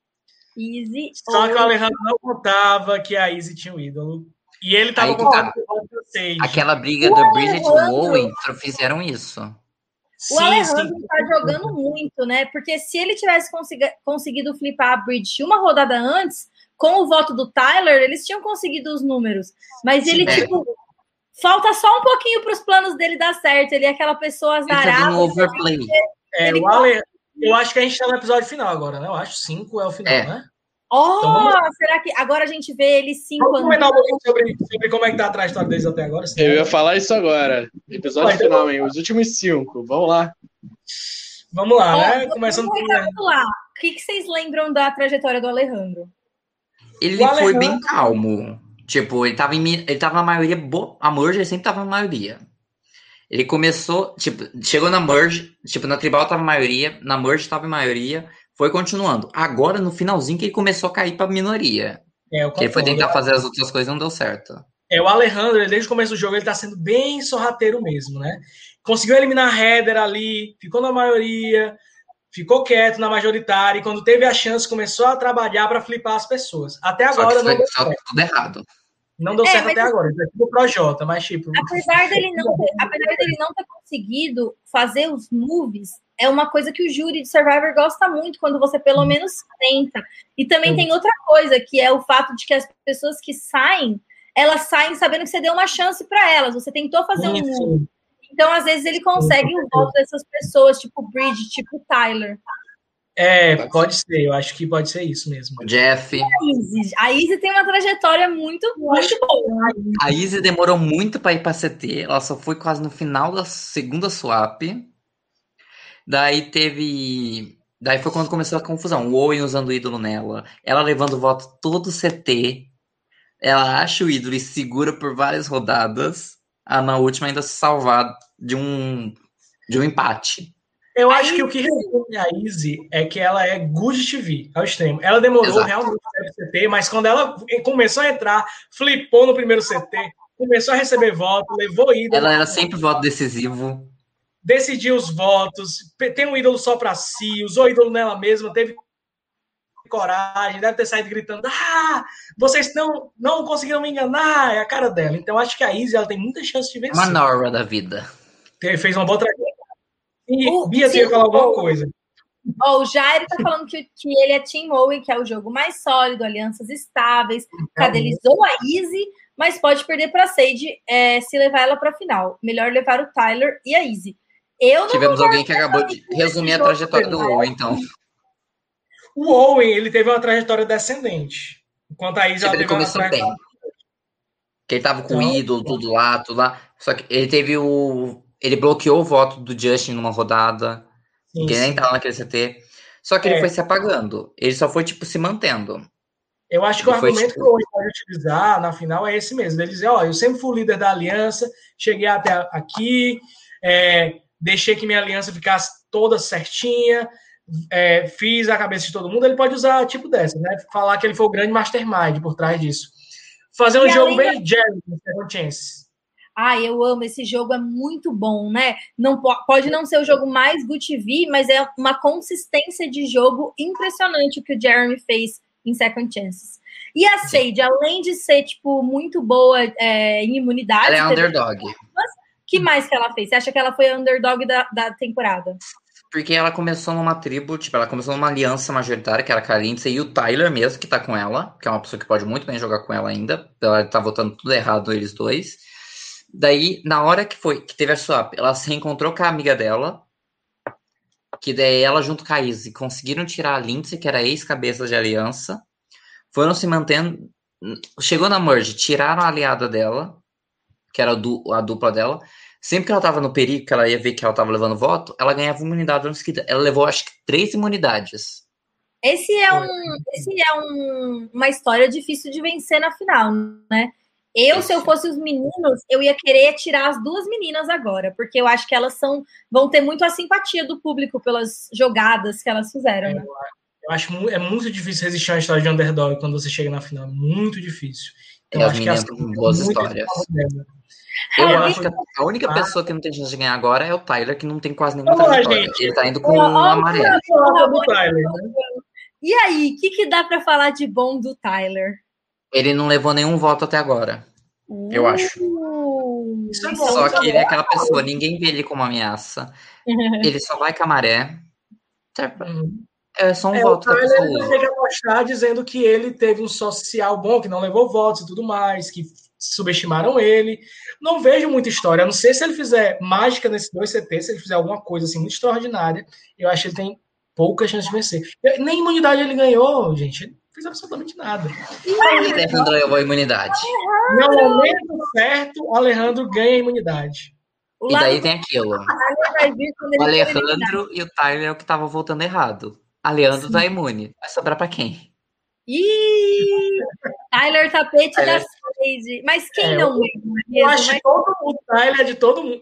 Easy. Só que o Alejandro não contava que a Izzy tinha um ídolo. E ele tava Aí que contando tá. com o voto do Sage. Aquela briga O da Bridget e o Alejandro. Owen fizeram isso. O Sim, Alejandro sim. tá jogando muito, né? Porque se ele tivesse consegui- conseguido flipar a Bridget uma rodada antes, com o voto do Tyler, eles tinham conseguido os números. Mas ele, É. tipo, falta só um pouquinho para os planos dele dar certo. Ele é aquela pessoa Ele tá azarada. dando overplay. É, ele- o Ale... Eu acho que a gente tá no episódio final agora, né? Eu acho cinco é o final, É. né? Oh, Então vamos- será que agora a gente vê ele cinco Vamos anos? comentar um pouquinho sobre, sobre como é que tá a trajetória deles até agora. senão- Eu ia falar isso agora. Episódio Vai, final, hein? Os últimos cinco. Vamos lá. Vamos lá, Ó, né? vamos Começando por... recapitular. O que, que vocês lembram da trajetória do Alejandro? Ele O foi Alejandro- bem calmo. Tipo, ele tava, em, mi- ele tava na maioria. Bo... A Merge ele sempre tava na maioria. Ele começou, tipo, chegou na Merge, tipo, na Tribal tava em maioria, na Merge tava em maioria, foi continuando. Agora, no finalzinho, que ele começou a cair pra minoria. É, eu Que ele foi concordo. tentar fazer as outras coisas e não deu certo. É, o Alejandro, ele, desde o começo do jogo, ele tá sendo bem sorrateiro mesmo, né? Conseguiu eliminar a Heather ali, ficou na maioria, ficou quieto na majoritária, e quando teve a chance, começou a trabalhar para flipar as pessoas. Até Só agora que não foi deu só certo. tudo errado. Não deu É, certo mas até agora. Ele é tipo Projota, mas tipo... Apesar dele não ter, apesar dele não ter conseguido fazer os moves, é uma coisa que o júri de Survivor gosta muito, quando você pelo menos tenta. E também Sim. tem outra coisa, que é o fato de que as pessoas que saem, elas saem sabendo que você deu uma chance para elas. Você tentou fazer um Sim, move. sim. Então, às vezes, ele consegue o voto dessas pessoas, tipo o Bridge, tipo o Tyler. É, pode ser, eu acho que pode ser isso mesmo. O Jeff. A Izzy, a Izzy tem uma trajetória muito, muito boa. A Izzy demorou muito pra ir pra C T. Ela só foi quase no final da segunda swap. Daí teve. Daí foi quando começou a confusão. O Owen usando o ídolo nela. Ela levando o voto todo C T. Ela acha o ídolo e segura por várias rodadas. Ah, na última ainda se salvar de um, de um empate. Eu A acho que o que resume a Izzy é que ela é good T V, ao extremo. Ela demorou Exato. realmente para C T, mas quando ela começou a entrar, flipou no primeiro C T, começou a receber voto, levou ídolo, Ela era sempre voto decisivo. decidiu os votos, tem um ídolo só para si, usou ídolo nela mesma, teve coragem, deve ter saído gritando: ah, vocês não, não conseguiram me enganar, é a cara dela. Então acho que a Izzy ela tem muita chance de vencer. Uma Nora da vida. Fez uma boa trajetória. E O- Bia, sim, você ia falar alguma o- coisa. Ó, o Jair tá falando que, que ele é Team Owen, que é o jogo mais sólido, alianças estáveis, cadelizou a Izzy, mas pode perder para Sage é, se levar ela para final. Melhor levar o Tyler e a Izzy. Eu não Tivemos alguém que acabou de resumir a trajetória do Owen, então. O Owen, ele teve uma trajetória descendente. Enquanto a Izzy Tipo, ele teve uma começou trajetória... bem. Que ele tava com o Então, ídolo, tudo lá, tudo lá. Só que ele teve o... Ele bloqueou o voto do Justin numa rodada. sim, que nem sim. tava naquele C T. Só que ele É. foi se apagando. Ele só foi, tipo, se mantendo. Eu acho que Ele o foi, argumento tipo- que o Owen pode utilizar na final é esse mesmo. Ele dizer, ó, eu sempre fui o líder da aliança, cheguei até aqui, é, deixei que minha aliança ficasse toda certinha, é, fiz a cabeça de todo mundo. Ele pode usar tipo dessa, né? Falar que ele foi o grande mastermind por trás disso. Fazer um E jogo além bem Jerry, no Second Chance. Ai, eu amo, esse jogo é muito bom, né? Não po- pode não ser o jogo mais Good T V, mas é uma consistência de jogo impressionante o que o Jeremy fez em Second Chances. E a Sage, além de ser, tipo, muito boa é, em imunidade... Ela é teve- underdog. que mais que ela fez? Você acha que ela foi a underdog da, da temporada? Porque ela começou numa tribo, tipo, ela começou numa aliança majoritária, que era a Lindsay e o Tyler mesmo, que tá com ela, que é uma pessoa que pode muito bem jogar com ela ainda. Ela tá votando tudo errado, eles dois. Daí, na hora que foi, que teve a swap, ela se reencontrou com a amiga dela, que daí ela junto com a Izzy conseguiram tirar a Lindsay, que era ex-cabeça de aliança, foram se mantendo, chegou na merge, tiraram a aliada dela, que era a, du, a dupla dela. Sempre que ela tava no perigo, que ela ia ver que ela tava levando voto, ela ganhava imunidade no seguida. Ela levou, acho que, três imunidades. Esse é, um, esse é um, uma história difícil de vencer na final, né? Eu, se eu fosse os meninos, eu ia querer tirar as duas meninas agora, porque eu acho que elas são, vão ter muito a simpatia do público pelas jogadas que elas fizeram, né? Eu acho que é muito difícil resistir a uma história de underdog quando você chega na final. Muito difícil. Então, as meninas têm boas histórias. Eu Ah, acho que a única pessoa que não tem chance de ganhar agora é o Tyler, que não tem quase nenhuma Vamos lá, trajetória. gente. Ele tá indo com Ó, um ó, amarelo. Do Tyler, né? E aí, o que, que dá para falar de bom do Tyler? Ele não levou nenhum voto até agora. Eu acho. Uh, Isso é bom, Só isso é que ele bom. é aquela pessoa, ninguém vê ele como ameaça. Ele só vai com a maré. É só um É, voto o que a pessoa Tyler usa. tem que apostar dizendo que ele teve um social bom, que não levou votos e tudo mais, que subestimaram ele. Não vejo muita história, a não ser se ele fizer mágica nesses dois C T, se ele fizer alguma coisa assim muito extraordinária, eu acho que ele tem pouca chance de vencer. Nem imunidade ele ganhou, gente. Ele não fez absolutamente nada. O Alejandro levou a imunidade. No momento certo, o Alejandro ganha a imunidade. O E daí lado tem aquilo. vai vir quando O ele for eliminado. Alejandro e o Tyler é o que tava voltando errado. A Leandro tá imune. Vai sobrar pra quem? Ih, Tyler tapete Tyler. da Sage. Mas quem É, não eu- mesmo? Eu acho Mas que todo mundo, o Tyler é de todo mundo.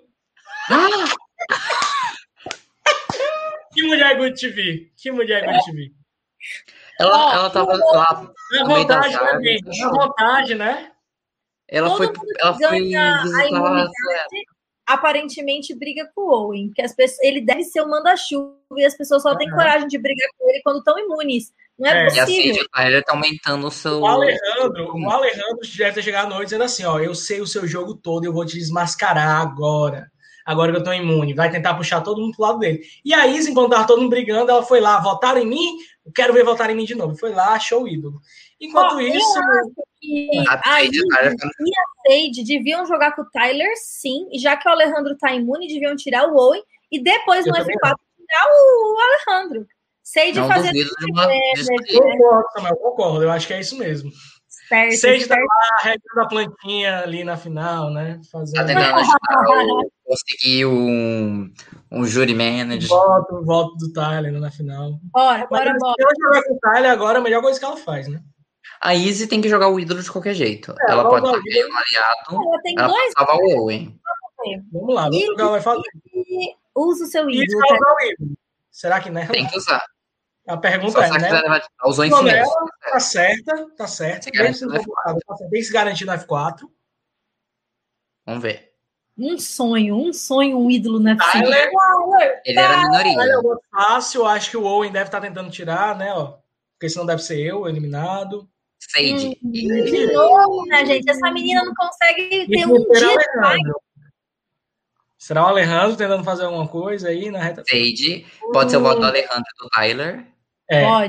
Que mulher Good T V. Que mulher Good T V. Ela, Ó, ela tava lá É no meio das vontade, né, árvores. gente? É vontade, né? Ela todo foi, mundo que ela foi ganha a visitar imunidade aparentemente briga com o Owen, que as pessoas, ele deve ser o manda-chuva e as pessoas só têm Uhum. coragem de brigar com ele quando estão imunes. Não é, É. E a possível. Sage e o Tyler tá aumentando o seu. O Alejandro, o Alejandro deve ter chegado à noite dizendo assim, ó, eu sei o seu jogo todo, eu vou te desmascarar agora. Agora que eu tô imune. Vai tentar puxar todo mundo pro lado dele. E a Izzy, enquanto tava todo mundo brigando, ela foi lá, votaram em mim? Eu quero ver votar em mim de novo. Foi lá, achou o ídolo. Enquanto Ó, isso... E A a Sage Izzy e o Tyler e a Sage deviam jogar com o Tyler, sim, e já que o Alejandro tá imune, deviam tirar o Owen e depois Eu no também F quatro tirar o Alejandro. Sage não fazer duvido de uma é, disputa. Concordo, Samuel, concordo. Eu acho que é isso mesmo. certo, Sage tá certo. lá, regando a plantinha ali na final, né? Tá Fazendo tentando ajudar o, conseguir um, um jury um manager. voto, um voto do Tyler na final. Bora, Mas bora, se bora. ela jogar com o Tyler agora, a melhor coisa que ela faz, né? A Izzy tem que jogar o ídolo de qualquer jeito. É, ela ela pode vai estar usar o ganhando aliado, Ela tem ela dois. pode salvar o Owen. Vamos lá, vamos ver o que ela vai fazer. E usa o seu E ídolo. se ela Tá? usar o ídolo? Será que nela? Tem que usar. A pergunta Só é, se ela né? quiser levar, ela usou em Não, si nela, mesmo. tá certa, tá certa. Se Bem, garante se no F tá certo, bem se garantir no F quatro. Vamos ver. Um sonho, um sonho, um ídolo na F cinco. Tyler, Ele era minoria. Tyler é muito fácil, acho que o Owen deve estar tentando tirar, né? Ó, porque senão deve ser eu, eliminado. Sage. Hum, de novo, né, gente? Essa menina não consegue ter E um terceiro dia. é Alejandro. Será o Alejandro tentando fazer alguma coisa aí na reta? Sage. Pode ser o voto do Alejandro e do Tyler. É. Pode.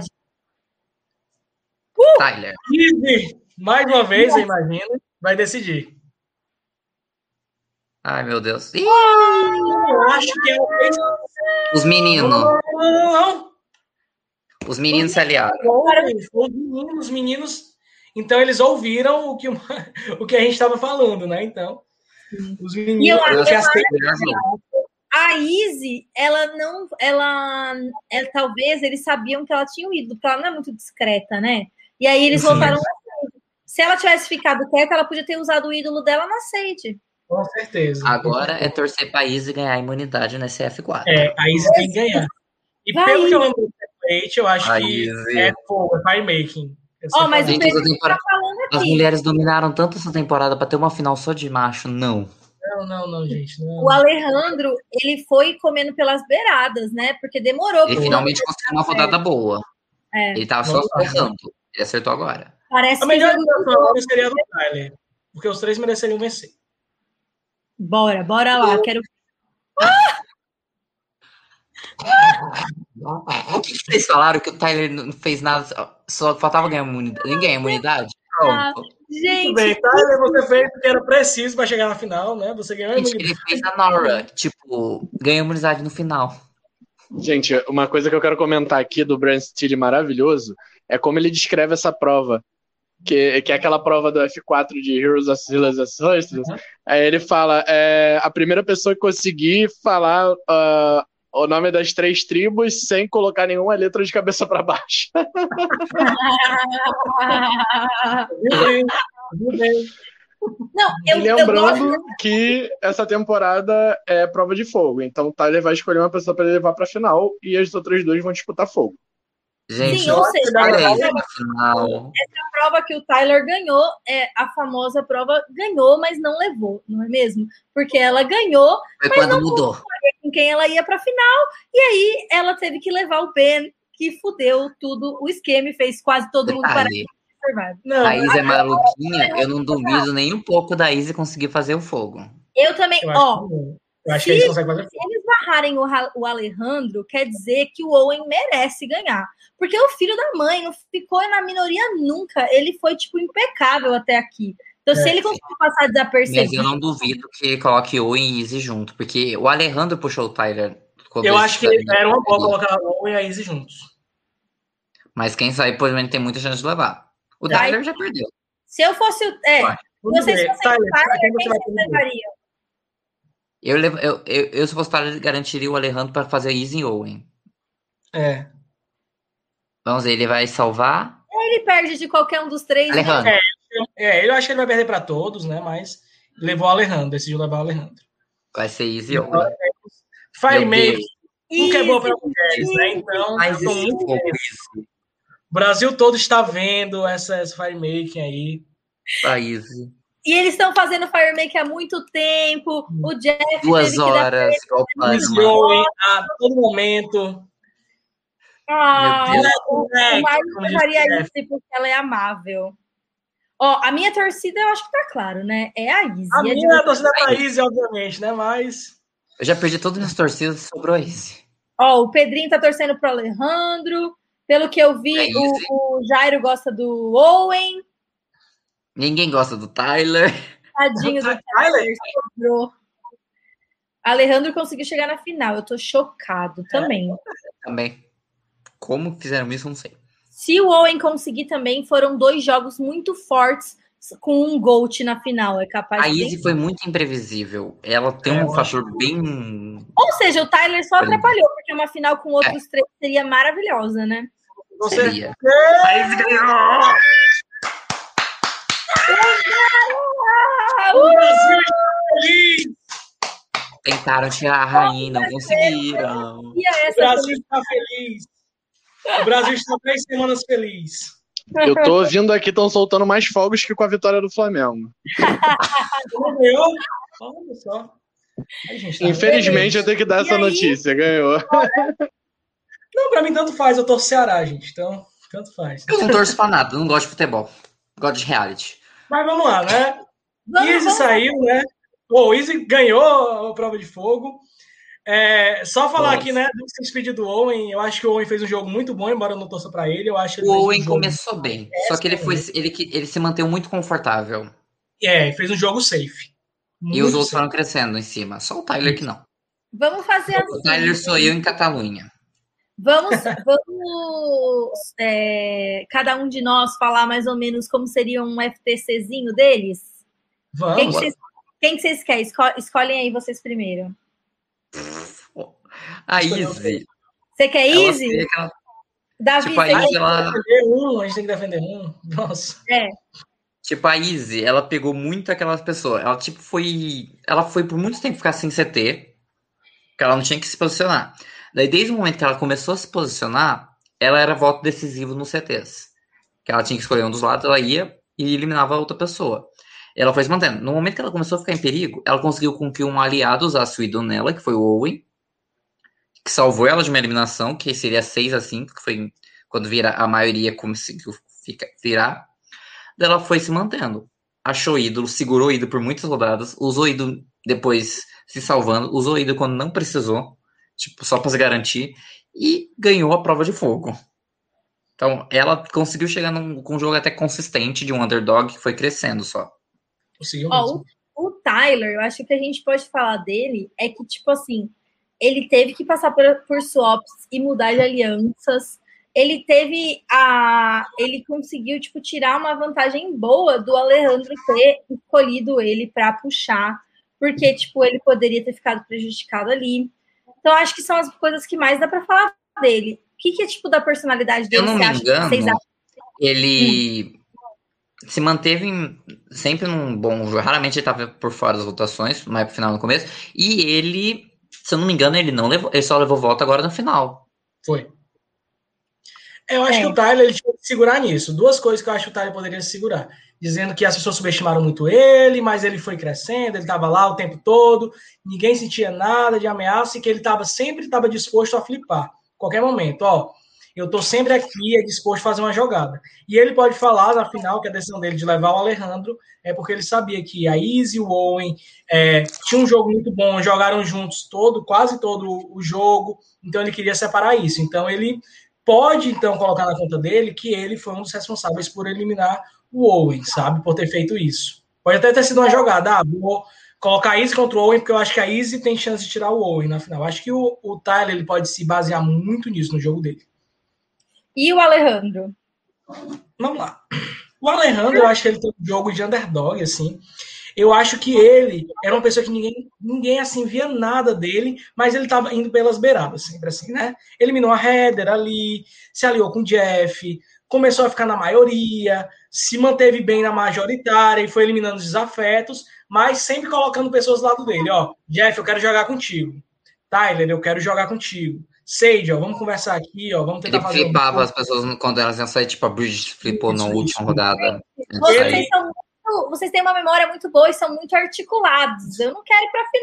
Tyler. Easy. Mais uma vez, eu imagino, vai decidir. Ai, meu Deus. Ih, Eu acho que é o os meninos. Não, não, não. Os meninos se aliaram. Os meninos, os meninos. Então, eles ouviram o que, o que a gente estava falando, né? Então, os meninos. E eu Eu acho acho que que a Izzy, ela não. Ela, ela. Talvez eles sabiam que ela tinha ido, porque ela não é muito discreta, né? E aí eles Sim. voltaram. Se ela tivesse ficado quieta, ela podia ter usado o ídolo dela na Sage. Com certeza. Agora é torcer pra Izzy ganhar a imunidade no S F quatro. É, a Izzy tem que ganhar. E Vai, pelo Izzy. que eu lembro do template, eu acho A que Izzy. é fogo, é firemaking. Ó, mas o Gente, Pedro essa temporada- tá falando As aqui. mulheres dominaram tanto essa temporada pra ter uma final só de macho. Não. Não, não, não, gente. Não. O Alejandro, ele foi comendo pelas beiradas, né? Porque demorou. Ele pro finalmente Pedro conseguiu uma dar rodada certo. boa. É. Ele tava só errando. Ele acertou agora. Parece A que melhor jogo situação mudou. agora seria a do Tyler. Porque os três mereceriam vencer. Bora, bora lá. Quero. O que, que vocês falaram que o Tyler não fez nada? Só faltava ganhar imunidade. Ninguém ganha imunidade? Pronto. Muito Gente, bem, Tyler, você fez o que era preciso para chegar na final, né? Você ganhou a Gente, imunidade. ele fez a Nora. Tipo, ganhou imunidade no final. Gente, uma coisa que eu quero comentar aqui do Brand Steele maravilhoso é como ele descreve essa prova. Que, que é aquela prova do F quatro de Heroes of Healers as Hustlers. Aí ele fala: é, a primeira pessoa que conseguir falar uh, o nome das três tribos sem colocar nenhuma letra de cabeça para baixo. Viu bem, viu bem. não, eu, E eu lembrando gosto. que essa temporada é prova de fogo. Então o Tyler vai escolher uma pessoa para levar para a final e as outras duas vão disputar fogo. Gente, Sim, ou seja, olha essa isso prova, no final. essa prova que o Tyler ganhou, é a famosa prova ganhou, mas não levou, não é mesmo? Porque ela ganhou Foi quando mudou. com quem ela ia para a final, e aí ela teve que levar o Ben, que fudeu tudo o esquema e fez quase todo mundo parar Detalhe, de observar. Não, a Izzy é maluquinha, eu não duvido nem um pouco da Izzy conseguir fazer o fogo. Eu também, eu acho, ó, que, eu acho se- que eles conseguem fazer. se eles barrarem o, Ra- o Alejandro, quer dizer que o Owen merece ganhar. Porque o filho da mãe não ficou na minoria nunca. Ele foi, tipo, impecável até aqui. Então, se É. ele conseguir passar Mas desapercebido... eu não duvido que coloque o e Izzy junto, porque o Alejandro puxou o Tyler. Eu acho que era uma boa colocar o Owen e a Izzy juntos. Mas quem sabe provavelmente tem muita chance de levar. O Vai. Tyler já perdeu. Se eu fosse... o- É, Vai. se vocês Vamos ver. fossem o Tyler, Tyler, quem quem você vai vocês ter? levariam? Eu, levo- eu, eu, eu, se fosse o Tyler, garantiria o Alejandro para fazer Izzy e Owen. É. Vamos ver, ele vai salvar. Ele perde de qualquer um dos três. Alejandro. É, eu acho que ele vai perder para todos, né? Mas levou o Alejandro, decidiu levar o Alejandro. Vai ser Izzy e Owen. Fire Meu Make, Deus. nunca é boa para Isso, mulheres, né? Então, Mas eu tô esse muito fogo, feliz. Izzy. O Brasil todo está vendo essa, essa Fire Making aí. A Izzy. E eles estão fazendo Firemake há muito tempo. O Jeff Duas teve que dar... horas, igual o Izzy Panama. Owen a todo momento. Ah, Meu Deus. o, o É, Marcos como faria disse o isso porque ela é amável. Ó, a minha torcida, eu acho que tá claro, né? É a Izzy. A é de minha é a você. torcida da Izzy, obviamente, né? Mas Eu já perdi todas as minhas torcidas, sobrou a Izzy. Ó, o Pedrinho tá torcendo pro Alejandro. Pelo que eu vi, É o, Izzy. o Jairo gosta do Owen. Ninguém gosta do Tyler. Tadinho do Tyler. Tyler, sobrou. Alejandro conseguiu chegar na final. Eu tô chocado também. Também. Como fizeram isso, não sei. Se o Owen conseguir também, foram dois jogos muito fortes com um GOAT na final. É capaz A de... Izzy foi muito imprevisível. Ela tem É, um eu fator bem. Ou seja, o Tyler só Olha. atrapalhou, porque uma final com outros três seria maravilhosa, né? você. Seria. A Izzy ganhou! Ah, O uh! Brasil está feliz! Tentaram tirar a rainha, não conseguiram. E é O essa Brasil está feliz! O Brasil está três semanas feliz. Eu tô ouvindo aqui, estão soltando mais fogos que com a vitória do Flamengo. Não ganhou? Olha só. Ai, gente, tá Infelizmente, eu tenho que dar E essa aí? notícia. Ganhou. Não, pra mim tanto faz. Eu torço Ceará, gente. Então, tanto faz. Eu não torço pra nada, eu não gosto de futebol. Gosto de reality. Mas vamos lá, né? Vamos, Izzy vamos. saiu, né? O Easy ganhou a prova de fogo. É, só falar Nossa. aqui, né, do speed do Owen, eu acho que o Owen fez um jogo muito bom, embora eu não torça para ele, eu acho que ele o fez Owen um jogo começou bem, só que ele foi ele, ele se manteve muito confortável. É, fez um jogo safe. E os outros safe. Foram crescendo em cima, só o Tyler que não. Vamos fazer o assim. O Tyler sou eu em Catalunha. Vamos, vamos é, cada um de nós falar mais ou menos como seria um FTCzinho deles? Vamos. Quem que vocês, quem que vocês querem? Esco, escolhem aí vocês primeiro. A Izzy. Você quer Izzy? Aquela... Davi, tipo, a Izzy, ela... um, a gente tem que defender um. Nossa. É. Tipo, a Izzy, ela pegou muito aquelas pessoas. Ela, tipo, foi... Ela foi por muito tempo ficar sem C T, porque ela não tinha que se posicionar. Daí, desde o momento que ela começou a se posicionar, ela era voto decisivo nos C Ts. Que ela tinha que escolher um dos lados, ela ia e eliminava a outra pessoa. Ela foi se mantendo. No momento que ela começou a ficar em perigo, ela conseguiu com que um aliado usasse o ídolo nela, que foi o Owen, que salvou ela de uma eliminação, que seria seis a cinco, que foi quando vira, a maioria conseguiu ficar, virar. Daí ela foi se mantendo. Achou ídolo, segurou ídolo por muitas rodadas, usou ídolo depois se salvando, usou ídolo quando não precisou, tipo, só para se garantir, e ganhou a prova de fogo. Então, ela conseguiu chegar num, com um jogo até consistente de um underdog que foi crescendo só. Ó, o, o Tyler, eu acho que a gente pode falar dele é que, tipo assim, ele teve que passar por, por swaps e mudar de alianças. Ele teve a... Ele conseguiu, tipo, tirar uma vantagem boa do Alejandro ter escolhido ele para puxar, porque, tipo, ele poderia ter ficado prejudicado ali. Então, acho que são as coisas que mais dá para falar dele. O que, que é, tipo, da personalidade dele? Eu não me engano, vocês acham? ele... Hum. se manteve em, sempre num bom jogo. Raramente ele estava por fora das votações, mais pro final no começo. E ele, se eu não me engano, ele não levou, ele só levou voto agora no final. Foi. Eu acho é. que o Tyler ele tinha que segurar nisso. Duas coisas que eu acho que o Tyler poderia segurar. Dizendo que as pessoas subestimaram muito ele, mas ele foi crescendo, ele estava lá o tempo todo, ninguém sentia nada de ameaça e que ele tava, sempre estava disposto a flipar. Qualquer momento, ó. Eu tô sempre aqui, é disposto a fazer uma jogada. E ele pode falar, na final, que a decisão dele de levar o Alejandro é porque ele sabia que a Izzy e o Owen é, tinham um jogo muito bom, jogaram juntos todo, quase todo o jogo, então ele queria separar isso. Então ele pode, então, colocar na conta dele que ele foi um dos responsáveis por eliminar o Owen, sabe? Por ter feito isso. Pode até ter sido uma jogada, ah, vou colocar a Izzy contra o Owen, porque eu acho que a Izzy tem chance de tirar o Owen na final. Acho que o, o Tyler ele pode se basear muito nisso no jogo dele. E o Alejandro? Vamos lá. O Alejandro, eu acho que ele tem um jogo de underdog, assim. Eu acho que ele era uma pessoa que ninguém, ninguém assim, via nada dele, mas ele estava indo pelas beiradas, sempre assim, né? Eliminou a Heather ali, se aliou com o Jeff, começou a ficar na maioria, se manteve bem na majoritária e foi eliminando os desafetos, mas sempre colocando pessoas do lado dele. Ó, Jeff, eu quero jogar contigo. Tyler, eu quero jogar contigo. Sage, ó, vamos conversar aqui, ó, vamos tentar ele fazer... Ele flipava um... as pessoas quando elas iam sair, tipo a Bridget flipou isso, na isso, última isso. rodada. Vocês, são muito, vocês têm uma memória muito boa e são muito articulados. Eu não quero ir pra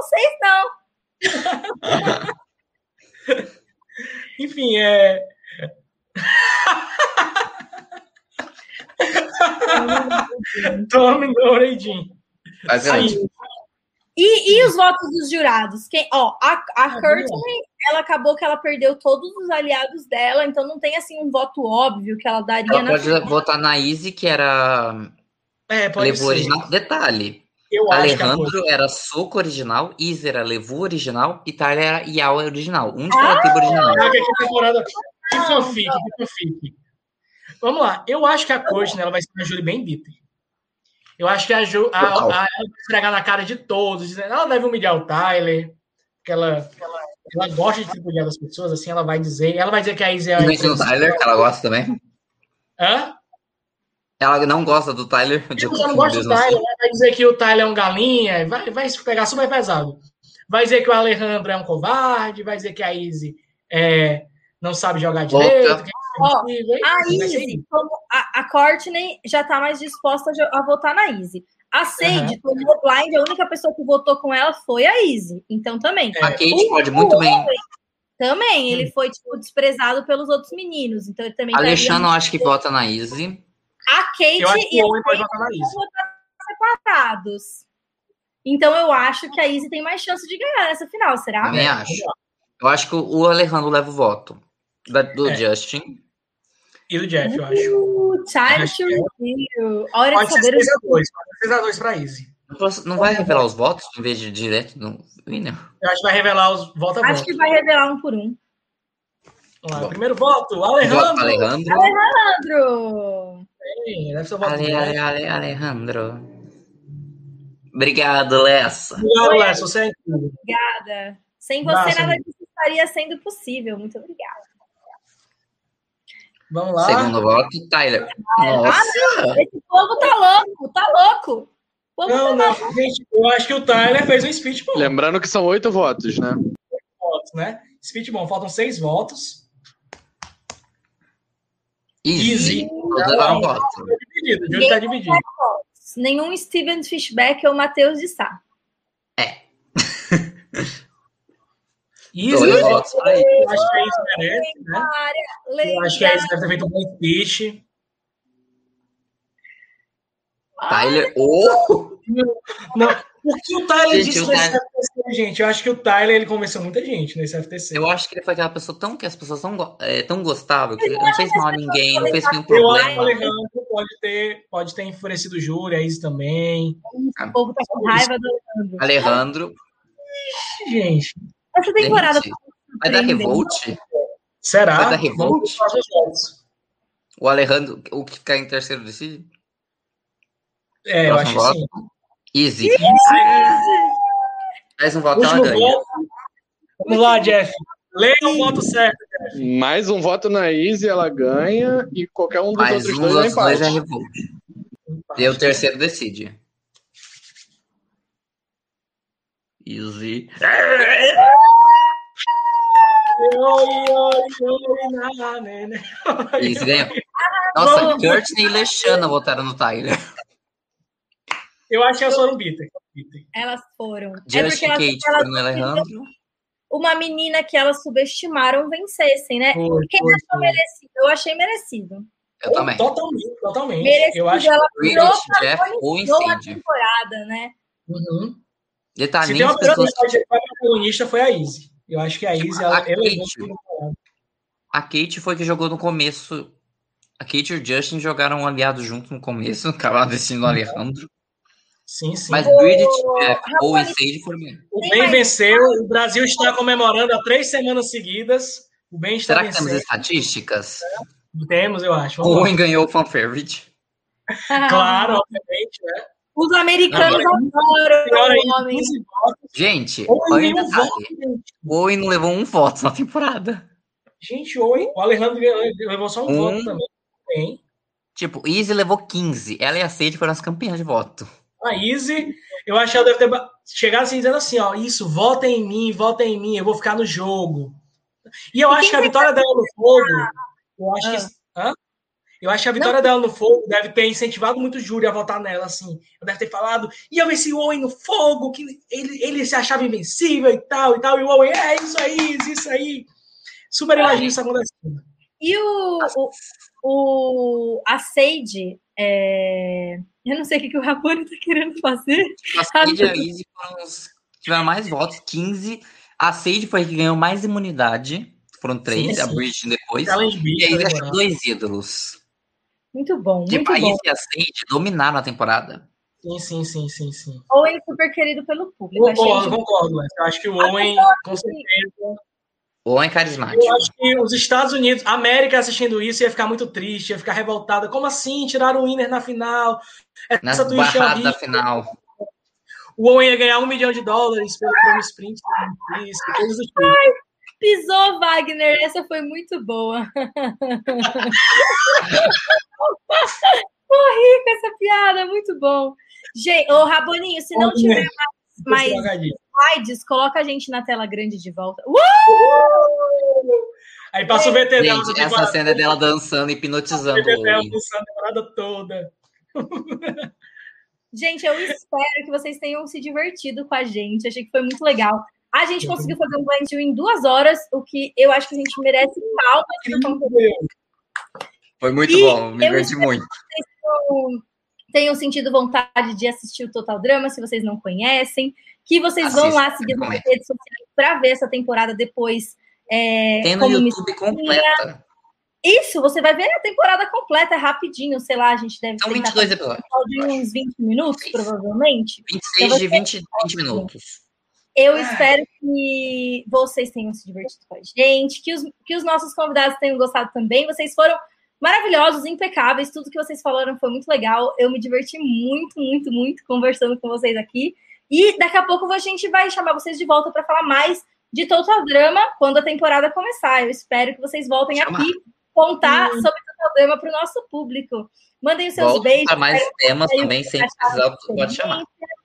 final com vocês, não. Enfim, é... Tome, Doreidinho. E, e os votos dos jurados? Quem, ó, a, a Courtney, ela acabou que ela perdeu todos os aliados dela, então não tem assim um voto óbvio que ela daria. Ela na pode final. votar na Izzy, que era é, pode levou ser. Original. Detalhe. Eu Alejandro acho que era soco original, Izzy era levou original e Tyler era Yao original. Um de cada ah, tipo original. Ah, que temporada. Que fanfic, que fanfic. Vamos lá. Eu acho que a Courtney ela vai ser uma júri bem bitter. Eu acho que a Ju a, a, a, ela vai esfregar na cara de todos, dizendo ela deve humilhar o Tyler, porque ela, ela, ela gosta de tripudiar das pessoas, assim, ela vai dizer, ela vai dizer que a Izzy é a... Não o Tyler, que ela gosta também? Hã? Ela não gosta do Tyler? De ela não gosta do Tyler, assim. Vai dizer que o Tyler é um galinha, vai, vai pegar super pesado. Vai dizer que o Alejandro é um covarde, vai dizer que a Izzy é, não sabe jogar direito, que Ó, a Izzy, como a, a Courtney já tá mais disposta a, a votar na Izzy. A Sage, uhum. tomou blind, a única pessoa que votou com ela foi a Izzy. Então, também. A Kate o, pode muito bem. Owen, também, hum. ele foi, tipo, desprezado pelos outros meninos. Então, ele também... Alexandre, eu acho que vota na Izzy. A Kate eu acho que e o Owen pode votar na Izzy. Votar separados. Então eu acho que a Izzy tem mais chance de ganhar nessa final, será? Também acho. Eu acho que o Alejandro leva o voto. Da, do é. Justin. E do Jeff, eu acho. Uh, time to review. Hora Pode de ser saber seis a dois. seis a dois pra Izzy. Não vai revelar os votos em vez de direto no winner? Eu acho que vai revelar os votos a voto. Acho que vai revelar um por um. Vamos lá, primeiro voto, Alejandro. Alejandro. Alejandro. Sim, deve ser o voto Ale, ale, ale, Alejandro. Obrigado, Lessa. Obrigado, Lessa. Você é incrível. Obrigada. Sem você, Nossa, nada disso estaria sendo possível. Muito obrigada. Vamos lá. Segundo voto, Tyler. Nossa. Ah, não. Esse povo tá louco, tá louco. O povo Não, tá não, gente, eu acho que o Tyler fez um speech bom. Lembrando que são oito votos, né? Oito votos, né? Speech bom, faltam seis votos. Easy. Todos levaram um voto. Tá dividido, o júri tá dividido. Nenhum Steven Fishback ou Matheus de Sá. É. Easy, Dois votos pra ele. Eu acho que a Izzy merece, né? Eu acho que a Izzy deve ter feito um bom speech. Tyler. Oh! Não, porque o Tyler Gente, disse o nesse Tyler- F T C, gente. Eu acho que o Tyler ele convenceu muita gente nesse F T C. Eu acho que ele foi aquela pessoa tão que as pessoas tão, go- é, tão gostavam que não fez mal a ninguém, não fez nenhum Eu acho que o problema. Alejandro pode ter, pode ter enfurecido o júri, a Izzy também. O povo tá com raiva do Alejandro. Alejandro. Essa Gente, temporada Gente, vai dar surpreendente. revolt? será? Vai dar revolt? Vamos fazer os votos. O Alejandro, o que ficar em terceiro decide? É, eu acho Próximo que sim. Easy. Mais um voto, ela Último ganha. voto. Vamos lá, Jeff. Leia o voto certo. Mais um voto na Izzy, ela ganha, e qualquer um dos Mais outros um dois dos é outros dois é empate. revolt. E o terceiro decide. Easy. Oi, oi, oi, na, né, né. Easy ganhou. Nossa, Courtney e Leshana votaram no Tyler. Eu acho que elas foram bitter. Elas foram. Justin é e porque elas, Kate elas foram no Alejandro. uma menina que elas subestimaram vencessem, né? Foi, Quem foi, achou foi. merecido? Eu achei merecido. Eu também. Totalmente, totalmente. Merecido, Eu acho ela Bridget, Jeff ou protagonizou a Incêndio. temporada, né? Uhum. Ele tá Se nem tem uma as pessoa pessoas. que foi a protagonista, foi a Izzy. Eu acho que a Izzy, Tipo, ela, a ela levou Kate. tudo. A Kate foi que jogou no começo. A Kate e o Justin jogaram um aliado junto no começo, acabaram decidindo o Alejandro. Sim, sim. Mas Bridget, Jeff Rapaz, ou Incêndio foram mesmo. O Tem Ben mais- venceu, o Brasil está comemorando há três semanas seguidas. O Ben está Será que temos vencendo. estatísticas? Temos, eu acho. Vamos lá. Owen ganhou o fan favorite. Claro, obviamente, né? Os americanos Agora, adoram Pior o ainda, homem. quinze votos. Gente, Owen olha o ganhou um detalhe. voto, gente. O Owen não levou um voto na temporada. Gente, oi. O Alejandro ganhou- levou só um, Um. voto também. Bem. Tipo, Izzy levou quinze. Ela e a Sadie foram as campeãs de voto. A Izzy, eu acho que ela deve ter ba- chegado assim, dizendo assim, ó, isso, votem em mim, votem em mim, eu vou ficar no jogo. E eu E acho quem que a tem vitória dela no fogo, eu acho Ah. que... Hã? Eu acho que a vitória dela no fogo deve ter incentivado muito o júri a votar nela, assim. Ela deve ter falado, ia ver esse Owen no fogo, que ele, ele se achava invencível e tal, e tal, e o Owen, é isso aí, isso aí. Super imagino isso acontecendo. E o, o, o a Sage, é... eu não sei o que, que o Rabone tá querendo fazer. A Sadie e a Izzy foram os que tiveram mais votos, quinze. A Sadie foi a que ganhou mais imunidade. Foram três, Sim, a sim. Bridget depois. Challenge E a Beat, Izzy né, achou Moral? dois ídolos. Muito bom, Tipo, muito a bom. Izzy e a Sadie dominaram a temporada. Sim, sim, sim, sim, sim. Owen super querido pelo público. Achei Concordo, de- concordo, mas eu acho que o Owen, com certeza, O Owen é carismático. eu acho que os Estados Unidos, a América assistindo isso ia ficar muito triste, ia ficar revoltada. Como assim? Tiraram o winner na final? Na Essa twist é barrada da horrível. final. O Owen ia ganhar um milhão de dólares pelo prêmio sprint, isso, coisas do tipo. Pisou, Wagner. Essa foi muito boa. Morri com essa piada, muito bom. Gente, ô Raboninho, se não tiver mais, mais Trocadilho. slides, coloca a gente na tela grande de volta. Uh! Aí passa o V T dela. Gente, essa cena é dela dançando e hipnotizando O V T o dela Owen. dançando a temporada toda. Gente, eu espero que vocês tenham se divertido com a gente. Achei que foi muito legal. A gente conseguiu fazer um blind em duas horas, o que eu acho que a gente merece palmas por conta disso. Foi muito E bom, me eu diverti espero muito. Vocês tenham tenham sentido vontade de assistir o Total Drama, se vocês não conhecem, que vocês Assista, vão lá seguir nas redes sociais para ver essa temporada depois. É, Tem no YouTube completa. Isso, você vai ver a temporada completa rapidinho, sei lá, a gente deve São vinte e dois episódios. De uns vinte minutos, provavelmente. vinte e seis então, de vinte, vinte minutos. Eu ah. espero que vocês tenham se divertido com a gente, que os, que os nossos convidados tenham gostado também. Vocês foram maravilhosos, impecáveis, tudo que vocês falaram foi muito legal. Eu me diverti muito, muito, muito conversando com vocês aqui. E daqui a pouco a gente vai chamar vocês de volta para falar mais de Total Drama quando a temporada começar. Eu espero que vocês voltem Chama. aqui contar hum. sobre Total Drama para o nosso público. Mandem os seus Volta beijos. Para mais temas também, sem precisar, pode chamar.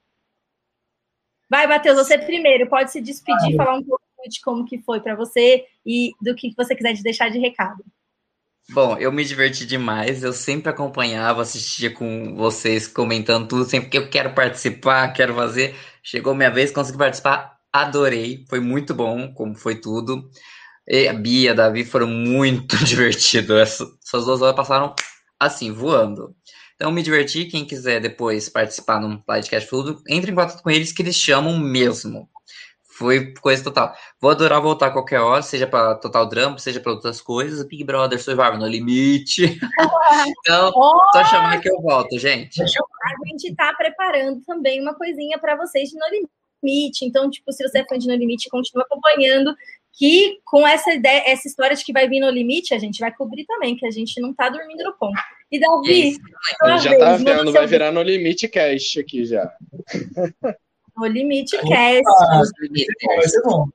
Vai, Matheus, você primeiro. Pode se despedir, ah, falar um pouco de como que foi para você e do que você quiser de deixar de recado. Bom, eu me diverti demais. Eu sempre acompanhava, assistia com vocês, comentando tudo, sempre que eu quero participar, quero fazer. Chegou minha vez, consegui participar, adorei. Foi muito bom, como foi tudo. E a Bia, a Davi foram muito divertidos. Essas, essas duas horas passaram assim, voando. Então, me diverti. Quem quiser depois participar num podcast tudo, entre em contato com eles que eles chamam mesmo. Foi coisa total. Vou adorar voltar a qualquer hora, seja para Total Drama, seja para outras coisas. Big Brother, Survivor no limite. Então, oh! só chamar que eu volto, gente. A gente tá preparando também uma coisinha para vocês de No Limite. Então, tipo, se você é fã de No Limite, continua acompanhando. Que com essa ideia, essa história de que vai vir No Limite, a gente vai cobrir também, que a gente não tá dormindo no ponto. E Davi, é já tá vendo, vai virar No Limite Cast aqui já. No Limite Cast. Ah, vai ser bom.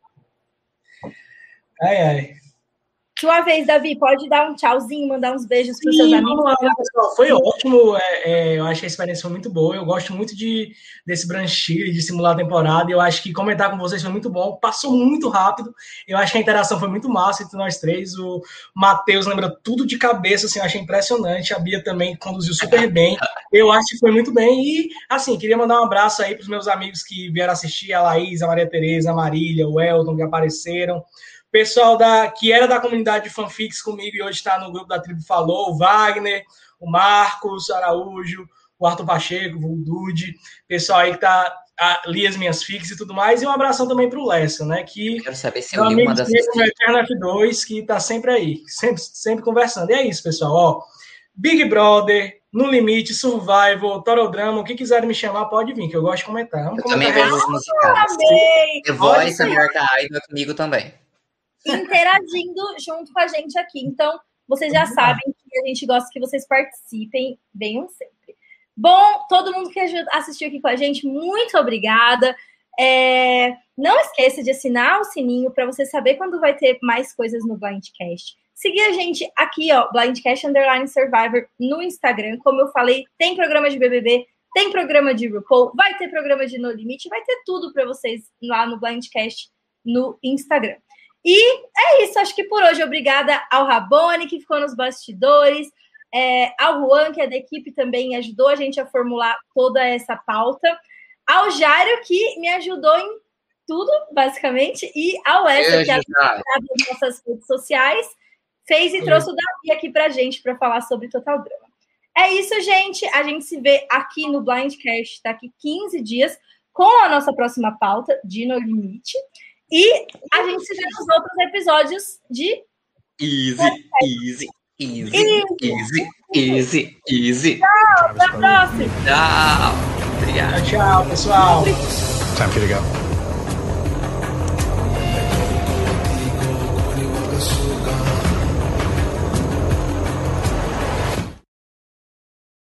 Ai, ai. Sua vez, Davi, pode dar um tchauzinho, mandar uns beijos para os seus amigos. Vamos lá, pessoal. Foi ótimo. É, é, eu acho que a experiência foi muito boa. Eu gosto muito de, desse branchir, de simular a temporada. Eu acho que comentar com vocês foi muito bom. Passou muito rápido. Eu acho que a interação foi muito massa entre nós três. O Matheus lembra tudo de cabeça, assim, eu achei impressionante. A Bia também conduziu super bem. Eu acho que foi muito bem. E, assim, queria mandar um abraço aí para os meus amigos que vieram assistir, a Laís, a Maria Tereza, a Marília, o Elton, que apareceram. Pessoal da, que era da comunidade de fanfics comigo e hoje está no grupo da Tribo Falou, o Wagner, o Marcos Araújo, o Arthur Pacheco, o Dude, pessoal aí que tá, a, li as minhas fics e tudo mais, e um abração também para o Lessa, né, que eu quero saber se eu li uma dessas no Eterno F dois, que tá sempre aí, sempre, sempre conversando. E é isso, pessoal, ó, Big Brother, No Limite, Survival, Torodrama, o que quiserem me chamar, pode vir, que eu gosto de comentar. Vamos eu comentar também vejo os musicais. The Voice, American Idol comigo também. Interagindo junto com a gente aqui. Então, vocês já sabem que a gente gosta que vocês participem, venham sempre. Bom, todo mundo que assistiu aqui com a gente, muito obrigada. É, não esqueça de assinar o sininho para você saber quando vai ter mais coisas no Blindcast. Seguir a gente aqui, ó, Blindcast Underline Survivor no Instagram. Como eu falei, tem programa de B B B, tem programa de RuPaul, vai ter programa de No Limite, vai ter tudo para vocês lá no Blindcast no Instagram. E é isso, acho que por hoje, obrigada ao Rabone, que ficou nos bastidores, é, ao Juan, que é da equipe também, ajudou a gente a formular toda essa pauta, ao Jairo, que me ajudou em tudo, basicamente, e ao Wesley, que ajudou nas nossas redes sociais, fez e Sim. trouxe o Davi aqui pra gente, para falar sobre Total Drama. É isso, gente, a gente se vê aqui no Blindcast daqui quinze dias, com a nossa próxima pauta de No Limite. E a gente se vê nos outros episódios de... Easy, easy, easy, easy, easy, easy. Tchau, até a próxima. Tchau. Obrigado. Tchau, pessoal. Time for you to go.